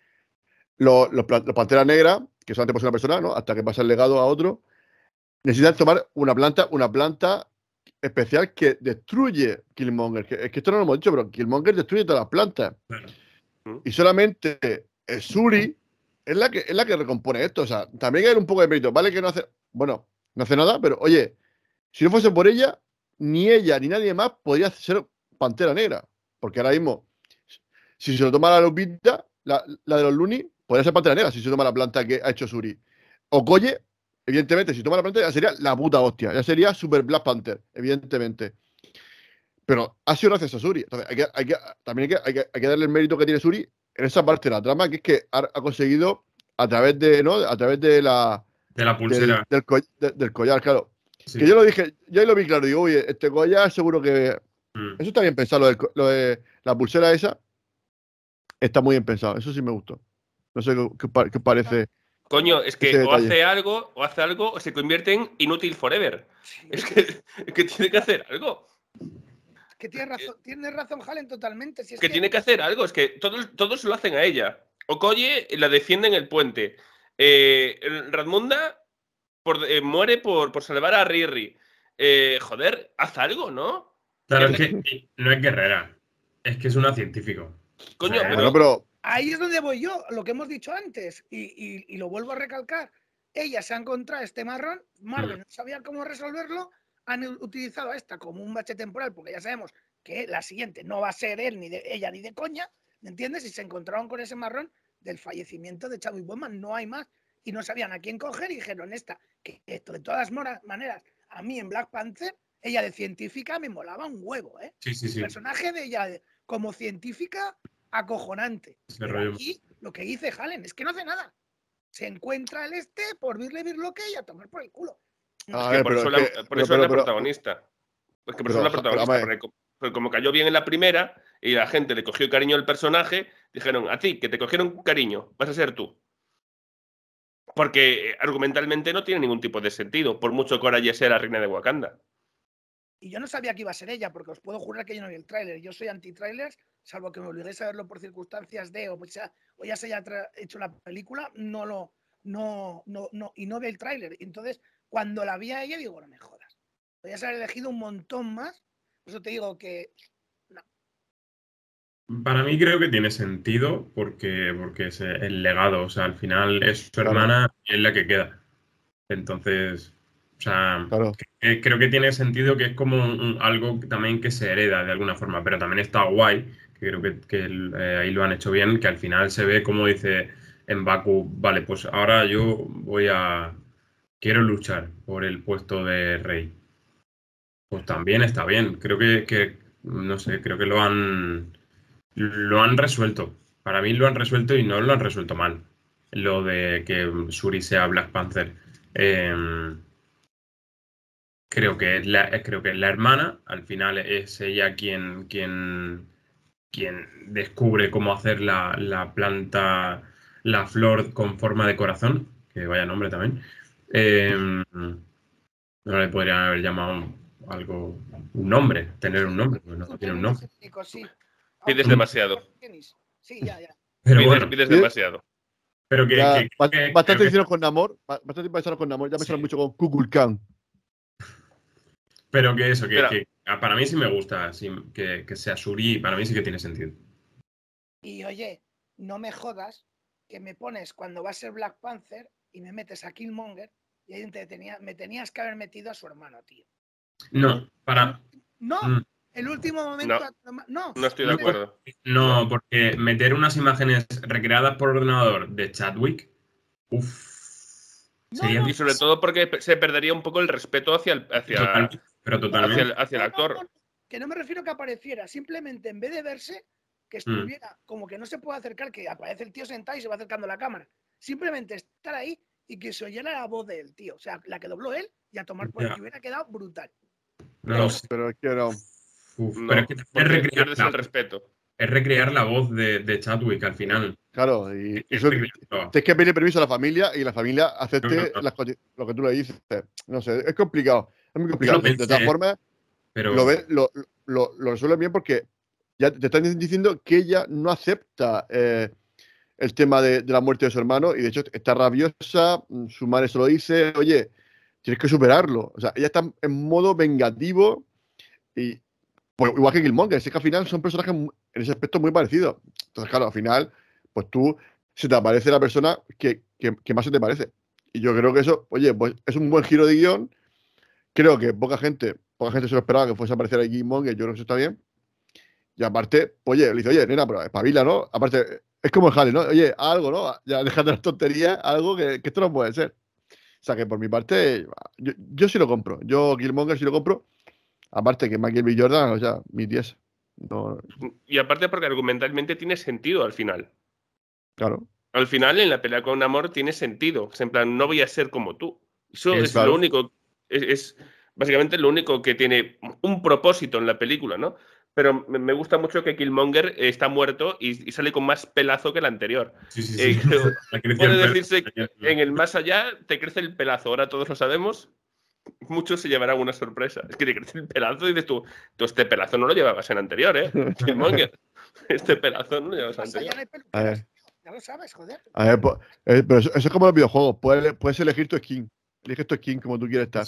Speaker 5: los, los, los Panteras Negras, que solamente posee una persona, ¿no? Hasta que pasa el legado a otro, necesitan tomar una planta, una planta especial que destruye Killmonger. Que, es que esto no lo hemos dicho, pero Killmonger destruye todas las plantas. Bueno. Y solamente Shuri es la que es la que recompone esto. O sea, también hay un poco de mérito. Vale que no hace. Bueno. No hace nada, pero oye, si no fuese por ella, ni ella ni nadie más podría ser Pantera Negra. Porque ahora mismo, si se lo toma la Lupita, la, la de los Looney, podría ser Pantera Negra si se toma la planta que ha hecho Shuri. Okoye, evidentemente, si toma la planta ya sería la puta hostia. Ya sería Super Black Panther, evidentemente. Pero ha sido gracias a Shuri. Entonces, hay que, hay que, también hay que, hay, que, hay que darle el mérito que tiene Shuri en esa parte de la trama, que es que ha, ha conseguido, a través de, ¿no? A través de la...
Speaker 7: De la pulsera.
Speaker 5: Del, del, co de, del collar, claro. Sí. Que yo lo dije, yo ahí lo vi claro, digo, oye, este collar seguro que... Mm. Eso está bien pensado, lo de, lo de la pulsera esa, está muy bien pensado, eso sí me gustó. No sé qué, qué, qué parece.
Speaker 9: Coño, es que o hace algo, o hace algo, o se convierte en inútil forever. Sí. Es, que, es que tiene que hacer algo.
Speaker 8: Que tiene razón, tiene razón Halen totalmente. Si es
Speaker 9: que, que tiene que hacer algo, es que todos, todos lo hacen a ella. Okoye la defiende en el puente. Eh, Ramonda por, eh, muere por, por salvar a Riri. Eh, joder, haz algo, ¿no?
Speaker 7: Claro, es que no es guerrera. Es que es una científico.
Speaker 9: Coño,
Speaker 5: o sea,
Speaker 9: pero...
Speaker 5: Bueno, pero...
Speaker 8: Ahí es donde voy yo, lo que hemos dicho antes. Y, y, y lo vuelvo a recalcar. Ella se ha encontrado este marrón. Marvel mm. no sabía cómo resolverlo. Han utilizado a esta como un bache temporal, porque ya sabemos que la siguiente no va a ser él, ni de ella, ni de coña. ¿Me entiendes? Y se encontraron con ese marrón del fallecimiento de Chadwick Boseman, no hay más, y no sabían a quién coger y dijeron esta, que esto de todas maneras, a mí en Black Panther, ella de científica me molaba un huevo, ¿eh?
Speaker 7: Sí, sí, sí.
Speaker 8: El personaje de ella como científica acojonante. Pero aquí lo que dice Halen es que no hace nada. Se encuentra el este por virle virloque y a tomar por el culo.
Speaker 9: No, es que por eso, la, por eso es la protagonista. Es que por eso es la protagonista, porque, porque como cayó bien en la primera y la gente le cogió cariño al personaje, dijeron, a ti, que te cogieron cariño, vas a ser tú. Porque argumentalmente no tiene ningún tipo de sentido, por mucho que ahora ya sea la reina de Wakanda.
Speaker 8: Y yo no sabía que iba a ser ella, porque os puedo jurar que yo no vi el tráiler. Yo soy anti-trailers, salvo que me obliguéis a verlo por circunstancias de, o, sea, o ya se haya hecho la película, no lo, no, no, no, y no vi el tráiler. Entonces, cuando la vi a ella, digo, no me jodas. Podrías haber elegido un montón más. Por eso te digo que no.
Speaker 7: Para mí creo que tiene sentido porque, porque es el legado. O sea, al final es su claro. hermana y es la que queda. Entonces, o sea, claro. que, creo que tiene sentido que es como un, un, algo también que se hereda de alguna forma. Pero también está guay, que creo que, que eh, ahí lo han hecho bien, que al final se ve como dice M'Baku, vale, pues ahora yo voy a... quiero luchar por el puesto de rey. Pues también está bien. Creo que, que no sé, creo que lo han, lo han resuelto. Para mí lo han resuelto y no lo han resuelto mal. Lo de que Shuri sea Black Panther. Eh, creo que es la, creo que es la hermana. Al final es ella quien, quien, quien descubre cómo hacer la, la planta, la flor con forma de corazón. Que vaya nombre también. Eh, no le podrían haber llamado algo, un nombre, tener un nombre, pues no tiene un nombre.
Speaker 9: Pides demasiado.
Speaker 8: Sí, ya, ya.
Speaker 7: Pero
Speaker 9: pides,
Speaker 7: bueno,
Speaker 9: pides demasiado.
Speaker 7: Pero que,
Speaker 5: ya,
Speaker 7: que, que
Speaker 5: bastante
Speaker 7: que,
Speaker 5: hicieron con Namor, bastante pensaron con Namor, ya pensaron sí. mucho con Kukulkan.
Speaker 7: Pero que eso, que,
Speaker 9: pero,
Speaker 7: que para mí sí me gusta, sí, que, que sea Shuri, para mí sí que tiene sentido.
Speaker 8: Y oye, no me jodas que me pones cuando va a ser Black Panther y me metes a Killmonger y ahí te tenía, me tenías que haber metido a su hermano, tío.
Speaker 7: No, para...
Speaker 8: No,
Speaker 7: mm.
Speaker 8: el último momento...
Speaker 9: No,
Speaker 8: no,
Speaker 9: no estoy de acuerdo.
Speaker 7: No, no, porque meter unas imágenes recreadas por ordenador de Chadwick, uff...
Speaker 8: No, no,
Speaker 9: y sobre todo porque se perdería un poco el respeto hacia el, hacia,
Speaker 7: Total, pero totalmente.
Speaker 9: hacia el, hacia el actor.
Speaker 8: No, no, no, que no me refiero a que apareciera, simplemente en vez de verse, que estuviera mm. como que no se puede acercar, que aparece el tío sentado y se va acercando a la cámara. Simplemente estar ahí y que se oyera la voz del tío, o sea, la que dobló él y a tomar por el hubiera quedado brutal.
Speaker 7: No, no sé.
Speaker 5: Pero es que no.
Speaker 7: Uf,
Speaker 9: no
Speaker 7: pero es que es recrear,
Speaker 9: la, el respeto.
Speaker 7: Es recrear la voz de, de Chadwick al final.
Speaker 5: Claro, y eso tienes que pedir permiso a la familia y la familia acepte no, no, no. Las, lo que tú le dices. No sé, es complicado. Es muy complicado. Pensé, de todas formas, pero... lo, ve, lo, lo, lo resuelven bien porque ya te están diciendo que ella no acepta eh, el tema de, de la muerte de su hermano y de hecho está rabiosa, su madre se lo dice, oye, tienes que superarlo. O sea, ella está en modo vengativo y pues, igual que Killmonger, es que al final son personajes en ese aspecto muy parecidos. Entonces, claro, al final, pues tú se te aparece la persona que, que, que más se te parece. Y yo creo que eso, oye, pues es un buen giro de guión. Creo que poca gente, poca gente se lo esperaba que fuese a aparecer aquí Killmonger, yo creo que eso está bien. Y aparte, oye, le dice, oye, nena, pero espabila, ¿no? Aparte, es como el Jale, ¿no? Oye, algo, ¿no? Ya déjate las tonterías, algo que, que esto no puede ser. O sea, que por mi parte, yo, yo sí lo compro. Yo Killmonger sí lo compro. Aparte que Michael B. Jordan, o sea, mis diez. No...
Speaker 9: Y aparte porque argumentalmente tiene sentido al final.
Speaker 5: Claro.
Speaker 9: Al final, en la pelea con Namor tiene sentido. En plan, no voy a ser como tú. Eso es, es
Speaker 5: claro.
Speaker 9: lo único. Es, es básicamente lo único que tiene un propósito en la película, ¿no? Pero me gusta mucho que Killmonger está muerto y, y sale con más pelazo que el anterior.
Speaker 7: Sí, sí, sí.
Speaker 9: Eh, creo, puede decirse que en el más allá te crece el pelazo. Ahora todos lo sabemos. Muchos se llevarán una sorpresa. Es que te crece el pelazo y dices tú, tú este pelazo no lo llevabas en anterior, ¿eh? Killmonger. Este pelazo no lo llevabas en anterior.
Speaker 8: A ver. Ya lo sabes, joder.
Speaker 5: A ver, pues, eh, pero eso, eso es como los videojuegos. Puedes, puedes elegir tu skin. Eliges tu skin como tú quieres estar.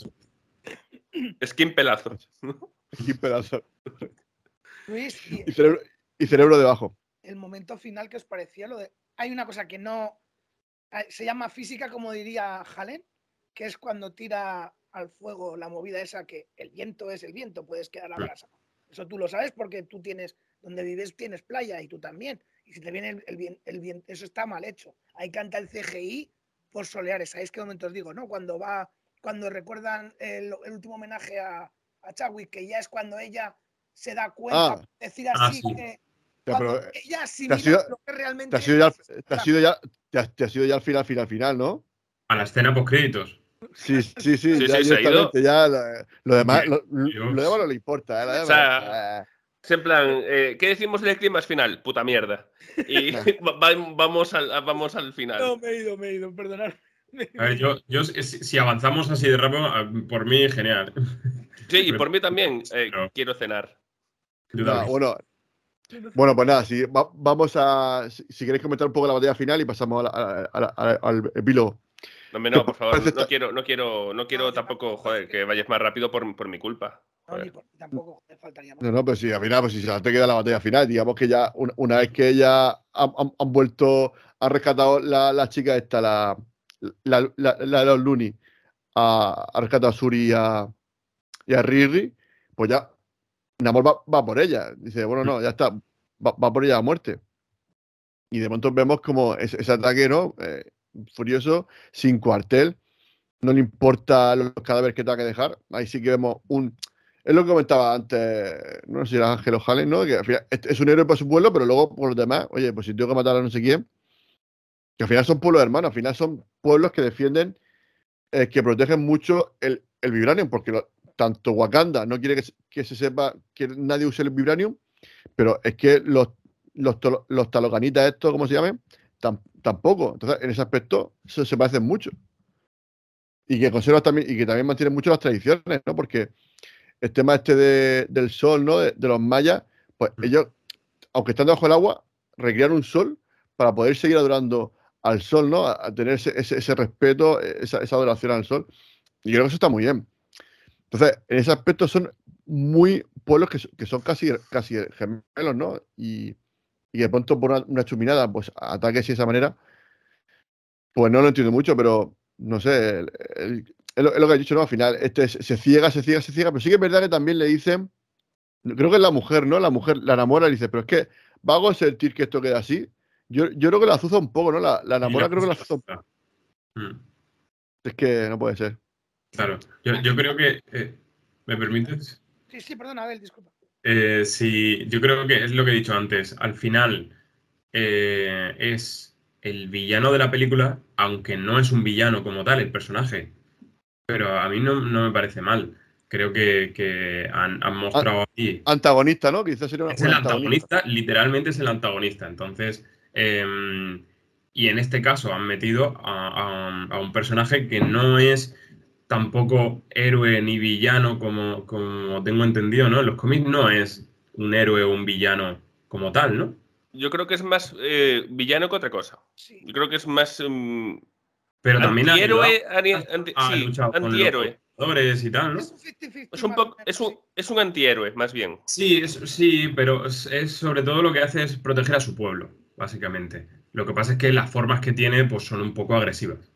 Speaker 9: Skin pelazo.
Speaker 5: Skin pelazo.
Speaker 8: Luis, y,
Speaker 5: y, cerebro, y cerebro debajo.
Speaker 8: El momento final que os parecía lo de... Hay una cosa que no... Se llama física, como diría Halen, que es cuando tira al fuego la movida esa que el viento es el viento, puedes quedar la brasa. Eso tú lo sabes porque tú tienes, donde vives tienes playa y tú también. Y si te viene el, el, el viento, eso está mal hecho. Ahí canta el C G I por soleares. ¿Sabéis qué momento os digo, no? Cuando va, cuando recuerdan el, el último homenaje a, a Chadwick, que ya es cuando ella se da cuenta,
Speaker 5: ah,
Speaker 8: decir así
Speaker 7: ah, sí.
Speaker 8: que
Speaker 5: ya,
Speaker 8: pero
Speaker 5: te
Speaker 8: ella
Speaker 5: has ido,
Speaker 8: lo que realmente
Speaker 5: te has ido ya, te has ido ya, te has, te has ido ya al final, final, final, ¿no?
Speaker 7: A la escena post créditos.
Speaker 5: Sí, sí, sí,
Speaker 9: sí,
Speaker 5: ya
Speaker 9: sí,
Speaker 5: directamente, ya lo, lo demás, lo, lo demás no le importa, ¿eh? Lo
Speaker 9: demás, o sea, es en plan, eh, ¿qué decimos del clima final? Puta mierda. Y va, vamos, al, vamos al final.
Speaker 8: No, me he ido, me he ido, perdonad.
Speaker 7: A ver, yo, yo si, si avanzamos así de rápido, por mí, genial.
Speaker 9: Sí, y por mí también eh, no. quiero cenar.
Speaker 5: No, bueno, bueno, pues nada, si, va, vamos a. Si, si queréis comentar un poco la batalla final y pasamos a la, a la, a la, al epílogo.
Speaker 9: No, no, por favor, no quiero, no quiero, no quiero tampoco, joder, que vayas más rápido por, por mi culpa.
Speaker 8: No, ni por, tampoco faltaría más.
Speaker 5: No, no, pues sí, al final, pues si se te queda la batalla final, digamos que ya, una, una vez que ya han, han, han vuelto, han rescatado la, la chica esta, la, la, la, la de los Looney, ha, ha rescatado a Shuri y a, y a Riri, pues ya Namor va, va por ella. Dice, bueno, no, ya está, va, va por ella a muerte. Y de pronto vemos como ese, ese ataque, ¿no? Eh, furioso, sin cuartel, no le importa los cadáveres que tenga que dejar. Ahí sí que vemos un... Es lo que comentaba antes, no sé si era Ángel Ojales, ¿no? Que al final es un héroe para su pueblo, pero luego por los demás, oye, pues si tengo que matar a no sé quién, que al final son pueblos hermanos, al final son pueblos que defienden, eh, que protegen mucho el, el vibranium, porque lo, tanto Wakanda no quiere que, que se sepa que nadie use el vibranium, pero es que los, los, los taloganitas estos, ¿cómo se llaman? Tam, tampoco. Entonces, en ese aspecto se, se parecen mucho. Y que conservan también, y que también mantienen mucho las tradiciones, ¿no? Porque el tema este de, del sol, ¿no? De, de los mayas, pues ellos, aunque están debajo del agua, recrean un sol para poder seguir adorando al sol, ¿no? A, a tener ese, ese, ese respeto, esa, esa adoración al sol. Y creo que eso está muy bien. Entonces, en ese aspecto son muy pueblos que, que son casi, casi gemelos, ¿no? Y, y de pronto por una, una chuminada, pues ataques de esa manera, pues no lo entiendo mucho, pero no sé, el, el, es, lo, es lo que he dicho, ¿no? Al final, este se ciega, se ciega, se ciega, pero sí que es verdad que también le dicen, creo que es la mujer, ¿no? La mujer la enamora y dice, pero es que va a sentir que esto queda así. Yo, yo creo que la azuza un poco, ¿no? La, la enamora, creo que la azuza un poco. Mm. Es que no puede ser.
Speaker 7: Claro, yo, yo creo que... Eh, ¿me permites?
Speaker 8: Sí, sí, perdona, Abel, disculpa.
Speaker 7: Eh, sí, yo creo que es lo que he dicho antes. Al final eh, es el villano de la película, aunque no es un villano como tal, el personaje. Pero a mí no, no me parece mal. Creo que, que han, han mostrado aquí...
Speaker 5: Antagonista, ¿no? Quizás sería una,
Speaker 7: es el antagonista. antagonista, literalmente es el antagonista. Entonces, eh, y en este caso han metido a, a, a un personaje que no es tampoco héroe ni villano como, como tengo entendido, ¿no? En los cómics no es un héroe o un villano como tal, ¿no?
Speaker 9: Yo creo que es más eh, villano que otra cosa. Sí. Yo creo que es más... Um,
Speaker 7: pero también
Speaker 9: antihéroe,
Speaker 7: ha
Speaker 9: anti, anti,
Speaker 7: ha
Speaker 9: sí, antihéroe.
Speaker 7: Con los y tal, ¿no?
Speaker 9: Es un, es un, poco, es un, es un antihéroe, más bien.
Speaker 7: Sí, es, sí, pero es, es sobre todo lo que hace es proteger a su pueblo, básicamente. Lo que pasa es que las formas que tiene pues son un poco agresivas.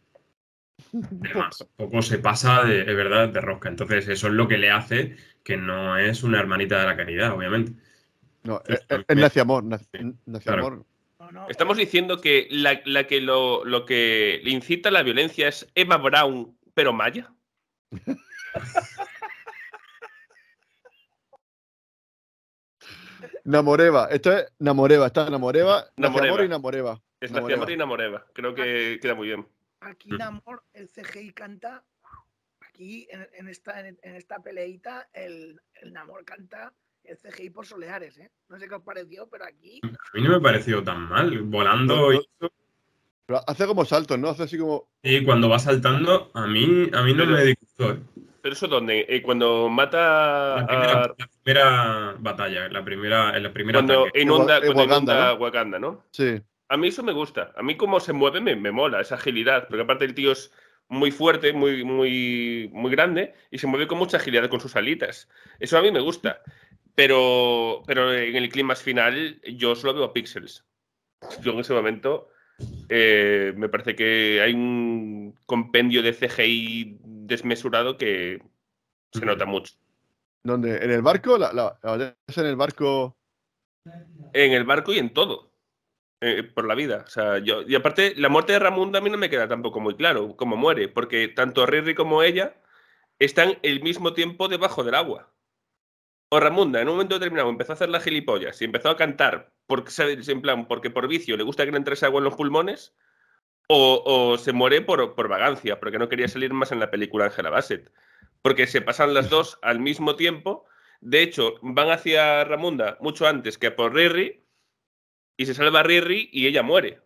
Speaker 7: Además, poco se pasa de, de verdad de rosca. Entonces, eso es lo que le hace que no es una hermanita de la caridad, obviamente.
Speaker 5: No, Entonces, es, es nace amor, nace, nace
Speaker 9: claro.
Speaker 5: amor.
Speaker 8: No, no,
Speaker 9: Estamos diciendo que la, la que lo, lo que le incita a la violencia es Emma Brown, pero maya.
Speaker 5: Namoreva, esto es Namoreva, está Namoreva, Namoreva y Namoreva.
Speaker 9: Es Namoreva y Namoreva, creo que queda muy bien.
Speaker 8: Aquí Namor, el C G I canta, aquí en, en, esta, en, en esta peleita, el, el Namor canta el C G I por Soleares, ¿eh? No sé qué os pareció, pero aquí...
Speaker 7: A mí no me pareció tan mal, volando no, no, y eso.
Speaker 5: Pero hace como saltos, ¿no? Hace así como...
Speaker 7: Y cuando va saltando, a mí, a mí no
Speaker 9: pero,
Speaker 7: me disgustó, ¿eh?
Speaker 9: ¿Pero eso dónde? Eh, cuando mata
Speaker 7: la primera,
Speaker 9: a...
Speaker 7: la primera batalla, la primera, en la primera
Speaker 9: Cuando
Speaker 7: ataque.
Speaker 9: inunda,
Speaker 5: en
Speaker 9: cuando
Speaker 5: Wakanda,
Speaker 9: inunda
Speaker 5: ¿no?
Speaker 9: Wakanda, ¿no?
Speaker 5: Sí.
Speaker 9: A mí eso me gusta. A mí cómo se mueve me, me mola, esa agilidad. Porque aparte el tío es muy fuerte, muy, muy, muy grande y se mueve con mucha agilidad con sus alitas. Eso a mí me gusta. Pero, pero en el clímax final yo solo veo píxeles. Yo en ese momento eh, me parece que hay un compendio de C G I desmesurado que se nota mucho.
Speaker 5: ¿Dónde? ¿En el barco? ¿La, la, la en el barco?
Speaker 9: En el barco y en todo. Eh, por la vida. O sea, yo, y aparte, la muerte de Ramunda a mí no me queda tampoco muy claro cómo muere, porque tanto Riri como ella están el mismo tiempo debajo del agua. O Ramunda, en un momento determinado, empezó a hacer las gilipollas y empezó a cantar porque, en plan, porque por vicio le gusta que le entrase agua en los pulmones, o, o se muere por, por vagancia, porque no quería salir más en la película Angela Bassett. Porque se pasan las dos al mismo tiempo. De hecho, van hacia Ramunda mucho antes que por Riri. Y se salva a Riri y ella muere.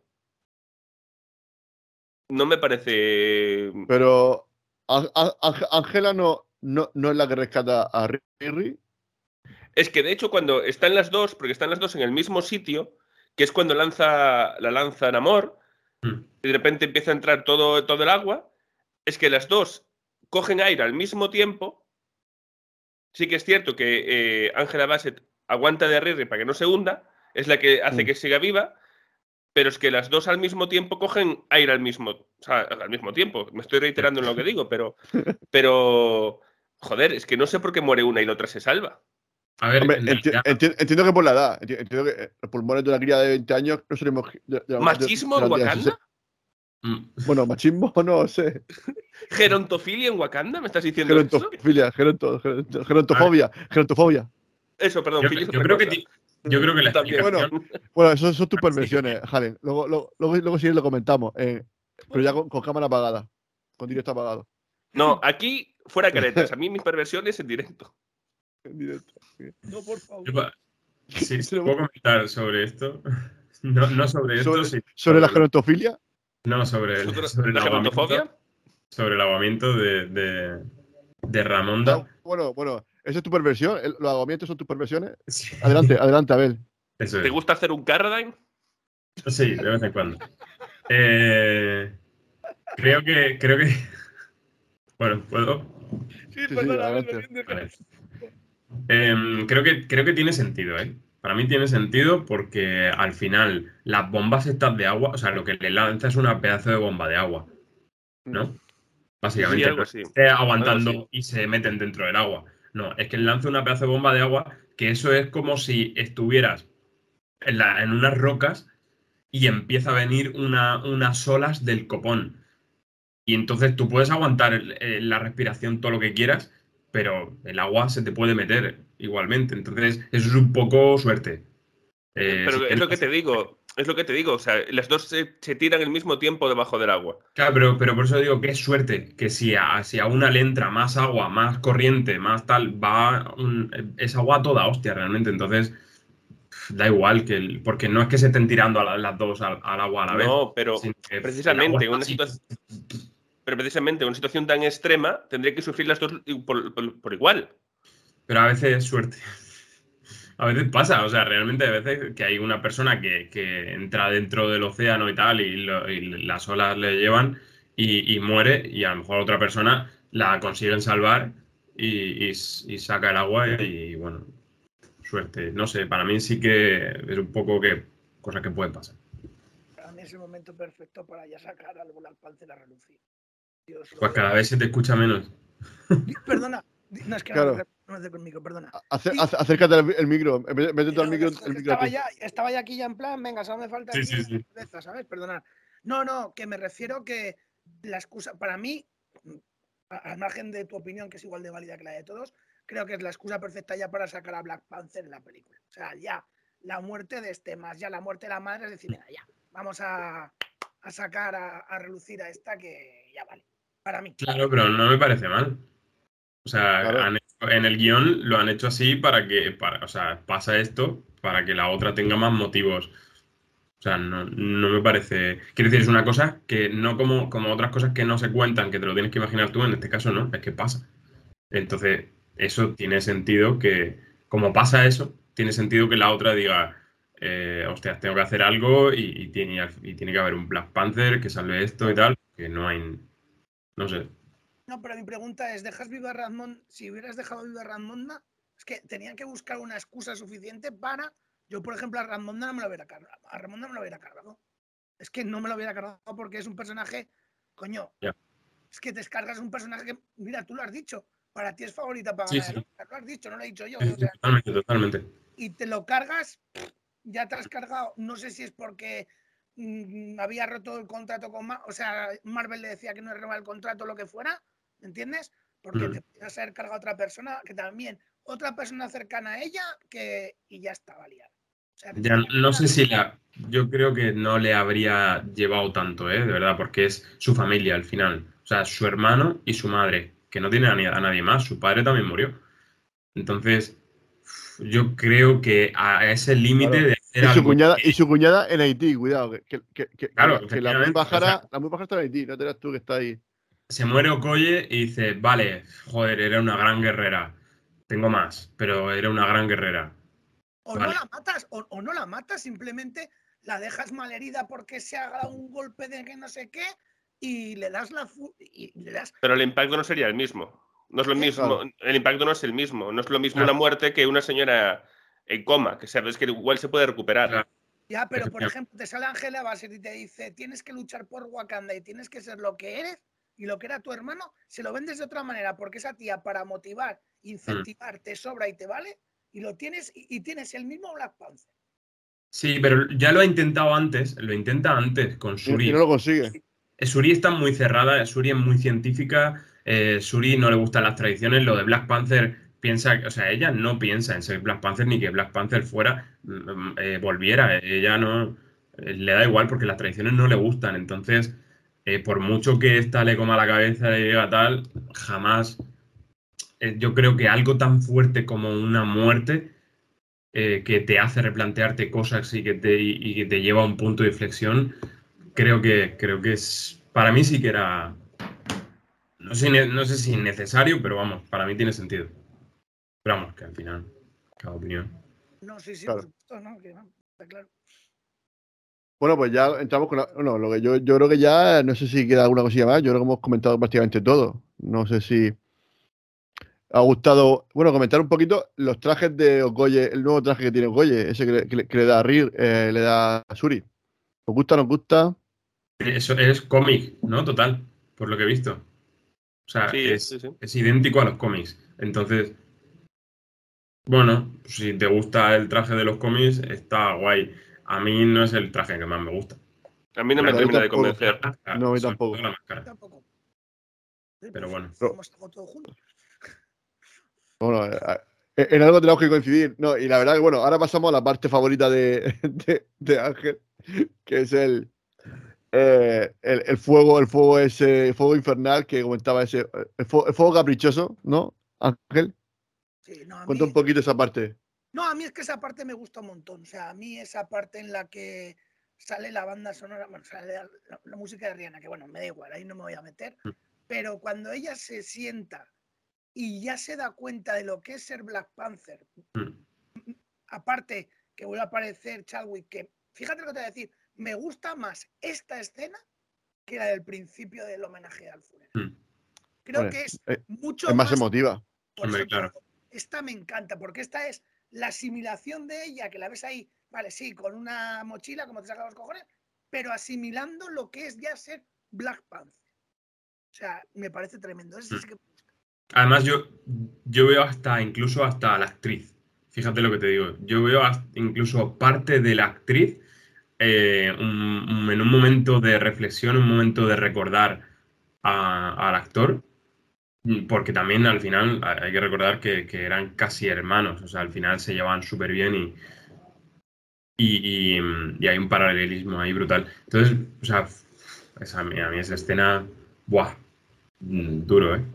Speaker 9: No me parece...
Speaker 5: Pero Ángela no, no, no es la que rescata a Riri.
Speaker 9: Es que de hecho cuando están las dos, porque están las dos en el mismo sitio, que es cuando lanza la lanza Namor, mm. y de repente empieza a entrar todo, todo el agua, es que las dos cogen aire al mismo tiempo. Sí que es cierto que Angela eh, Bassett aguanta de Riri para que no se hunda, es la que hace que siga viva, pero es que las dos al mismo tiempo cogen aire al mismo, o sea, al mismo tiempo. Me estoy reiterando en lo que digo, pero, pero joder, es que no sé por qué muere una y la otra se salva.
Speaker 5: A ver, Hombre, enti enti entiendo que por la edad, entiendo que los pulmones de una cría de veinte años no seremos...
Speaker 9: ¿Machismo en Wakanda?
Speaker 5: Bueno, machismo, no sé.
Speaker 9: ¿Gerontofilia en Wakanda? ¿Me estás diciendo
Speaker 5: Gerontofilia, geronto, geronto, gerontofobia, gerontofobia.
Speaker 9: Eso, perdón.
Speaker 7: Yo, yo, creo, que ti, yo creo que la explicación...
Speaker 5: Bueno, bueno, eso son tus perversiones, Jalen. Luego, luego, luego, luego si lo comentamos, eh, pero ya con, con cámara apagada, con directo apagado.
Speaker 9: No, aquí fuera caretas. A mí mis perversiones en directo.
Speaker 5: En directo.
Speaker 8: No, por favor.
Speaker 7: Sí, sí, ¿puedo comentar sobre esto? No, no sobre esto,
Speaker 5: ¿Sobre,
Speaker 7: sí.
Speaker 5: ¿Sobre, sobre la gerontofilia?
Speaker 7: No, sobre el,
Speaker 9: ¿Sobre,
Speaker 7: sobre
Speaker 9: la
Speaker 7: el
Speaker 9: gerontofobia?
Speaker 7: Sobre el aguamiento de, de, de Ramonda.
Speaker 5: Ah, bueno, bueno, ¿esa es tu perversión? ¿Los aguamientos son tus perversiones?
Speaker 7: Sí.
Speaker 5: Adelante, adelante, Abel.
Speaker 7: Eso es.
Speaker 9: ¿Te gusta hacer un Carradine?
Speaker 7: Sí, de vez en cuando. Eh, creo que... Creo que... Bueno, ¿puedo?
Speaker 8: Sí, sí, perdona,
Speaker 5: sí,
Speaker 7: vale. eh, creo, que, creo que tiene sentido, ¿eh? Para mí tiene sentido porque al final las bombas estas de agua, o sea, lo que le lanza es una pedazo de bomba de agua, ¿no? Básicamente,
Speaker 9: sí, algo
Speaker 7: no
Speaker 9: así.
Speaker 7: esté aguantando
Speaker 9: Algo así.
Speaker 7: y se meten dentro del agua. No, es que le lanza una pedazo de bomba de agua, que eso es como si estuvieras en, la, en unas rocas y empieza a venir una, unas olas del copón. Y entonces tú puedes aguantar eh, la respiración todo lo que quieras, pero el agua se te puede meter igualmente. Entonces, eso es un poco suerte. Eh,
Speaker 9: pero
Speaker 7: si
Speaker 9: es
Speaker 7: tienes...
Speaker 9: lo que te digo, es lo que te digo. O sea, las dos se, se tiran al mismo tiempo debajo del agua.
Speaker 7: Claro, pero, pero por eso digo que es suerte, que si a, si a una le entra más agua, más corriente, más tal, va un, es agua toda hostia realmente. Entonces, da igual, que el, porque no es que se estén tirando a la, las dos al, al agua a la
Speaker 9: no,
Speaker 7: vez.
Speaker 9: No, pero precisamente una
Speaker 7: así.
Speaker 9: situación... Pero precisamente una situación tan extrema tendría que sufrir las dos por, por, por igual.
Speaker 7: Pero a veces es suerte. A veces pasa, o sea, realmente a veces que hay una persona que, que entra dentro del océano y tal, y, lo, y las olas le llevan y, y muere, y a lo mejor otra persona la consiguen salvar y, y, y saca el agua y, y, bueno, suerte. No sé, para mí sí que es un poco que cosas que pueden pasar.
Speaker 8: Para mí es el momento perfecto para ya sacar al Black Panther a relucir. Dios,
Speaker 7: pues cada vez se te escucha menos.
Speaker 8: Perdona, no es que
Speaker 5: claro.
Speaker 8: no, no hace conmigo, perdona.
Speaker 5: Acer, sí. Acércate al el micro, métete al micro.
Speaker 8: Es que
Speaker 5: el micro
Speaker 8: estaba, ya, estaba ya aquí ya en plan, venga, solo me falta
Speaker 7: sí,
Speaker 8: aquí
Speaker 7: sí, sí.
Speaker 8: cerveza, ¿sabes? Perdonad. No, no, que me refiero que la excusa, para mí, al margen de tu opinión, que es igual de válida que la de todos, creo que es la excusa perfecta ya para sacar a Black Panther en la película. O sea, ya la muerte de este más, ya la muerte de la madre, es decir, venga, ya, vamos a, a sacar a, a relucir a esta que ya vale. Para mí.
Speaker 7: Claro, pero no me parece mal. O sea,
Speaker 5: claro.
Speaker 7: han hecho, en el guión lo han hecho así para que, para, o sea, pasa esto para que la otra tenga más motivos. O sea, no, no me parece... Quiero decir, es una cosa que no como, como otras cosas que no se cuentan, que te lo tienes que imaginar tú, en este caso no, es que pasa. Entonces, eso tiene sentido que, como pasa eso, tiene sentido que la otra diga, eh, hostias, tengo que hacer algo y, y, tiene, y tiene que haber un Black Panther que salve esto y tal, que no hay... No sé.
Speaker 8: No, pero mi pregunta es, ¿dejas viva a Ramonda? Si hubieras dejado viva a Ramonda, es que tenían que buscar una excusa suficiente para... Yo, por ejemplo, a Ramonda no me lo hubiera cargado. A Ramonda no me lo hubiera cargado. Es que no me lo hubiera cargado porque es un personaje... Coño,
Speaker 7: yeah.
Speaker 8: Es que descargas un personaje que... Mira, tú lo has dicho. Para ti es favorita para
Speaker 7: sí,
Speaker 8: ganar.
Speaker 7: Sí.
Speaker 8: Lo has dicho, no lo he dicho yo.
Speaker 7: Sí,
Speaker 8: o sea,
Speaker 7: totalmente, totalmente.
Speaker 8: Y te lo cargas, ya te has cargado. No sé si es porque... había roto el contrato con Marvel, o sea, Marvel le decía que no renovaba el contrato, lo que fuera, ¿me entiendes? Porque mm. te podías haber cargado a otra persona, que también, otra persona cercana a ella, que y ya estaba liada. O sea,
Speaker 7: ya, no sé si la, yo creo que no le habría llevado tanto, ¿eh? De verdad, porque es su familia al final, o sea, su hermano y su madre, que no tiene a, a nadie más, su padre también murió. Entonces, yo creo que a ese límite
Speaker 5: claro.
Speaker 7: de hacer
Speaker 5: y su
Speaker 7: algo
Speaker 5: cuñada
Speaker 7: que...
Speaker 5: y su cuñada en Haití, cuidado, que, que, que,
Speaker 7: claro,
Speaker 5: que, que la muy bajara,
Speaker 7: o sea,
Speaker 5: la muy bajara está en Haití, no te eras tú que está ahí.
Speaker 7: Se muere Okoye y dice, vale, joder, era una gran guerrera, tengo más, pero era una gran guerrera.
Speaker 8: O vale. no la matas, o, o no la matas, simplemente la dejas malherida porque se haga un golpe de que no sé qué y le das la fu y le das...
Speaker 9: Pero el impacto no sería el mismo. No es lo mismo, claro. El impacto no es el mismo. No es lo mismo claro. Una muerte que una señora en coma, que sabes que igual se puede recuperar.
Speaker 7: Claro.
Speaker 8: Ya, pero por ejemplo, te sale Angela Bassett y te dice, tienes que luchar por Wakanda y tienes que ser lo que eres y lo que era tu hermano, se lo vendes de otra manera, porque esa tía para motivar, incentivar, mm. te sobra y te vale, y lo tienes, y, y tienes el mismo Black Panther.
Speaker 7: Sí, pero ya lo ha intentado antes, lo intenta antes con Shuri.
Speaker 5: Y no lo consigue.
Speaker 7: Shuri está muy cerrada, Shuri es muy científica, eh, Shuri no le gustan las tradiciones, lo de Black Panther piensa, o sea, ella no piensa en ser Black Panther ni que Black Panther fuera, eh, volviera, ella no, eh, le da igual porque las tradiciones no le gustan, entonces, eh, por mucho que esta le coma la cabeza y diga tal, jamás, eh, yo creo que algo tan fuerte como una muerte, eh, que te hace replantearte cosas y que te, y, y que te lleva a un punto de inflexión, creo que, creo que es, para mí sí que era, no sé, no sé si necesario, pero vamos, para mí tiene sentido. Pero vamos, que al final, cada opinión.
Speaker 8: No, sí, sí, claro. Por supuesto, no, que no, está claro.
Speaker 5: Bueno, pues ya entramos con la, no, lo que yo, yo creo que ya, no sé si queda alguna cosilla más, yo creo que hemos comentado prácticamente todo. No sé si ha gustado, bueno, comentar un poquito los trajes de Okoye, el nuevo traje que tiene Okoye, ese que le, que le, que le da a Rir, eh, le da a Shuri. ¿Os gusta, nos gusta?
Speaker 7: Eso es cómic, ¿no? Total, por lo que he visto. O sea,
Speaker 9: sí,
Speaker 7: es,
Speaker 9: sí, sí.
Speaker 7: es idéntico a los cómics. Entonces, bueno, si te gusta el traje de los cómics, está guay. A mí no es el traje que más me gusta.
Speaker 9: A mí no me termina de convencer.
Speaker 5: No, a mí tampoco.
Speaker 7: La máscara.
Speaker 8: Tampoco.
Speaker 7: Pero bueno.
Speaker 8: Hemos estado todos juntos.
Speaker 5: Bueno, eh, en algo tenemos que coincidir. No, y la verdad que, bueno, ahora pasamos a la parte favorita de, de, de Ángel, que es el, eh, el, el fuego, el fuego ese, el fuego infernal que comentaba ese, el fuego, el fuego caprichoso, ¿no, Ángel?
Speaker 8: Sí, no, a
Speaker 5: Cuenta
Speaker 8: mí,
Speaker 5: un poquito esa parte.
Speaker 8: No, a mí es que esa parte me gusta un montón. O sea, a mí esa parte en la que sale la banda sonora, bueno, sale la, la, la música de Rihanna, que bueno, me da igual, ahí no me voy a meter, pero cuando ella se sienta y ya se da cuenta de lo que es ser Black Panther, mm. aparte que vuelve a aparecer Chadwick, que fíjate lo que te voy a decir, me gusta más esta escena que la del principio del homenaje al funeral. Mm. Creo
Speaker 5: bueno,
Speaker 8: que es
Speaker 5: eh,
Speaker 8: mucho
Speaker 5: es más, más
Speaker 8: emotiva.
Speaker 5: Por
Speaker 7: Hombre,
Speaker 8: eso,
Speaker 7: claro.
Speaker 8: Esta me encanta, porque esta es la asimilación de ella, que la ves ahí, vale, sí, con una mochila, como te saca los cojones, pero asimilando lo que es ya ser Black Panther. O sea, me parece tremendo. Eso sí que...
Speaker 7: Además, yo, yo veo hasta, incluso hasta a la actriz. Fíjate lo que te digo. Yo veo hasta, incluso parte de la actriz eh, un, un, en un momento de reflexión, un momento de recordar a, al actor, porque también al final hay que recordar que, que eran casi hermanos. O sea, al final se llevaban súper bien y, y, y, y hay un paralelismo ahí brutal. Entonces, o sea, esa, a mí esa escena, ¡buah! Duro, ¿eh?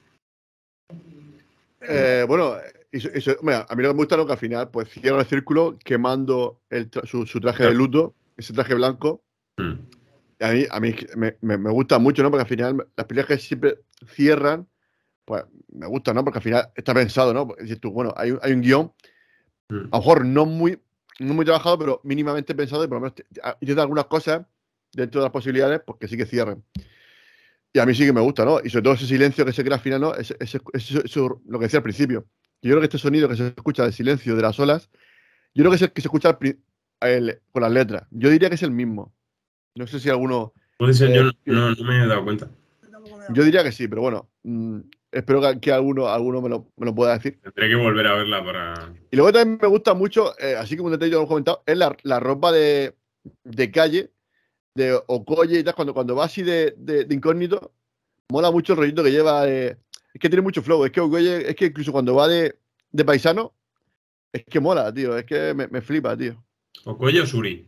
Speaker 5: Eh, bueno, eso, eso, mira, a mí lo que me gusta es que al final pues cierra el círculo quemando el tra su, su traje de luto, ese traje blanco. Mm. A mí, a mí me, me, me gusta mucho, ¿no? Porque al final las películas que siempre cierran, pues me gusta, ¿no? Porque al final está pensado, ¿no? Porque, dices tú, bueno, hay, hay un guión, mm. a lo mejor no muy, no muy trabajado, pero mínimamente pensado y por lo menos intenta algunas cosas dentro de las posibilidades, porque sí que cierran. Y a mí sí que me gusta, ¿no? Y sobre todo ese silencio que se crea al final, ¿no? Ese, ese, ese, eso, lo que decía al principio. Yo creo que este sonido que se escucha del silencio de las olas, yo creo que es el que se escucha el, el, con las letras. Yo diría que es el mismo. No sé si alguno...
Speaker 7: Puede ser, eh, yo no, no, no me he dado cuenta.
Speaker 5: Yo diría que sí, pero bueno, mmm, espero que, que alguno, alguno me, lo, me lo pueda decir.
Speaker 7: Tendré que volver a verla para...
Speaker 5: Y luego también me gusta mucho, eh, así como te he comentado, es la, la ropa de, de calle, de Okoye y tal, cuando, cuando va así de, de, de incógnito, mola mucho el rollito que lleva. Eh, es que tiene mucho flow. Es que Okoye, es que incluso cuando va de, de paisano, es que mola, tío. Es que me, me flipa, tío.
Speaker 7: ¿Okoye o Shuri?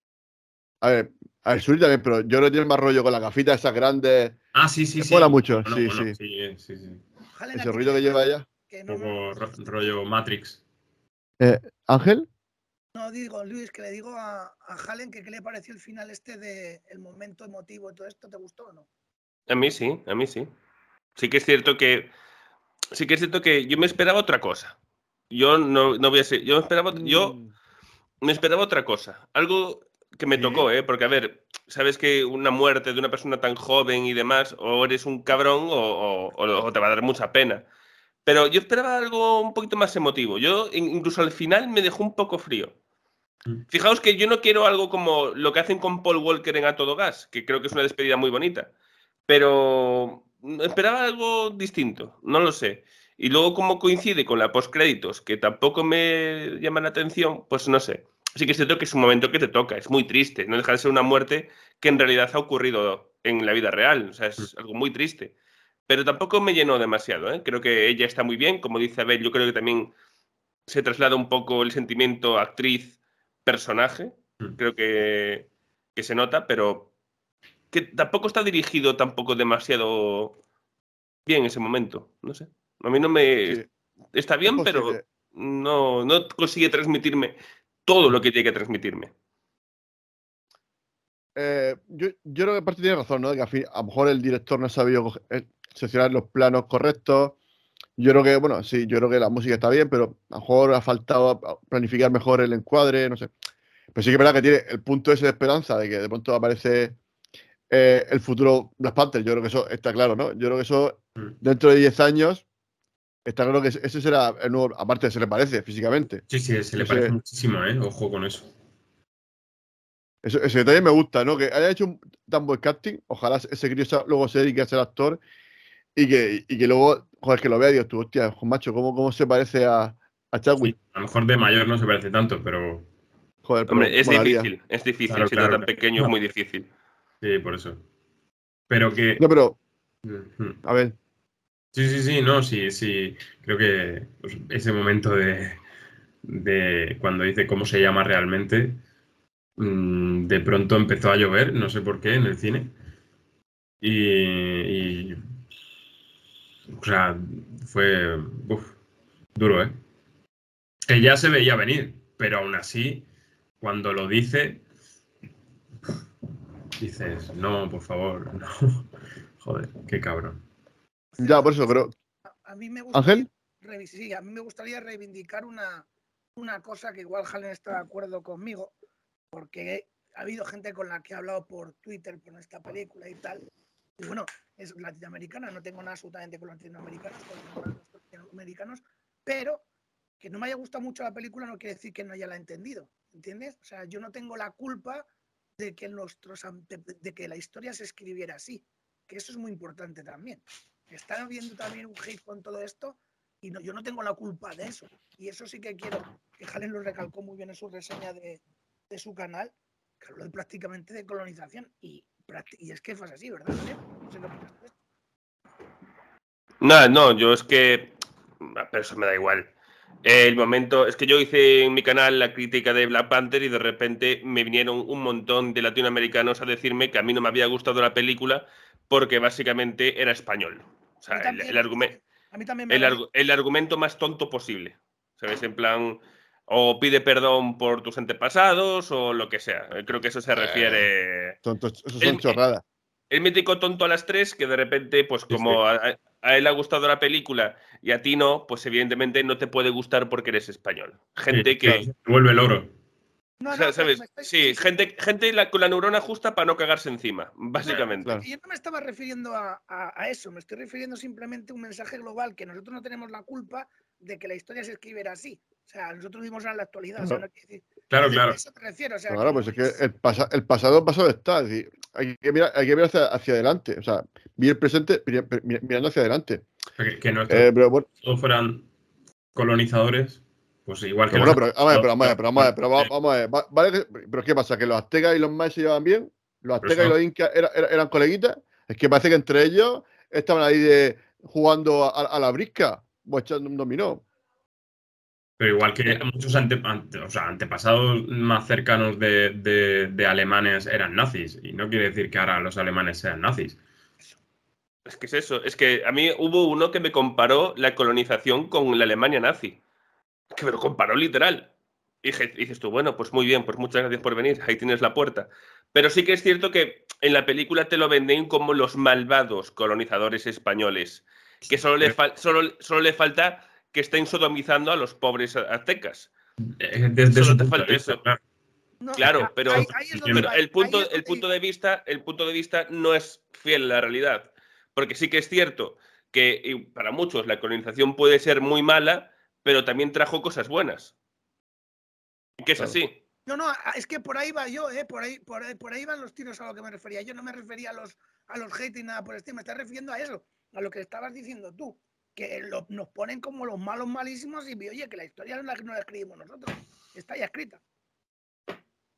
Speaker 5: A ver, a ver, Shuri también, pero yo creo que tiene más rollo con las gafitas esas grandes.
Speaker 7: Ah, sí, sí, sí.
Speaker 5: Mola mucho,
Speaker 7: bueno,
Speaker 5: sí,
Speaker 7: bueno,
Speaker 5: sí,
Speaker 7: sí. Sí, sí.
Speaker 5: Ese rollito que lleva ella.
Speaker 7: Un poco ro rollo Matrix.
Speaker 5: Eh, ¿Ángel?
Speaker 8: No, digo, Luis, que le digo a, a Halen que qué le pareció el final este de el momento emotivo y todo esto, ¿te gustó o no?
Speaker 9: A mí sí, a mí sí. Sí que es cierto que sí que es cierto que yo me esperaba otra cosa. Yo no, no voy a ser, yo me esperaba, mm. yo me esperaba otra cosa. Algo que me ¿Sí? tocó, ¿eh? Porque, a ver, sabes que una muerte de una persona tan joven y demás, o eres un cabrón o, o, o te va a dar mucha pena. Pero yo esperaba algo un poquito más emotivo. Yo, incluso al final, me dejó un poco frío. Mm. Fijaos que yo no quiero algo como lo que hacen con Paul Walker en A Todo Gas, que creo que es una despedida muy bonita. Pero esperaba algo distinto, no lo sé. Y luego, como coincide con la postcréditos, que tampoco me llama la atención, pues no sé. Sí que es cierto que es un momento que te toca, es muy triste, no deja de ser una muerte que en realidad ha ocurrido en la vida real. O sea, es algo muy triste. Pero tampoco me llenó demasiado, ¿eh? Creo que ella está muy bien. Como dice Abel, yo creo que también se traslada un poco el sentimiento actriz-personaje. Creo que, que se nota, pero que tampoco está dirigido tampoco demasiado bien en ese momento. No sé. A mí no me... Sí. Está bien, pero no, no consigue transmitirme todo lo que tiene que transmitirme.
Speaker 5: Eh, yo, yo creo que parte tiene razón, ¿no? De que a, fin, a lo mejor el director no ha sabido seleccionar los planos correctos. Yo creo que, bueno, sí, yo creo que la música está bien, pero a lo mejor ha faltado planificar mejor el encuadre, no sé. Pero sí que es verdad que tiene el punto ese de esperanza de que de pronto aparece eh, el futuro Black Panther. Yo creo que eso está claro, ¿no? Yo creo que eso, dentro de diez años, está claro que ese será el nuevo. Aparte, se le parece físicamente.
Speaker 7: Sí, sí, se le ese, parece muchísimo, ¿eh? Ojo con eso.
Speaker 5: Eso, ese detalle me gusta, ¿no? Que haya hecho un tan buen casting. Ojalá ese crío luego se dedique a ser actor y que, y que luego, joder, que lo vea y digas tú, hostia, macho, ¿cómo, cómo se parece a, a Chadwick?
Speaker 7: Sí, a lo mejor de mayor no se parece tanto, pero.
Speaker 9: Joder, pero Hombre, es molaría. difícil, es difícil. Claro, si claro, tan claro. pequeño no. es muy difícil.
Speaker 7: Sí, por eso. Pero que.
Speaker 5: No, pero. A ver.
Speaker 7: Sí, sí, sí, no, sí, sí. Creo que pues, ese momento de, de cuando dice cómo se llama realmente, mmm, de pronto empezó a llover, no sé por qué, en el cine. Y. y o sea, fue uf, duro, ¿eh? Que ya se veía venir, pero aún así, cuando lo dice, dices, no, por favor, no. Joder, qué cabrón.
Speaker 5: Ya, por eso, pero...
Speaker 8: A mí me gustaría,
Speaker 5: ¿Ángel?
Speaker 8: Sí, a mí me gustaría reivindicar una, una cosa que igual Halen está de acuerdo conmigo, porque ha habido gente con la que he hablado por Twitter por esta película y tal. Y bueno, es latinoamericana, no tengo nada absolutamente con los latinoamericanos, con los latinoamericanos, pero que no me haya gustado mucho la película no quiere decir que no haya la entendido, ¿entiendes? O sea, yo no tengo la culpa de que, nuestros, de que la historia se escribiera así, que eso es muy importante también. Está habiendo también un hate con todo esto y no, yo no tengo la culpa de eso. Y eso sí que quiero, que Halen lo recalcó muy bien en su reseña de, de su canal, que habló de, prácticamente de colonización y, y es que fue así, ¿verdad? No sé qué opinas de esto.
Speaker 9: No, no, yo es que... Pero eso me da igual. El momento, es que yo hice en mi canal la crítica de Black Panther y de repente me vinieron un montón de latinoamericanos a decirme que a mí no me había gustado la película porque básicamente era español. O sea, el, el, argumento, el, argu el argumento más tonto posible. ¿Sabes? En plan, o pide perdón por tus antepasados o lo que sea. Creo que eso se refiere...
Speaker 5: Eh, tontos, eso son el, chorradas.
Speaker 9: El mítico tonto a las tres, que de repente, pues como sí, sí. A, a él le ha gustado la película y a ti no, pues evidentemente no te puede gustar porque eres español. Gente sí, que...
Speaker 7: Claro, se vuelve loro.
Speaker 9: No, no, ¿sabes? Estoy... Sí, gente, gente la, con la neurona justa para no cagarse encima, básicamente.
Speaker 8: Claro. Yo no me estaba refiriendo a, a, a eso, me estoy refiriendo simplemente a un mensaje global, que nosotros no tenemos la culpa de que la historia se escribiera así. O sea, nosotros vivimos en la actualidad.
Speaker 7: Claro,
Speaker 8: o sea, no quiere decir,
Speaker 7: claro. claro.
Speaker 8: A eso te refiero, o sea,
Speaker 5: claro,
Speaker 8: que
Speaker 5: pues
Speaker 8: no
Speaker 5: es que el, pasa, el pasado pasado está. Es decir, hay que mirar, hay que mirar hacia, hacia adelante. O sea, vivir el presente mirando hacia adelante.
Speaker 7: Que, que nuestros
Speaker 5: eh, pero, bueno,
Speaker 7: todos fueran colonizadores, pues igual que
Speaker 5: pero
Speaker 7: los...
Speaker 5: Bueno, pero vamos a ver, pero vamos a ver, pero vamos a ver, pero vamos a ver, ¿vale? Pero ¿qué pasa? ¿Que los aztecas y los mayas se llevaban bien? ¿Los aztecas y los incas eran, eran, eran coleguitas? Es que parece que entre ellos estaban ahí de, jugando a, a la brisca o echando un dominó.
Speaker 7: Pero igual que muchos ante, ante, o sea, antepasados más cercanos de, de, de alemanes eran nazis. Y no quiere decir que ahora los alemanes sean nazis.
Speaker 9: Es que es eso. Es que a mí hubo uno que me comparó la colonización con la Alemania nazi. Que me lo comparó literal. Y dices tú, bueno, pues muy bien, pues muchas gracias por venir. Ahí tienes la puerta. Pero sí que es cierto que en la película te lo venden como los malvados colonizadores españoles. Que solo le, fal solo, solo le falta... que estén sodomizando a los pobres aztecas.
Speaker 7: Desde
Speaker 9: Solo
Speaker 7: su
Speaker 9: te
Speaker 7: punto
Speaker 9: falta
Speaker 7: de vista,
Speaker 9: eso.
Speaker 7: claro,
Speaker 9: No, claro pero,
Speaker 8: ahí, ahí
Speaker 9: pero el punto, el punto de vista, el punto de vista no es fiel a la realidad, porque sí que es cierto que y para muchos la colonización puede ser muy mala, pero también trajo cosas buenas. Que es
Speaker 5: claro.
Speaker 9: así.
Speaker 8: No, no, es que por ahí va yo, ¿eh? Por ahí, por ahí, por ahí van los tiros a lo que me refería. Yo no me refería a los, a los hate ni nada por el estilo, me estás refiriendo a eso, a lo que estabas diciendo tú. Que lo, nos ponen como los malos malísimos y oye, que la historia no la, no la escribimos nosotros, está ya escrita.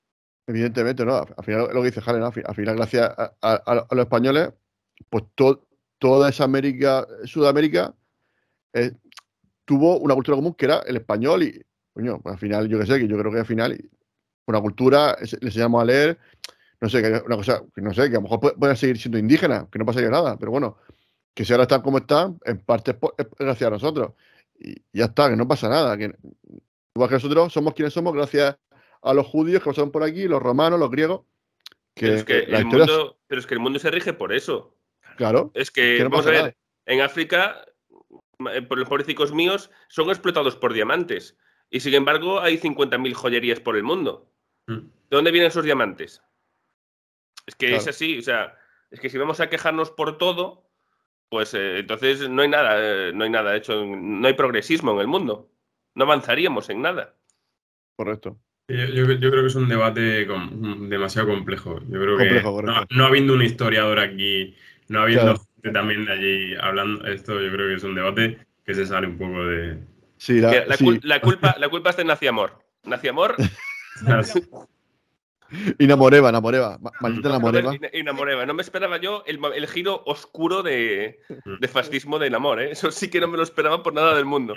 Speaker 5: Evidentemente, ¿no? Al final, lo que dice Jale, ¿no? Al final, gracias a, a, a los españoles, pues to, toda esa América, Sudamérica, eh, tuvo una cultura común que era el español y, coño, pues al final, yo qué sé, que yo creo que al final, una cultura, les enseñamos a leer, no sé, que una cosa, que no sé, que a lo mejor pueden seguir siendo indígenas, que no pasaría nada, pero bueno, que si ahora están como están, en parte es, por, es gracias a nosotros. Y ya está, que no pasa nada. Que, igual que nosotros somos quienes somos gracias a los judíos que pasaron por aquí, los romanos, los griegos.
Speaker 9: Que pero, es que el mundo, pero es que el mundo se rige por eso.
Speaker 5: Claro.
Speaker 9: Es que,
Speaker 5: que no
Speaker 9: vamos a ver,
Speaker 5: nada.
Speaker 9: En África, por los pobrecicos míos, son explotados por diamantes. Y sin embargo, hay cincuenta mil joyerías por el mundo. ¿De dónde vienen esos diamantes? Es que claro. es así, o sea, es que si vamos a quejarnos por todo, pues eh, entonces no hay nada, eh, no hay nada hecho, no hay progresismo en el mundo. No avanzaríamos en nada.
Speaker 5: Correcto.
Speaker 7: Yo, yo, yo creo que es un debate com, demasiado complejo. Yo creo
Speaker 5: complejo,
Speaker 7: que no, no habiendo un historiador aquí, no habiendo
Speaker 5: claro.
Speaker 7: gente también de allí hablando esto, yo creo que es un debate que se sale un poco de...
Speaker 5: Sí, la,
Speaker 9: la,
Speaker 5: sí.
Speaker 9: Cul la, culpa, la culpa está en Naciamor. Naciamor...
Speaker 5: Y Namoreva, Namoreva, maldita Namoreva.
Speaker 9: Y Namoreva, no me esperaba yo el, el giro oscuro de, de fascismo de Namor, ¿eh? Eso sí que no me lo esperaba por nada del mundo.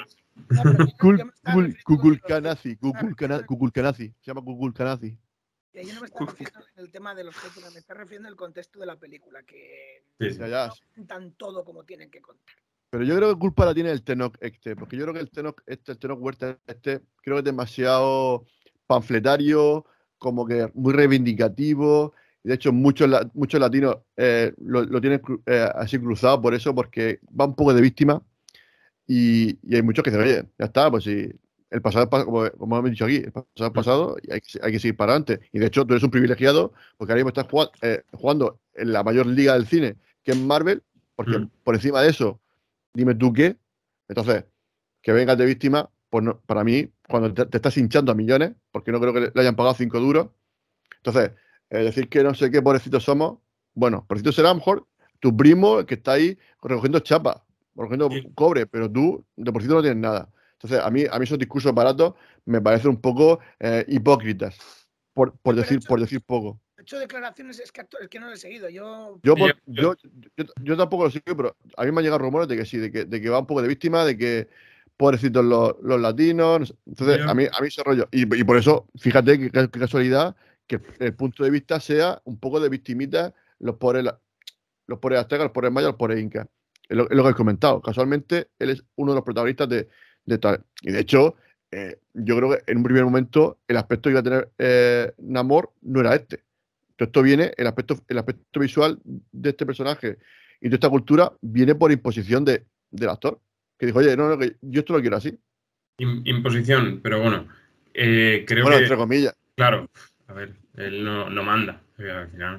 Speaker 5: Kukulkanazi, Kukulkanazi, se llama Kukulkanazi.
Speaker 8: Yo no me estoy refiriendo en el tema de los títulos, me estoy refiriendo al contexto de la película, que
Speaker 5: sí, sí.
Speaker 8: no cuentan todo como tienen que contar.
Speaker 5: Pero yo creo que culpa la tiene el Tenoch este, porque yo creo que el Tenoch este, el Tenoch Huerta este, creo que es demasiado panfletario, como que muy reivindicativo. De hecho, muchos, muchos latinos eh, lo, lo tienen eh, así cruzado por eso, porque va un poco de víctima. Y, y hay muchos que dicen, oye, ya está, pues si el pasado, como, como hemos dicho aquí, el pasado es pasado y hay, hay que seguir para adelante. Y de hecho, tú eres un privilegiado porque ahora mismo estás jugando, eh, jugando en la mayor liga del cine, que es Marvel, porque mm. por encima de eso, dime tú qué. Entonces, que vengas de víctima, pues no, para mí, cuando te, te estás hinchando a millones, porque no creo que le, le hayan pagado cinco duros, entonces, eh, decir que no sé qué pobrecitos somos, bueno, pobrecitos será a lo mejor tu primo que está ahí recogiendo chapas, recogiendo sí. cobre, pero tú de pobrecito no tienes nada. Entonces, a mí, a mí esos discursos baratos me parecen un poco eh, hipócritas, por, por, decir, hecho, por decir poco.
Speaker 8: He hecho declaraciones, es que, es que no lo he seguido. Yo,
Speaker 5: yo, por, yo, yo, yo tampoco lo sigo, pero a mí me han llegado rumores de que sí, de que, de que va un poco de víctima, de que pobrecitos los, los latinos. Entonces, yeah. a mí, a mí ese rollo. Y, y por eso, fíjate qué, qué casualidad que el punto de vista sea un poco de victimita, los pobres, los pobres aztecas, los pobres mayas, los pobres incas. Es lo, es lo que he comentado. Casualmente, él es uno de los protagonistas de, de tal. Y de hecho, eh, yo creo que en un primer momento el aspecto que iba a tener eh, Namor no era este. Todo esto viene, el aspecto, el aspecto visual de este personaje y de esta cultura viene por imposición de, del actor. Que dijo, oye, no, no, que yo esto lo quiero así.
Speaker 7: Imposición, pero bueno, eh, creo
Speaker 5: bueno,
Speaker 7: que...
Speaker 5: entre comillas.
Speaker 7: Claro, a ver, él no, no manda, al final.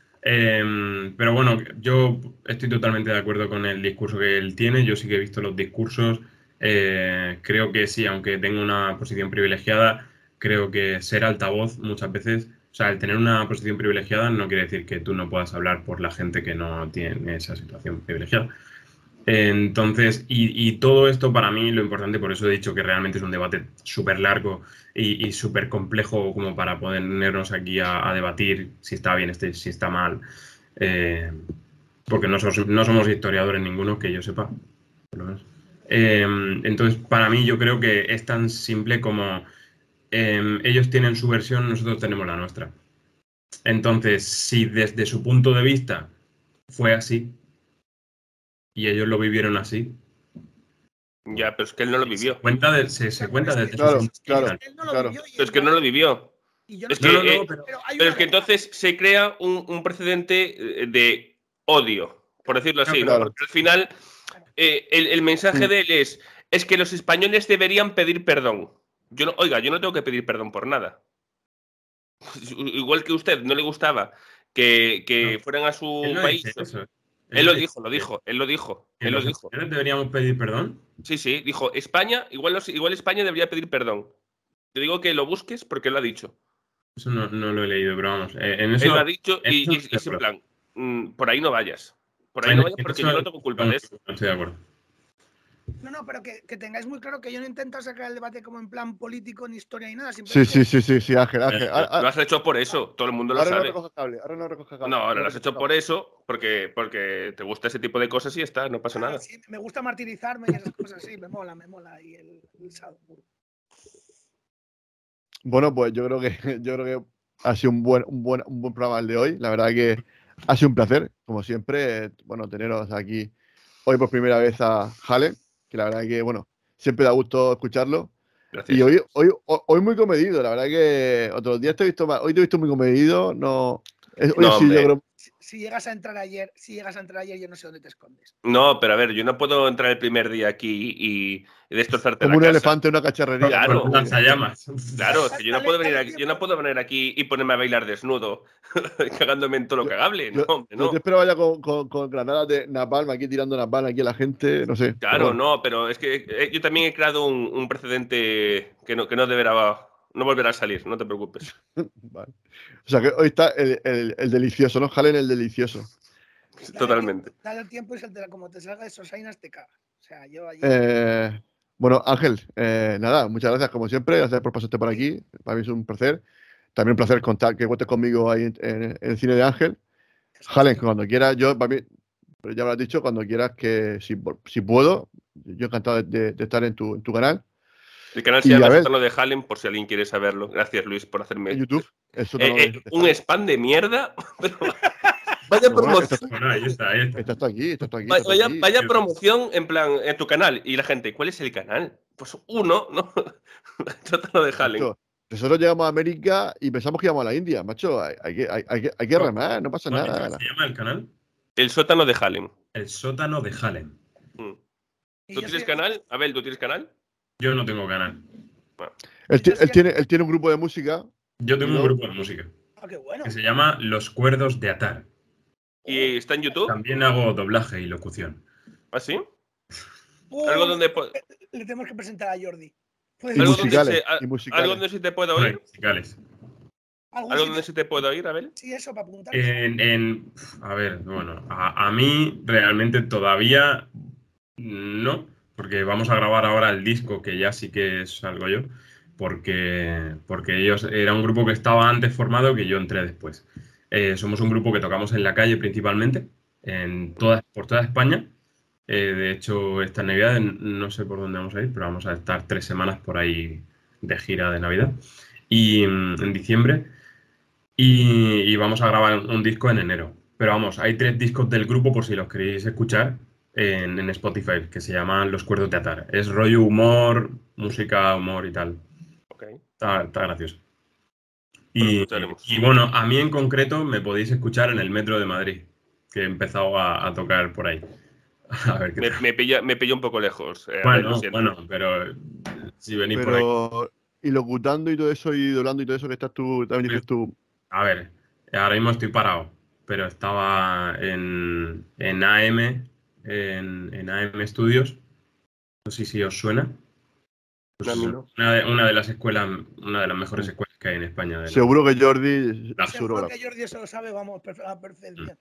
Speaker 7: Eh, pero bueno, yo estoy totalmente de acuerdo con el discurso que él tiene. Yo sí que he visto los discursos. Eh, creo que sí, aunque tengo una posición privilegiada, creo que ser altavoz muchas veces... O sea, el tener una posición privilegiada no quiere decir que tú no puedas hablar por la gente que no tiene esa situación privilegiada. Entonces, y, y todo esto para mí, lo importante, por eso he dicho que realmente es un debate súper largo y, y súper complejo como para ponernos aquí a, a debatir si está bien, este, si está mal, eh, porque no somos, no somos historiadores ninguno, que yo sepa, por lo menos. Eh, entonces, para mí yo creo que es tan simple como... Eh, ellos tienen su versión, nosotros tenemos la nuestra. Entonces, si desde su punto de vista fue así y ellos lo vivieron así,
Speaker 9: ya, pero es que él no lo vivió.
Speaker 7: Se cuenta, de, se, se cuenta desde
Speaker 5: claro,
Speaker 7: su
Speaker 5: claro,
Speaker 9: claro. Pero es que no lo vivió. Es que, no, no, no, pero, pero, pero es que entonces se crea un, un precedente de odio, por decirlo así, claro, ¿no? Porque al final eh, el, el mensaje sí. de él es, es que los españoles deberían pedir perdón. Yo no, oiga, yo no tengo que pedir perdón por nada. Igual que a usted no le gustaba que, que no, fueran a su
Speaker 7: él no
Speaker 9: país.
Speaker 7: Él,
Speaker 9: él lo dijo, lo dijo, él lo dijo. Él lo dijo.
Speaker 7: ¿Deberíamos pedir perdón?
Speaker 9: Sí, sí, dijo, España, igual, igual España debería pedir perdón. Te digo que lo busques porque lo ha dicho.
Speaker 7: Eso no, no lo he leído, pero vamos. Eh, en eso,
Speaker 9: él lo ha dicho y, y, y es en plan, mmm, por ahí no vayas. Por ahí no vayas porque yo no tengo culpa
Speaker 7: no,
Speaker 9: de eso.
Speaker 7: No estoy de acuerdo.
Speaker 8: No, no, pero que, que tengáis muy claro que yo no intento sacar el debate como en plan político, ni historia, ni nada.
Speaker 5: Sí, sí, sí, sí, sí, Ángel, Ángel.
Speaker 9: Lo has hecho por eso, todo el mundo lo
Speaker 5: ahora
Speaker 9: sabe.
Speaker 5: No recoja cable, ahora no recoja cable.
Speaker 9: No, ahora lo has hecho por eso, porque, porque te gusta ese tipo de cosas y ya está, no pasa
Speaker 8: Claro,
Speaker 9: nada.
Speaker 8: sí, me gusta martirizarme y esas cosas, sí, me mola, me mola. Y el, el Salzburg.
Speaker 5: Bueno, pues yo creo que yo creo que ha sido un buen, un buen, un buen programa el de hoy. La verdad que ha sido un placer, como siempre, bueno, teneros aquí hoy por primera vez a Halen, que la verdad que, bueno, siempre da gusto escucharlo.
Speaker 9: Gracias.
Speaker 5: Y hoy, hoy, hoy muy comedido, la verdad que otros días te he visto más, hoy te he visto muy comedido, no. Hoy
Speaker 9: no,
Speaker 5: sí, yo creo.
Speaker 8: Si, si llegas a entrar ayer, si llegas a entrar ayer, yo no sé dónde te escondes.
Speaker 9: No, pero a ver, yo no puedo entrar el primer día aquí y, y destrozarte
Speaker 5: Como
Speaker 9: la
Speaker 5: un
Speaker 9: casa.
Speaker 5: elefante en una cacharrería.
Speaker 9: Claro,
Speaker 7: con lanzallamas.
Speaker 9: Claro, es que yo no puedo venir aquí, yo no puedo venir aquí y ponerme a bailar desnudo, cagándome en todo lo cagable. No,
Speaker 5: yo,
Speaker 9: hombre, no.
Speaker 5: Yo te esperaba ya con, con, con granadas de napalm aquí tirando napalm aquí a la gente, no sé.
Speaker 9: Claro, pero bueno. No, pero es que eh, yo también he creado un, un precedente que no, que no deberá, no volverá a salir, no te preocupes.
Speaker 5: Vale. O sea que hoy está el, el, el delicioso, ¿no? Jalen el delicioso.
Speaker 9: Totalmente.
Speaker 8: Dale el tiempo y se te, como te salga de esos ainas te cagas. O sea, yo allí...
Speaker 5: Eh, bueno, Ángel, eh, nada, muchas gracias como siempre, gracias por pasarte por aquí. Para mí es un placer. También un placer contar que cuentes conmigo ahí en, en, en el cine de Ángel. Jalen, cuando quieras, yo, para mí, pero ya me lo has dicho, cuando quieras que, si, si puedo, yo encantado de, de estar en tu, en tu canal.
Speaker 9: El canal se llama El Sótano de Halen, por si alguien quiere saberlo. Gracias, Luis, por hacerme.
Speaker 5: En YouTube. El
Speaker 9: eh, eh, de un spam de mierda. Pero... Vaya no, promoción.
Speaker 7: Bueno, ahí está, ahí está.
Speaker 5: Estás aquí, estás aquí.
Speaker 9: Vaya,
Speaker 5: vaya,
Speaker 9: aquí. Vaya promoción en plan, en tu canal. Y la gente, ¿cuál es el canal? Pues uno, ¿no? El Sótano de Halen.
Speaker 5: Macho, nosotros llegamos a América y pensamos que íbamos a la India, macho. Hay, hay, hay, hay, hay que remar, no pasa nada.
Speaker 7: ¿Cómo se llama el canal?
Speaker 9: El Sótano de Halen.
Speaker 7: El Sótano de Halen.
Speaker 9: Mm. ¿Tú tienes canal? Abel, ¿tú tienes canal?
Speaker 7: Yo no tengo canal.
Speaker 9: Bueno.
Speaker 5: Él, él, tiene, él tiene un grupo de música.
Speaker 7: Yo tengo un grupo de música.
Speaker 8: Ah, qué bueno.
Speaker 7: Que se llama Los Cuerdos de Atar.
Speaker 9: ¿Y está en YouTube?
Speaker 7: También hago doblaje y locución.
Speaker 9: ¿Ah, sí?
Speaker 8: Uh,
Speaker 9: ¿Algo donde
Speaker 8: le tenemos que presentar a Jordi.
Speaker 5: Y musicales,
Speaker 9: donde se,
Speaker 5: y musicales.
Speaker 9: ¿Algo donde sí te puedo oír?
Speaker 7: Musicales.
Speaker 9: ¿Algo donde sí te puedo oír, Abel?
Speaker 8: Sí, eso, para apuntar.
Speaker 7: En, en, a ver, bueno, a, a mí realmente todavía no, porque vamos a grabar ahora el disco, que ya sí que salgo yo, porque, porque ellos era un grupo que estaba antes formado que yo entré después. Eh, somos un grupo que tocamos en la calle principalmente, en toda, por toda España. Eh, de hecho, esta Navidad no sé por dónde vamos a ir, pero vamos a estar tres semanas por ahí de gira de Navidad. Y en diciembre. Y, y vamos a grabar un disco en enero. Pero vamos, hay tres discos del grupo por si los queréis escuchar en, en Spotify, que se llaman Los Cuerdos de Atar. Es rollo humor, música, humor y tal.
Speaker 9: Okay.
Speaker 7: Está, está gracioso. Y, y bueno, a mí en concreto me podéis escuchar en el metro de Madrid, que he empezado a, a tocar por ahí. A ver qué
Speaker 9: me, me, pilla, me pilla un poco lejos. Eh,
Speaker 7: bueno,
Speaker 9: ver,
Speaker 7: bueno, pero si venís
Speaker 5: pero,
Speaker 7: por ahí.
Speaker 5: Y locutando y todo eso, y doblando y todo eso que estás tú, también dices tú.
Speaker 7: A ver, ahora mismo estoy parado, pero estaba en, en A M, en, en A M Studios. No sé si os suena. Pues
Speaker 9: no.
Speaker 7: una, de, una de las escuelas, una de las mejores sí. escuelas que hay en España. De
Speaker 5: seguro la... que Jordi.
Speaker 8: No, seguro que Jordi eso lo sabe, vamos, a la perfección.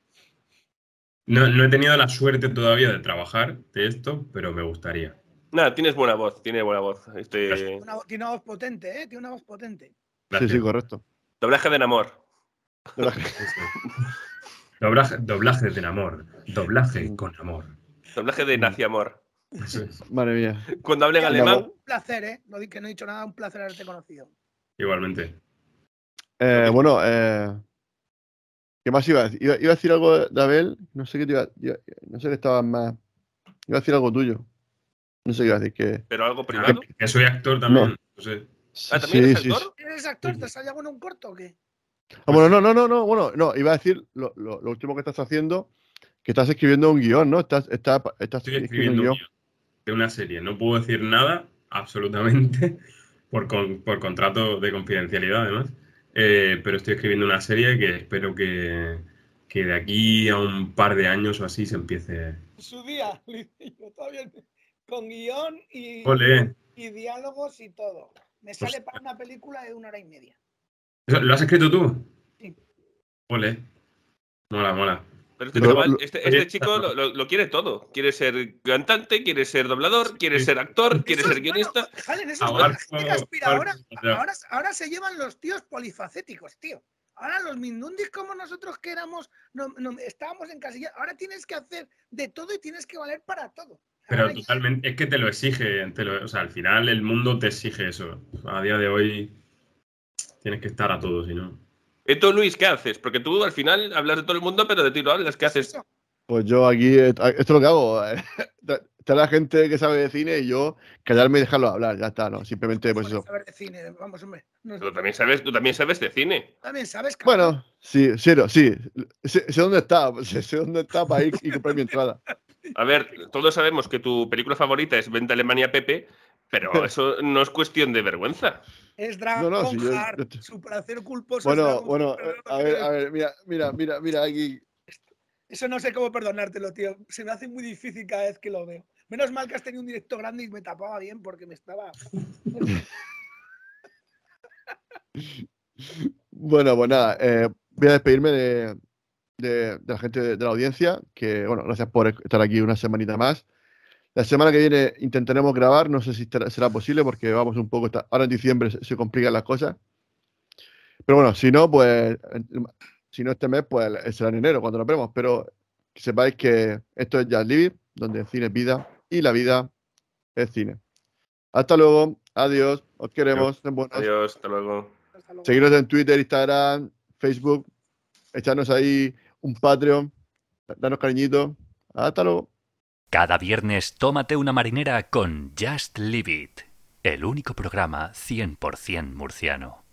Speaker 7: No, no he tenido la suerte todavía de trabajar de esto, pero me gustaría.
Speaker 9: Nada, tienes buena voz, tiene buena voz. Este...
Speaker 8: Una, tiene una voz potente, ¿eh? Tiene una voz potente.
Speaker 5: Gracias. Sí, sí, correcto.
Speaker 9: Doblaje de enamor.
Speaker 5: Doblaje.
Speaker 7: doblaje, doblaje de enamor. Doblaje con amor.
Speaker 9: Doblaje de naciamor.
Speaker 5: Madre mía.
Speaker 9: Cuando hablen alemán.
Speaker 8: Un placer, ¿eh? No, que no he dicho nada, un placer haberte conocido.
Speaker 7: Igualmente.
Speaker 5: Eh, bueno, eh, ¿qué más iba a decir? Iba, iba a decir algo de Abel. No sé qué te iba, iba no sé qué estabas más. Iba a decir algo tuyo. No sé qué iba a decir. Que,
Speaker 9: ¿Pero algo privado?
Speaker 7: Que, que soy actor también.
Speaker 5: No.
Speaker 7: No sé.
Speaker 9: Ah, ¿también
Speaker 5: sí,
Speaker 9: eres actor?
Speaker 5: Sí, sí.
Speaker 8: ¿Eres actor? ¿Te sale algo en un corto o qué?
Speaker 5: Ah, bueno, no, no, no, no, bueno, no, iba a decir lo, lo, lo último que estás haciendo, que estás escribiendo un guión, ¿no? Estás, estás, estás
Speaker 7: Estoy escribiendo un guión de una serie. No puedo decir nada, absolutamente, por, con, por contrato de confidencialidad, además. Eh, pero estoy escribiendo una serie que espero que, que de aquí a un par de años o así se empiece.
Speaker 8: Su día, yo todavía con guión y, y diálogos y todo. Me sale pues, para una película de una hora y media.
Speaker 7: ¿Lo has escrito tú?
Speaker 8: Sí.
Speaker 7: Ole. Mola, mola.
Speaker 9: Pero este, chaval, este, este chico lo, lo, lo quiere todo. Quiere ser cantante, quiere ser doblador, quiere ser actor, quiere ser guionista.
Speaker 8: Bueno, Jalen, eso es bueno. Ahora, ahora, ahora se llevan los tíos polifacéticos, tío. Ahora los mindundis como nosotros que éramos, no, no, estábamos en casilla. Ahora tienes que hacer de todo y tienes que valer para todo.
Speaker 7: Pero
Speaker 8: ahora
Speaker 7: totalmente, ya... es que te lo exige. Te lo, o sea, al final el mundo te exige eso. A día de hoy tienes que estar a todo, si no...
Speaker 9: ¿Y tú, Luis, qué haces? Porque tú al final hablas de todo el mundo, pero de ti no hablas. ¿Qué haces?
Speaker 5: Pues yo aquí, esto es lo que hago. Está la gente que sabe de cine y yo callarme y dejarlo hablar. Ya está, ¿no? Simplemente pues eso.
Speaker 8: Saber de cine, vamos, hombre.
Speaker 9: No tú, también sabes, tú también sabes de cine.
Speaker 8: También sabes, cabrón.
Speaker 5: Bueno, sí, sí, sí. Sé, sé dónde está. Sé, sé dónde está para ir y comprar mi entrada.
Speaker 9: A ver, todos sabemos que tu película favorita es Vente a Alemania, Pepe, pero eso no es cuestión de vergüenza.
Speaker 8: Es Dragon no, no, si Heart, yo... su placer culposo.
Speaker 5: Bueno, bueno, a ver, a ver, mira, mira, mira, mira aquí.
Speaker 8: Eso no sé cómo perdonártelo, tío. Se me hace muy difícil cada vez que lo veo. Menos mal que has tenido un directo grande y me tapaba bien porque me estaba...
Speaker 5: Bueno, pues nada, eh, voy a despedirme de, de, de la gente de, de la audiencia, que, bueno, gracias por estar aquí una semanita más. La semana que viene intentaremos grabar, no sé si será posible porque vamos un poco, ahora en diciembre se, se complican las cosas. Pero bueno, si no, pues, si no este mes, pues será en enero cuando nos vemos. Pero que sepáis que esto es Just Live It, donde el cine es vida y la vida es cine. Hasta luego, adiós, os queremos.
Speaker 9: Adiós, adiós hasta luego.
Speaker 5: Seguidnos en Twitter, Instagram, Facebook, echarnos ahí un Patreon, darnos cariñito. Hasta luego.
Speaker 1: Cada viernes tómate una marinera con Just Live It, el único programa cien por ciento murciano.